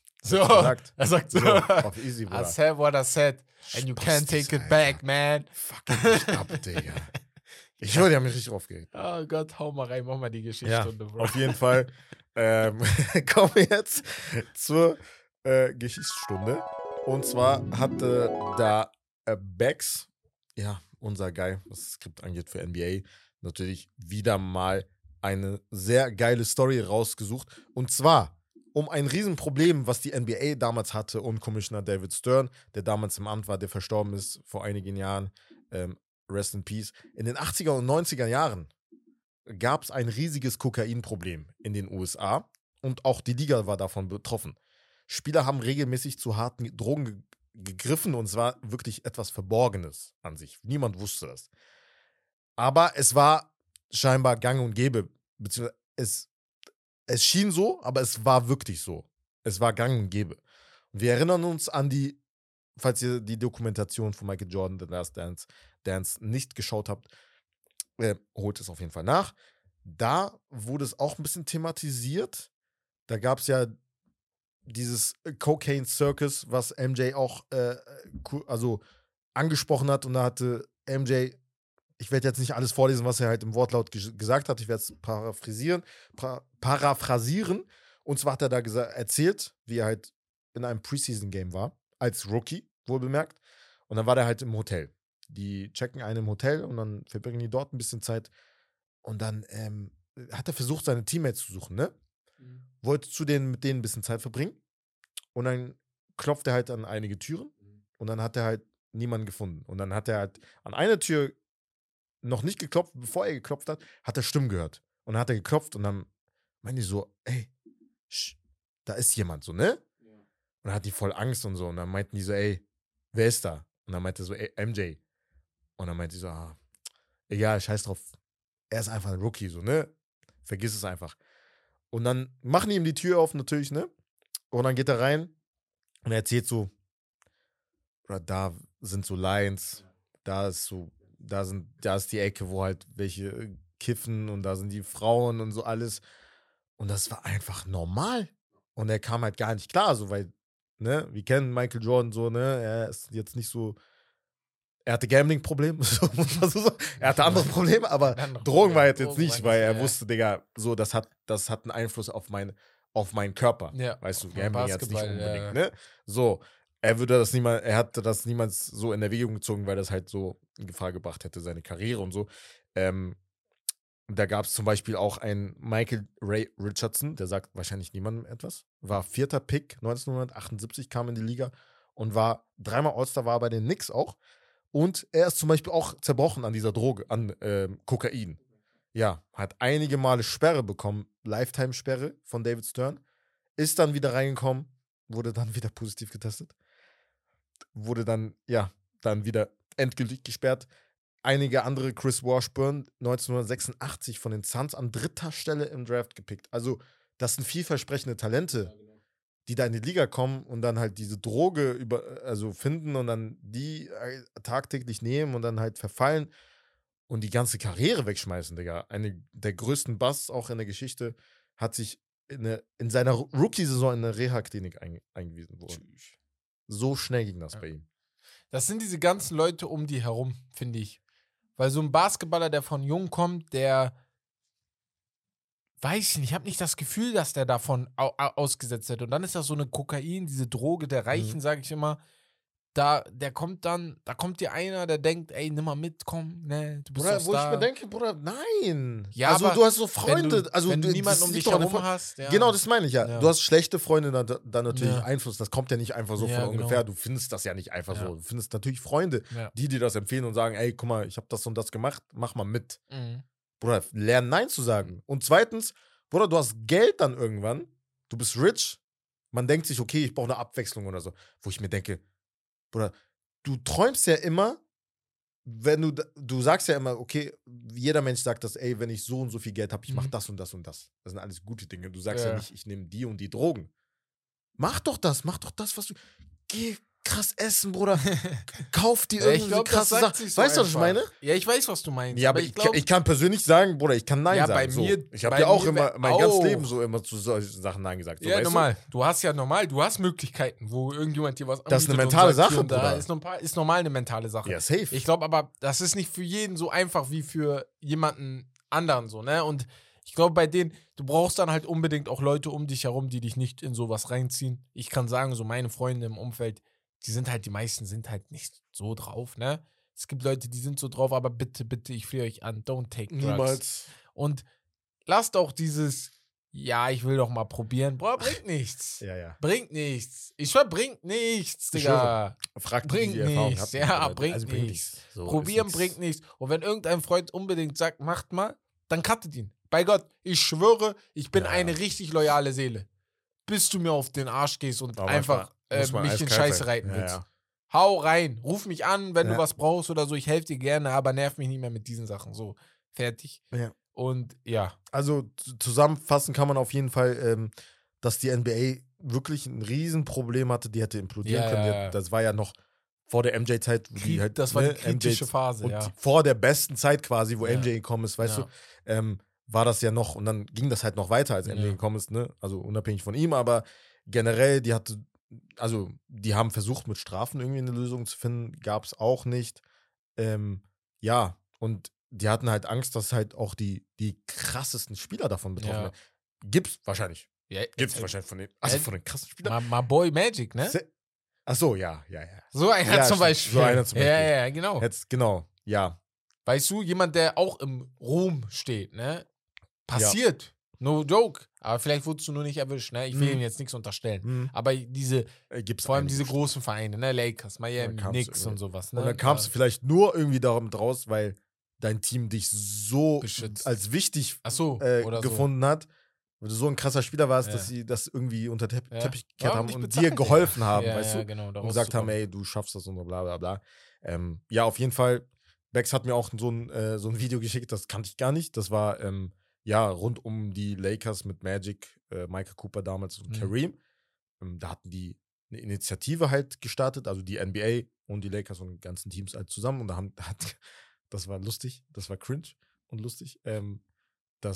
Er sagt so. Auf easy, Bruder. I said what I said and you can't take it back, man. Fuck mich ab, Digga. Ich höre, die haben mich richtig aufgeregt. Oh Gott, hau mal rein, mach mal die Geschichtsstunde, Bro. Auf jeden Fall kommen wir jetzt zur Geschichtsstunde. Und zwar hatte da Bex, unser Guy, was das Skript angeht für NBA, natürlich wieder mal eine sehr geile Story rausgesucht. Und zwar um ein Riesenproblem, was die NBA damals hatte und Commissioner David Stern, der damals im Amt war, der verstorben ist vor einigen Jahren, rest in peace. In den 80er und 90er Jahren gab es ein riesiges Kokainproblem in den USA und auch die Liga war davon betroffen. Spieler haben regelmäßig zu harten Drogen gegriffen und es war wirklich etwas Verborgenes an sich. Niemand wusste das. Aber es war scheinbar gang und gäbe, beziehungsweise es schien so, aber es war wirklich so. Es war gang und gäbe. Und wir erinnern uns an falls ihr die Dokumentation von Michael Jordan, The Last Dance nicht geschaut habt, holt es auf jeden Fall nach. Da wurde es auch ein bisschen thematisiert. Da gab es ja dieses Cocaine Circus, was MJ auch angesprochen hat. Und da hatte MJ, ich werde jetzt nicht alles vorlesen, was er halt im Wortlaut gesagt hat, ich werde es paraphrasieren. Und zwar hat er da erzählt, wie er halt in einem Preseason-Game war, als Rookie, wohlbemerkt. Und dann war der halt im Hotel. Die checken einen im Hotel und dann verbringen die dort ein bisschen Zeit. Und dann hat er versucht, seine Teammates zu suchen, ne? Wollte mit denen ein bisschen Zeit verbringen. Und dann klopft er halt an einige Türen. Und dann hat er halt niemanden gefunden. Und dann hat er halt an eine Tür noch nicht geklopft, bevor er geklopft hat er Stimmen gehört. Und dann hat er geklopft und dann meinte ich so, ey, da ist jemand, so, ne? Ja. Und dann hat die voll Angst und so. Und dann meinten die so, ey, wer ist da? Und dann meinte er so, ey, MJ. Und dann meinte sie so, egal, scheiß drauf. Er ist einfach ein Rookie, so, ne? Vergiss es einfach. Und dann machen die ihm die Tür auf, natürlich, ne? Und dann geht er rein und er erzählt so, da sind so Lines, da ist die Ecke, wo halt welche kiffen und da sind die Frauen und so alles. Und das war einfach normal. Und er kam halt gar nicht klar, so, weil, ne, wir kennen Michael Jordan so, ne, er ist jetzt nicht so, er hatte Gambling-Probleme, so, muss man so sagen. Er hatte andere Probleme, aber Drogen war jetzt nicht, weil er wusste, Digga, so, das hat einen Einfluss auf meinen Körper. Ja, weißt du, Gambling jetzt nicht unbedingt, ja. ne? So, er hatte das niemals so in Erwägung gezogen, weil das halt so in Gefahr gebracht hätte, seine Karriere und so. Da gab es zum Beispiel auch einen Michael Ray Richardson, der sagt wahrscheinlich niemandem etwas, war 4. Pick 1978, kam in die Liga und war 3-mal All-Star, war bei den Knicks auch. Und er ist zum Beispiel auch zerbrochen an dieser Droge, an Kokain. Ja, hat einige Male Sperre bekommen, Lifetime-Sperre von David Stern, ist dann wieder reingekommen, wurde dann wieder positiv getestet, wurde dann wieder endgültig gesperrt. Einige andere, Chris Washburn, 1986 von den Suns an 3. Stelle im Draft gepickt. Also, das sind vielversprechende Talente, die da in die Liga kommen und dann halt diese Droge finden und dann die tagtäglich nehmen und dann halt verfallen und die ganze Karriere wegschmeißen, Digga. Eine der größten Busts auch in der Geschichte hat sich in seiner Rookie-Saison in eine Reha-Klinik eingewiesen worden. So schnell ging das bei ihm. Das sind diese ganzen Leute um die herum, finde ich. Weil so ein Basketballer, der von jung kommt, der weiß ich nicht, ich habe nicht das Gefühl, dass der davon ausgesetzt wird. Und dann ist das so eine Kokain, diese Droge der Reichen, sage ich immer. Da kommt dir einer, der denkt, ey, nimm mal mit, komm, ne, du bist Bruder, doch wo Star. ich mir denke, Bruder, nein. Ja, also aber du hast so Freunde, wenn du niemanden um dich herum hast. Ja. Genau, das meine ich ja. Ja. Du hast schlechte Freunde, dann natürlich Einfluss. Das kommt ja nicht einfach so von ungefähr. Genau. Du findest das ja nicht einfach so. Du findest natürlich Freunde, die dir das empfehlen und sagen, ey, guck mal, ich habe das und das gemacht, mach mal mit. Bruder, lern Nein zu sagen. Und zweitens, Bruder, du hast Geld dann irgendwann, du bist rich, man denkt sich, okay, ich brauche eine Abwechslung oder so. Wo ich mir denke, Bruder, du träumst ja immer, wenn du sagst ja immer, okay, jeder Mensch sagt das, ey, wenn ich so und so viel Geld habe, ich mache das und das und das. Das sind alles gute Dinge. Du sagst ja nicht, ich nehme die und die Drogen. Mach doch das, was du. Geh krass essen, Bruder. Kauf dir irgendeine krasse Sache. So weißt du, was ich meine? Ja, ich weiß, was du meinst. Ja, aber ich kann persönlich sagen, Bruder, ich kann Nein sagen. Bei mir, ich habe ja auch immer mein ganzes Leben so immer zu solchen Sachen Nein gesagt. So, ja, normal. Du hast Möglichkeiten, wo irgendjemand dir was anbietet. Das ist eine mentale Sache, Bruder. Ist normal eine mentale Sache. Ja, safe. Ich glaube aber, das ist nicht für jeden so einfach wie für jemanden anderen so, ne? Und ich glaube, bei denen, du brauchst dann halt unbedingt auch Leute um dich herum, die dich nicht in sowas reinziehen. Ich kann sagen, so meine Freunde im Umfeld, die meisten sind halt nicht so drauf, ne? Es gibt Leute, die sind so drauf, aber bitte, bitte, ich flehe euch an, don't take drugs. Niemals. Und lasst auch dieses, ja, ich will doch mal probieren. Boah, bringt nichts. Ja. Bringt nichts. Ich schwör, bringt nichts, Digga. Fragt bringt die Erfahrung nichts. habt. Ja, bringt nichts. So, probieren bringt nichts. Und wenn irgendein Freund unbedingt sagt, macht mal, dann cuttet ihn. Bei Gott, ich schwöre, ich bin eine richtig loyale Seele. Bis du mir auf den Arsch gehst und einfach mich in Scheiße reiten willst. Ja. Hau rein, ruf mich an, wenn du was brauchst oder so. Ich helfe dir gerne, aber nerv mich nicht mehr mit diesen Sachen. So, fertig. Ja. Und ja. Also zusammenfassen kann man auf jeden Fall, dass die NBA wirklich ein Riesenproblem hatte, die hätte implodieren können. Ja. Das war ja noch vor der MJ-Zeit. Das war die kritische Phase, und vor der besten Zeit quasi, wo MJ gekommen ist, weißt du, war das ja noch, und dann ging das halt noch weiter, als MJ gekommen ist, ne? Also unabhängig von ihm, aber generell, die haben versucht, mit Strafen irgendwie eine Lösung zu finden, gab es auch nicht. Und die hatten halt Angst, dass halt auch die krassesten Spieler davon betroffen werden. Gibt's wahrscheinlich. Ja, Gibt's wahrscheinlich von den krassen Spielern. My Boy Magic, ne? Ach so, ja. So einer zum Beispiel. So einer zum Beispiel. Ja, genau. Genau, ja. Weißt du, jemand, der auch im Ruhm steht, ne? Passiert. No joke. Aber vielleicht wurdest du nur nicht erwischt, ne? Ich will ihm jetzt nichts unterstellen. Aber vor allem diese großen Vereine, ne? Lakers, Miami, Knicks und sowas, ne? Und dann kamst du vielleicht nur irgendwie damit raus, weil dein Team dich so beschützt, als wichtig gefunden hat, weil du so ein krasser Spieler warst, dass sie das irgendwie unter Teppich gekehrt haben und dir geholfen haben, weißt du? Genau, und gesagt haben, ey, du schaffst das und bla bla bla. Ja, auf jeden Fall, Bex hat mir auch so ein Video geschickt, das kannte ich gar nicht. Das war, rund um die Lakers mit Magic, Michael Cooper damals und Kareem. Da hatten die eine Initiative halt gestartet, also die NBA und die Lakers und die ganzen Teams halt zusammen. Und das war lustig, das war cringe und lustig, dass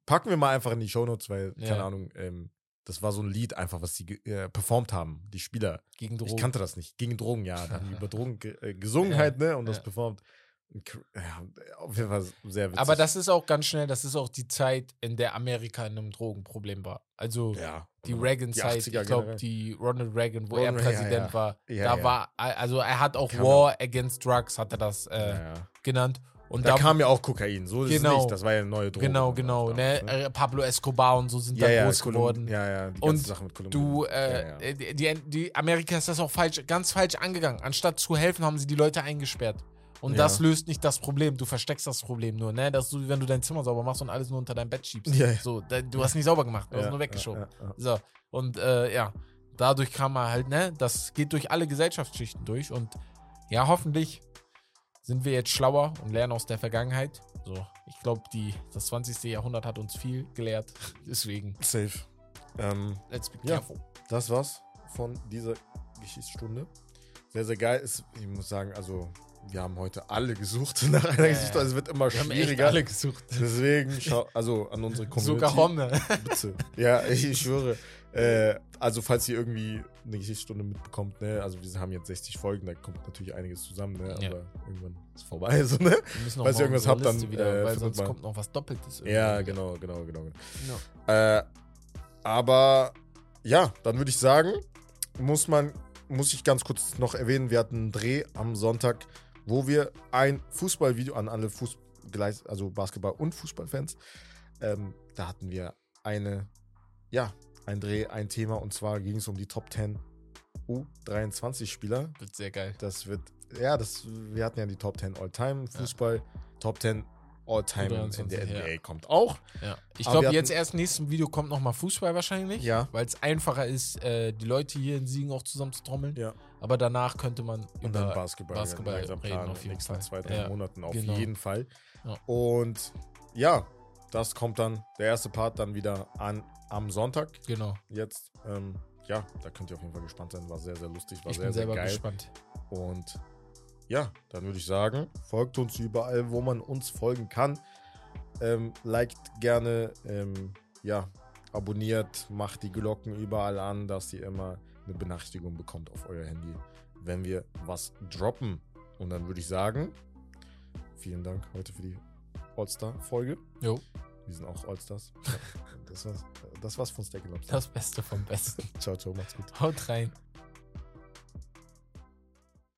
packen wir mal einfach in die Shownotes, weil, keine Ahnung, das war so ein Lied einfach, was die performt haben, die Spieler. Gegen Drogen. Ich kannte das nicht. Gegen Drogen, ja. Da haben die über Drogen gesungen halt, ne? Und das performt. Ja, auf jeden Fall sehr witzig. Aber das ist auch ganz schnell, das ist auch die Zeit, in der Amerika in einem Drogenproblem war. Also die Reagan-Zeit, ich glaube, die Ronald Reagan, wo er Präsident war, war, also er hat auch War Against Drugs, hat er das genannt. Und da kam ja auch Kokain, so ist es nicht, das war ja eine neue Droge. Genau, ne? Pablo Escobar und so sind da groß geworden. Die ganze Sache mit Kolumbien. Die Amerika ist das auch ganz falsch angegangen. Anstatt zu helfen, haben sie die Leute eingesperrt. Und das löst nicht das Problem, du versteckst das Problem nur, ne? Das ist so, wie wenn du dein Zimmer sauber machst und alles nur unter dein Bett schiebst. So, du hast nicht sauber gemacht, du hast nur weggeschoben. So, und dadurch kam man halt, ne? Das geht durch alle Gesellschaftsschichten durch und ja, hoffentlich sind wir jetzt schlauer und lernen aus der Vergangenheit. So, ich glaube, das 20. Jahrhundert hat uns viel gelehrt. Deswegen. Safe. Let's be careful. Das war's von dieser Geschichtsstunde. Sehr, sehr geil. Ich muss sagen, also wir haben heute alle gesucht nach einer Geschichte. Also es wird immer schwieriger. Wir haben echt alle gesucht. Deswegen, also an unsere Community. Sogar Honne. Bitte. Ja, ich schwöre. Also falls ihr irgendwie eine Geschichtsstunde mitbekommt, ne, also wir haben jetzt 60 Folgen, da kommt natürlich einiges zusammen, ne, aber irgendwann ist es vorbei, so, ne? Falls ihr irgendwas habt, dann weil sonst kommt noch was Doppeltes. Ja, genau. Aber ja, dann würde ich sagen, muss ich ganz kurz noch erwähnen, wir hatten einen Dreh am Sonntag, wo wir ein Fußballvideo an alle also Basketball- und Fußballfans, da hatten wir ein Dreh, ein Thema, und zwar ging es um die Top 10 U23-Spieler. Wird sehr geil. Wir hatten ja die Top 10 All-Time Fußball, Top 10 All-Time in der NBA kommt auch. Ja. Ich glaube, jetzt erst im nächsten Video kommt nochmal Fußball wahrscheinlich, weil es einfacher ist, die Leute hier in Siegen auch zusammen zu trommeln. Ja. Aber danach könnte man und dann Basketball reden, planen, auf jeden Fall. 2-3 Monaten auf jeden Fall. Ja. Und das kommt dann, der erste Part dann wieder am Sonntag. Genau. Jetzt, da könnt ihr auf jeden Fall gespannt sein. War sehr, sehr lustig, war ich sehr, bin sehr selber geil. Gespannt. Und dann würde ich sagen, folgt uns überall, wo man uns folgen kann. Liked gerne, abonniert, macht die Glocken überall an, dass ihr immer eine Benachrichtigung bekommt auf euer Handy, wenn wir was droppen. Und dann würde ich sagen, vielen Dank heute für die All-Star-Folge. Jo. Wir sind auch All-Stars. Das war's von Steak & Lobster. Das Beste vom Besten. Ciao, macht's gut. Haut rein.